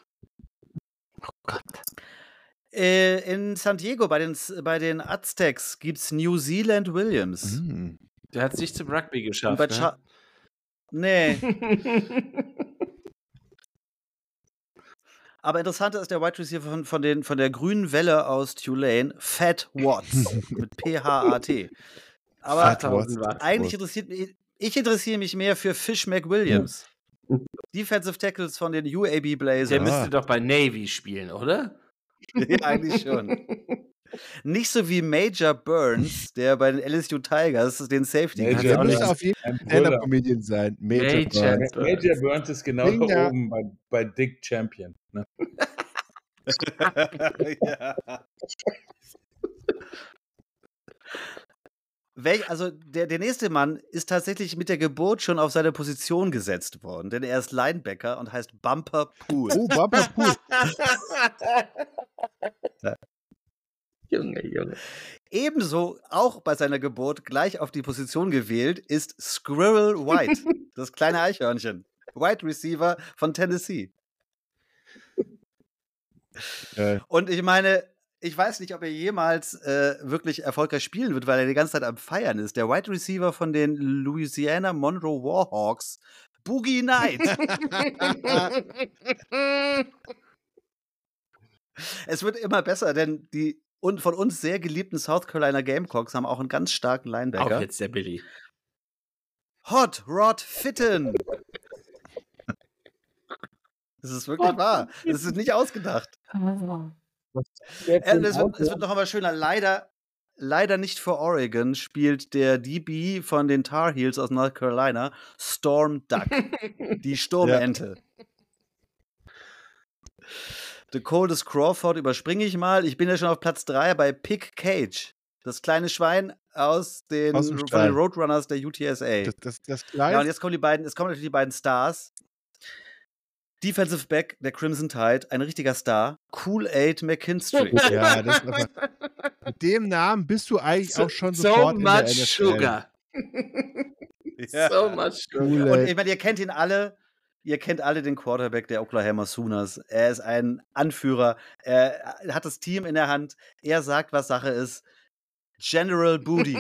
S3: Äh, in San Diego bei den, bei den Aztecs gibt es New Zealand Williams.
S2: Mm.
S1: Der hat es nicht zum Rugby
S3: Und
S1: geschafft.
S3: bei
S1: Ne?
S3: Cha nee. Aber interessanter ist der Wide Receiver von, von, den, von der grünen Welle aus Tulane, Fat Watts, mit P H A T. Aber
S2: Fat Watts.
S3: eigentlich interessiert mich, ich interessiere mich mehr für Fish McWilliams. Defensive Tackles von den U A B
S1: Der
S3: Blazers.
S1: müsste doch bei Navy spielen, oder?
S3: Ja, eigentlich schon. Nicht so wie Major Burns, der bei den L S U Tigers den Safety
S4: Major
S3: hat.
S2: Der
S4: auch
S2: müsste
S4: nicht.
S2: auf jeden Fall
S4: Ein
S2: Stand-Up-Comedian sein. Major
S1: Major.
S2: Burns.
S4: Major Burns ist genau
S2: Finger.
S4: da oben bei, bei Dick Champion. Ne?
S3: Ja. Welch, also der, der nächste Mann ist tatsächlich mit der Geburt schon auf seine Position gesetzt worden, denn er ist Linebacker und heißt Bumper Pool.
S2: Oh, Bumper Pool.
S1: Junge, Junge.
S3: Ebenso auch bei seiner Geburt gleich auf die Position gewählt ist Squirrel White, das kleine Eichhörnchen, Wide Receiver von Tennessee.
S2: Äh,
S3: Und ich meine, ich weiß nicht, ob er jemals äh, wirklich erfolgreich spielen wird, weil er die ganze Zeit am Feiern ist. Der Wide Receiver von den Louisiana Monroe Warhawks, Boogie Knight. Es wird immer besser, denn die und von uns sehr geliebten South Carolina Gamecocks haben auch einen ganz starken
S1: Auch
S3: Linebacker.
S1: jetzt der Billy.
S3: Hot Rod Fitton. Das ist wirklich
S1: Hot
S3: wahr.
S1: Rod Fitton.
S3: Das ist nicht ausgedacht.
S4: Jetzt
S3: Äh,
S4: im
S3: es, wird, es
S4: Auto.
S3: wird noch einmal schöner. Leider, leider nicht für Oregon spielt der D B von den Tar Heels aus North Carolina, Storm Duck, die Sturmente. The Coldest Crawford überspringe ich mal. Ich bin ja schon auf Platz drei bei Pick Cage. Das kleine Schwein aus den,
S2: Aus dem
S3: von
S2: Stall.
S3: den Roadrunners der U T S A.
S2: das, das, das
S3: Ja, und
S2: Kleine.
S3: jetzt kommen die beiden, es kommen natürlich die beiden Stars. Defensive Back der Crimson Tide, ein richtiger Star. Kool-Aid McKinstry.
S2: Ja, das ist einfach, mit dem Namen bist du eigentlich
S1: So,
S2: auch schon
S1: so
S2: sofort in der N
S1: much
S2: F L.
S1: sugar.
S3: Ja.
S1: So much sugar.
S2: Cool,
S3: Und
S2: ey.
S3: ich meine, ihr kennt ihn alle. Ihr kennt alle den Quarterback der Oklahoma Sooners. Er ist ein Anführer. Er hat das Team in der Hand. Er sagt, was Sache ist. General Booty.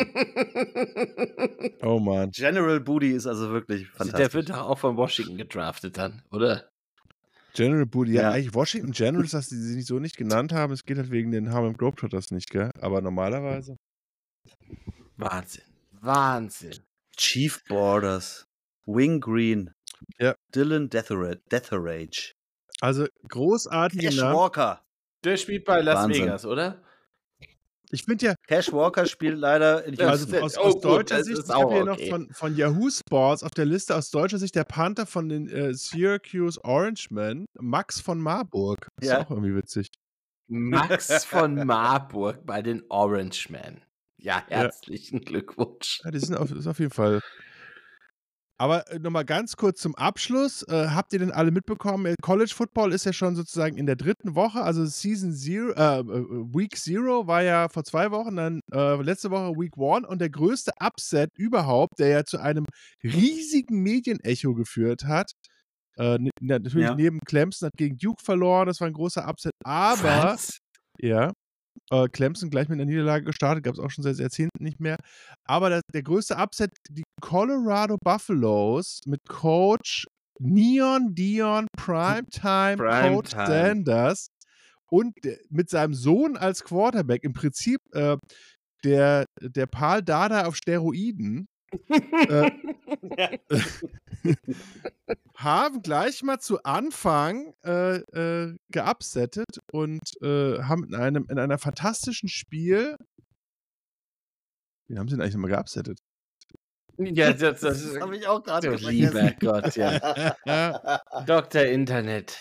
S2: Oh Mann.
S3: General Booty ist also wirklich
S1: Der
S3: fantastisch.
S1: wird doch auch von Washington gedraftet dann, oder?
S2: General Booty, ja,
S3: Ja.
S2: eigentlich Washington Generals, dass die sie nicht so nicht genannt haben, es geht halt wegen den Harlem Globetrotters nicht, gell? Aber normalerweise.
S1: Wahnsinn. Wahnsinn.
S3: Chief Borders, Wing Green,
S2: Ja.
S3: Dylan Deatherage. Deatherage.
S2: Also großartige
S3: Cash
S2: Namen.
S3: Walker.
S1: Der spielt bei Las
S3: Wahnsinn.
S1: Vegas, oder?
S2: Ich finde ja,
S3: Cash Walker spielt leider in
S2: also
S3: Houston.
S2: aus,
S1: Oh,
S2: aus
S1: gut,
S2: deutscher
S1: das
S2: Sicht,
S1: ist
S2: ich habe
S1: auch
S2: hier noch
S1: okay.
S2: von, von Yahoo Sports auf der Liste aus deutscher Sicht der Panther von den äh, Syracuse Orangemen, Max von Marburg. Ist
S3: Ja.
S2: auch irgendwie witzig.
S1: Max von Marburg bei den Orangemen. Ja, herzlichen Glückwunsch.
S2: Ja, die sind auf, ist auf jeden Fall. Aber äh, nochmal ganz kurz zum Abschluss. Äh, habt ihr denn alle mitbekommen? äh, College Football ist ja schon sozusagen in der dritten Woche, also Season Zero, äh, äh, Week Zero war ja vor zwei Wochen, dann äh, letzte Woche Week One und der größte Upset überhaupt, der ja zu einem riesigen Medienecho geführt hat. Äh, n- natürlich
S3: Ja.
S2: neben Clemson hat gegen Duke verloren, das war ein großer Upset, aber
S1: Was?
S2: ja. Äh, Clemson gleich mit einer Niederlage gestartet, gab es auch schon seit Jahrzehnten nicht mehr. Aber das, der größte Upset, die Colorado Buffaloes mit Coach Neon Dion Primetime Coach
S1: Primetime.
S2: Sanders und der, mit seinem Sohn als Quarterback, im Prinzip äh, der, der Pal Dada auf Steroiden, äh, haben gleich mal zu Anfang äh, äh, geupsettet und äh, haben in einem in einer fantastischen Spiel. Wie haben sie denn eigentlich nochmal geupsettet?
S1: Ja, das, das,
S3: Das habe ich auch gerade
S1: du
S3: vergessen.
S1: lieber Gott, ja.
S2: Ja,
S1: Doktor Internet.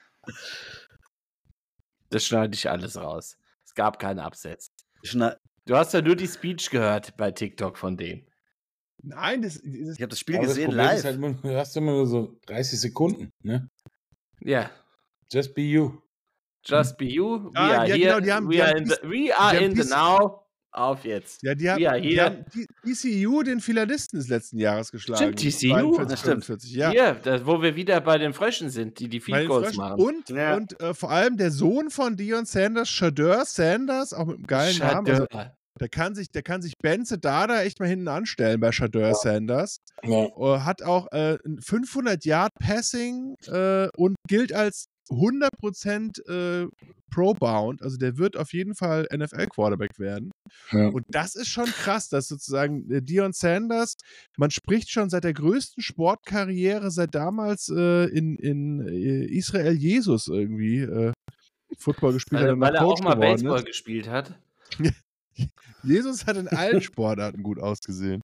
S1: Das schneide ich alles raus. Es gab keine Absätze.
S3: Schna-
S1: Du hast ja nur die Speech gehört bei TikTok von dem.
S2: nein, das, das
S3: Ich habe das Spiel
S4: Aber das
S3: gesehen
S4: Problem
S3: live.
S4: ist halt, immer, du hast immer nur so dreißig Sekunden, ne?
S1: Ja.
S4: Just be you.
S1: Just be you. We
S2: Ah,
S1: are
S2: ja,
S1: here.
S2: genau, die haben-
S1: we
S2: die
S1: are
S2: haben
S1: in the,
S2: dies-
S1: we are
S2: die haben
S1: in the
S2: dies-
S1: now. Auf jetzt.
S2: ja, die haben,
S1: We are
S2: die
S1: here.
S2: haben die- T C U den Philisten des letzten Jahres geschlagen.
S1: T C U?
S2: zweiundvierzig,
S3: Das stimmt.
S2: fünfundvierzig, ja.
S1: Hier, da, wo wir wieder bei den Fröschen sind, die die
S2: Bei
S1: Field
S2: den
S1: Goals
S2: Fröschen.
S1: machen.
S2: Und,
S3: Ja.
S2: und äh, vor allem der Sohn von Dion Sanders, Shadeur Sanders, auch mit einem geilen Namen. Also,
S1: Schade.
S2: der kann sich, der kann sich Benze Dada echt mal hinten anstellen bei Shadeur Sanders.
S4: Ja.
S2: Äh, hat auch äh, ein fünfhundert Yard Passing äh, und gilt als hundert Prozent äh, Pro-Bound. Also der wird auf jeden Fall N F L-Quarterback werden.
S4: Ja.
S2: Und das ist schon krass, dass sozusagen äh, Dion Sanders, man spricht schon seit der größten Sportkarriere, seit damals äh, in, in äh, Israel Jesus irgendwie äh, Football gespielt hat
S1: Weil,
S2: und
S1: weil
S2: dann
S1: er auch
S2: Coach
S1: mal
S2: geworden
S1: Baseball
S2: ist.
S1: gespielt hat.
S2: Jesus hat in allen Sportarten gut ausgesehen.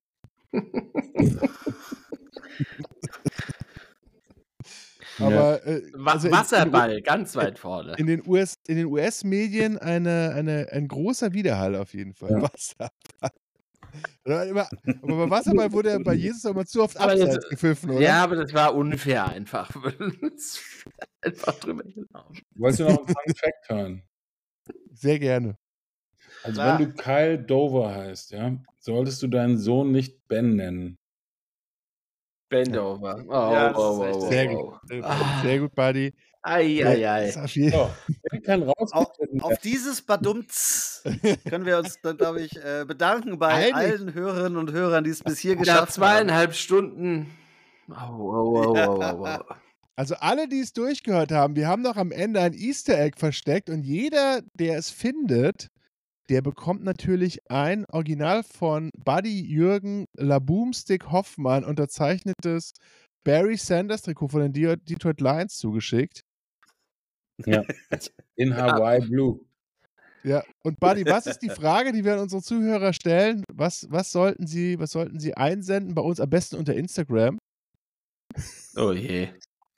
S2: Aber äh,
S1: Wa
S2: also in-
S1: Wasserball, ganz weit vorne.
S2: In den U S, in den U S-Medien eine, eine, ein großer Widerhall auf jeden Fall.
S4: Ja.
S2: Wasserball. Aber immer- aber bei Wasserball wurde ja bei Jesus auch immer zu oft
S1: Aber jetzt-
S2: abseits gepfiffen, oder?
S1: Ja, aber das war unfair einfach. einfach drüber gelaufen.
S4: Wolltest du noch einen Fun Fact hören?
S2: Sehr gerne.
S4: Also
S3: Ah.
S4: wenn du Kyle Dover heißt, ja, solltest du deinen Sohn nicht Ben nennen.
S1: Bend over. Oh,
S3: Ja, das
S1: oh,
S3: ist
S1: oh,
S3: richtig.
S1: oh,
S2: Sehr
S1: oh.
S2: gut. Äh,
S1: Ah.
S2: Sehr gut, Buddy.
S1: Ei,
S2: Ja,
S1: ei, ei.
S2: ist auf jeden-
S4: So, der kann raus.
S3: Auf, auf dieses Badumts können wir uns dann, glaube ich, äh, bedanken bei
S2: Einig.
S3: allen Hörerinnen und Hörern, die es bis hier
S1: Nach
S3: geschafft haben.
S1: zweieinhalb Stunden. Oh, oh, oh, oh, oh, oh.
S2: Also alle, die es durchgehört haben, wir haben noch am Ende ein Easter Egg versteckt und jeder, der es findet, der bekommt natürlich ein Original von Buddy Jürgen Laboomstick Hoffmann unterzeichnetes Barry Sanders Trikot von den De- Detroit Lions zugeschickt.
S4: In Hawaii Blue.
S2: Ja, und Buddy, was ist die Frage, die wir an unsere Zuhörer stellen? Was, was, sollten sie, was sollten sie einsenden? Bei uns am besten unter Instagram.
S1: Oh je.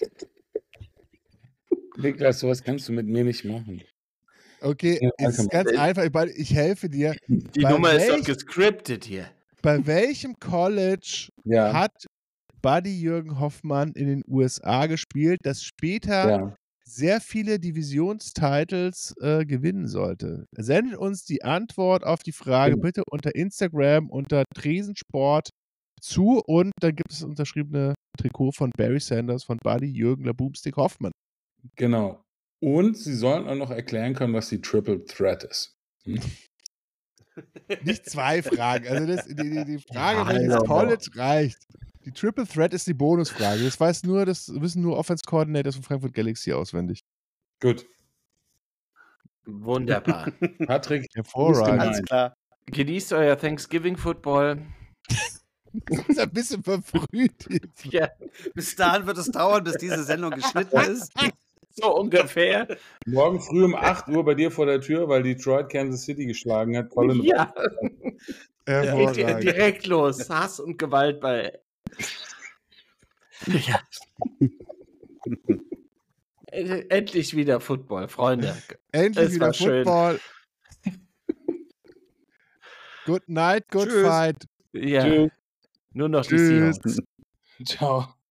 S4: Niklas, sowas kannst du mit mir nicht machen.
S2: Okay,
S4: Ja,
S2: es ist
S4: danke,
S2: ganz einfach. Buddy, ich helfe dir.
S1: Die
S2: Bei
S1: Nummer ist doch
S2: welch-
S1: gescriptet hier.
S2: Bei welchem College
S4: Ja,
S2: hat Buddy Jürgen Hoffmann in den U S A gespielt, das später
S4: ja.
S2: sehr viele Divisionstitles äh, gewinnen sollte? Sendet uns die Antwort auf die Frage
S4: Genau.
S2: bitte unter Instagram unter Tresensport zu und dann gibt es das unterschriebene Trikot von Barry Sanders von Buddy Jürgen Laboomstick Hoffmann.
S4: Genau. Und sie sollen auch noch erklären können, was die Triple Threat ist. Hm?
S2: Nicht zwei Fragen. Also das, die, die, die Frage,
S1: Ja,
S2: welches
S1: hallo.
S2: College reicht. Die Triple Threat ist die Bonusfrage. Das weiß nur, das wissen nur Offense Coordinators von Frankfurt Galaxy auswendig.
S4: Gut.
S1: Wunderbar.
S4: Patrick,
S2: Hervorragend.
S3: Alles klar.
S1: Genießt euer Thanksgiving Football.
S2: Das ist ein bisschen verfrüht.
S1: Ja,
S3: Bis dahin wird es dauern, bis diese Sendung geschnitten ist.
S1: so ungefähr.
S4: Morgen früh um acht Uhr bei dir vor der Tür, weil Detroit Kansas City geschlagen hat. Colin
S1: Ja,
S2: Hervorragend.
S1: geht direkt los. Hass und Gewalt bei. Ja. Endlich wieder Football, Freunde.
S2: Endlich
S1: Es
S2: wieder
S1: war schön.
S2: Football. Good night, good
S3: Tschüss.
S2: fight.
S1: Ja,
S4: Tschüss.
S1: nur noch die
S2: Tschüss.
S1: Seahawks.
S4: Ciao.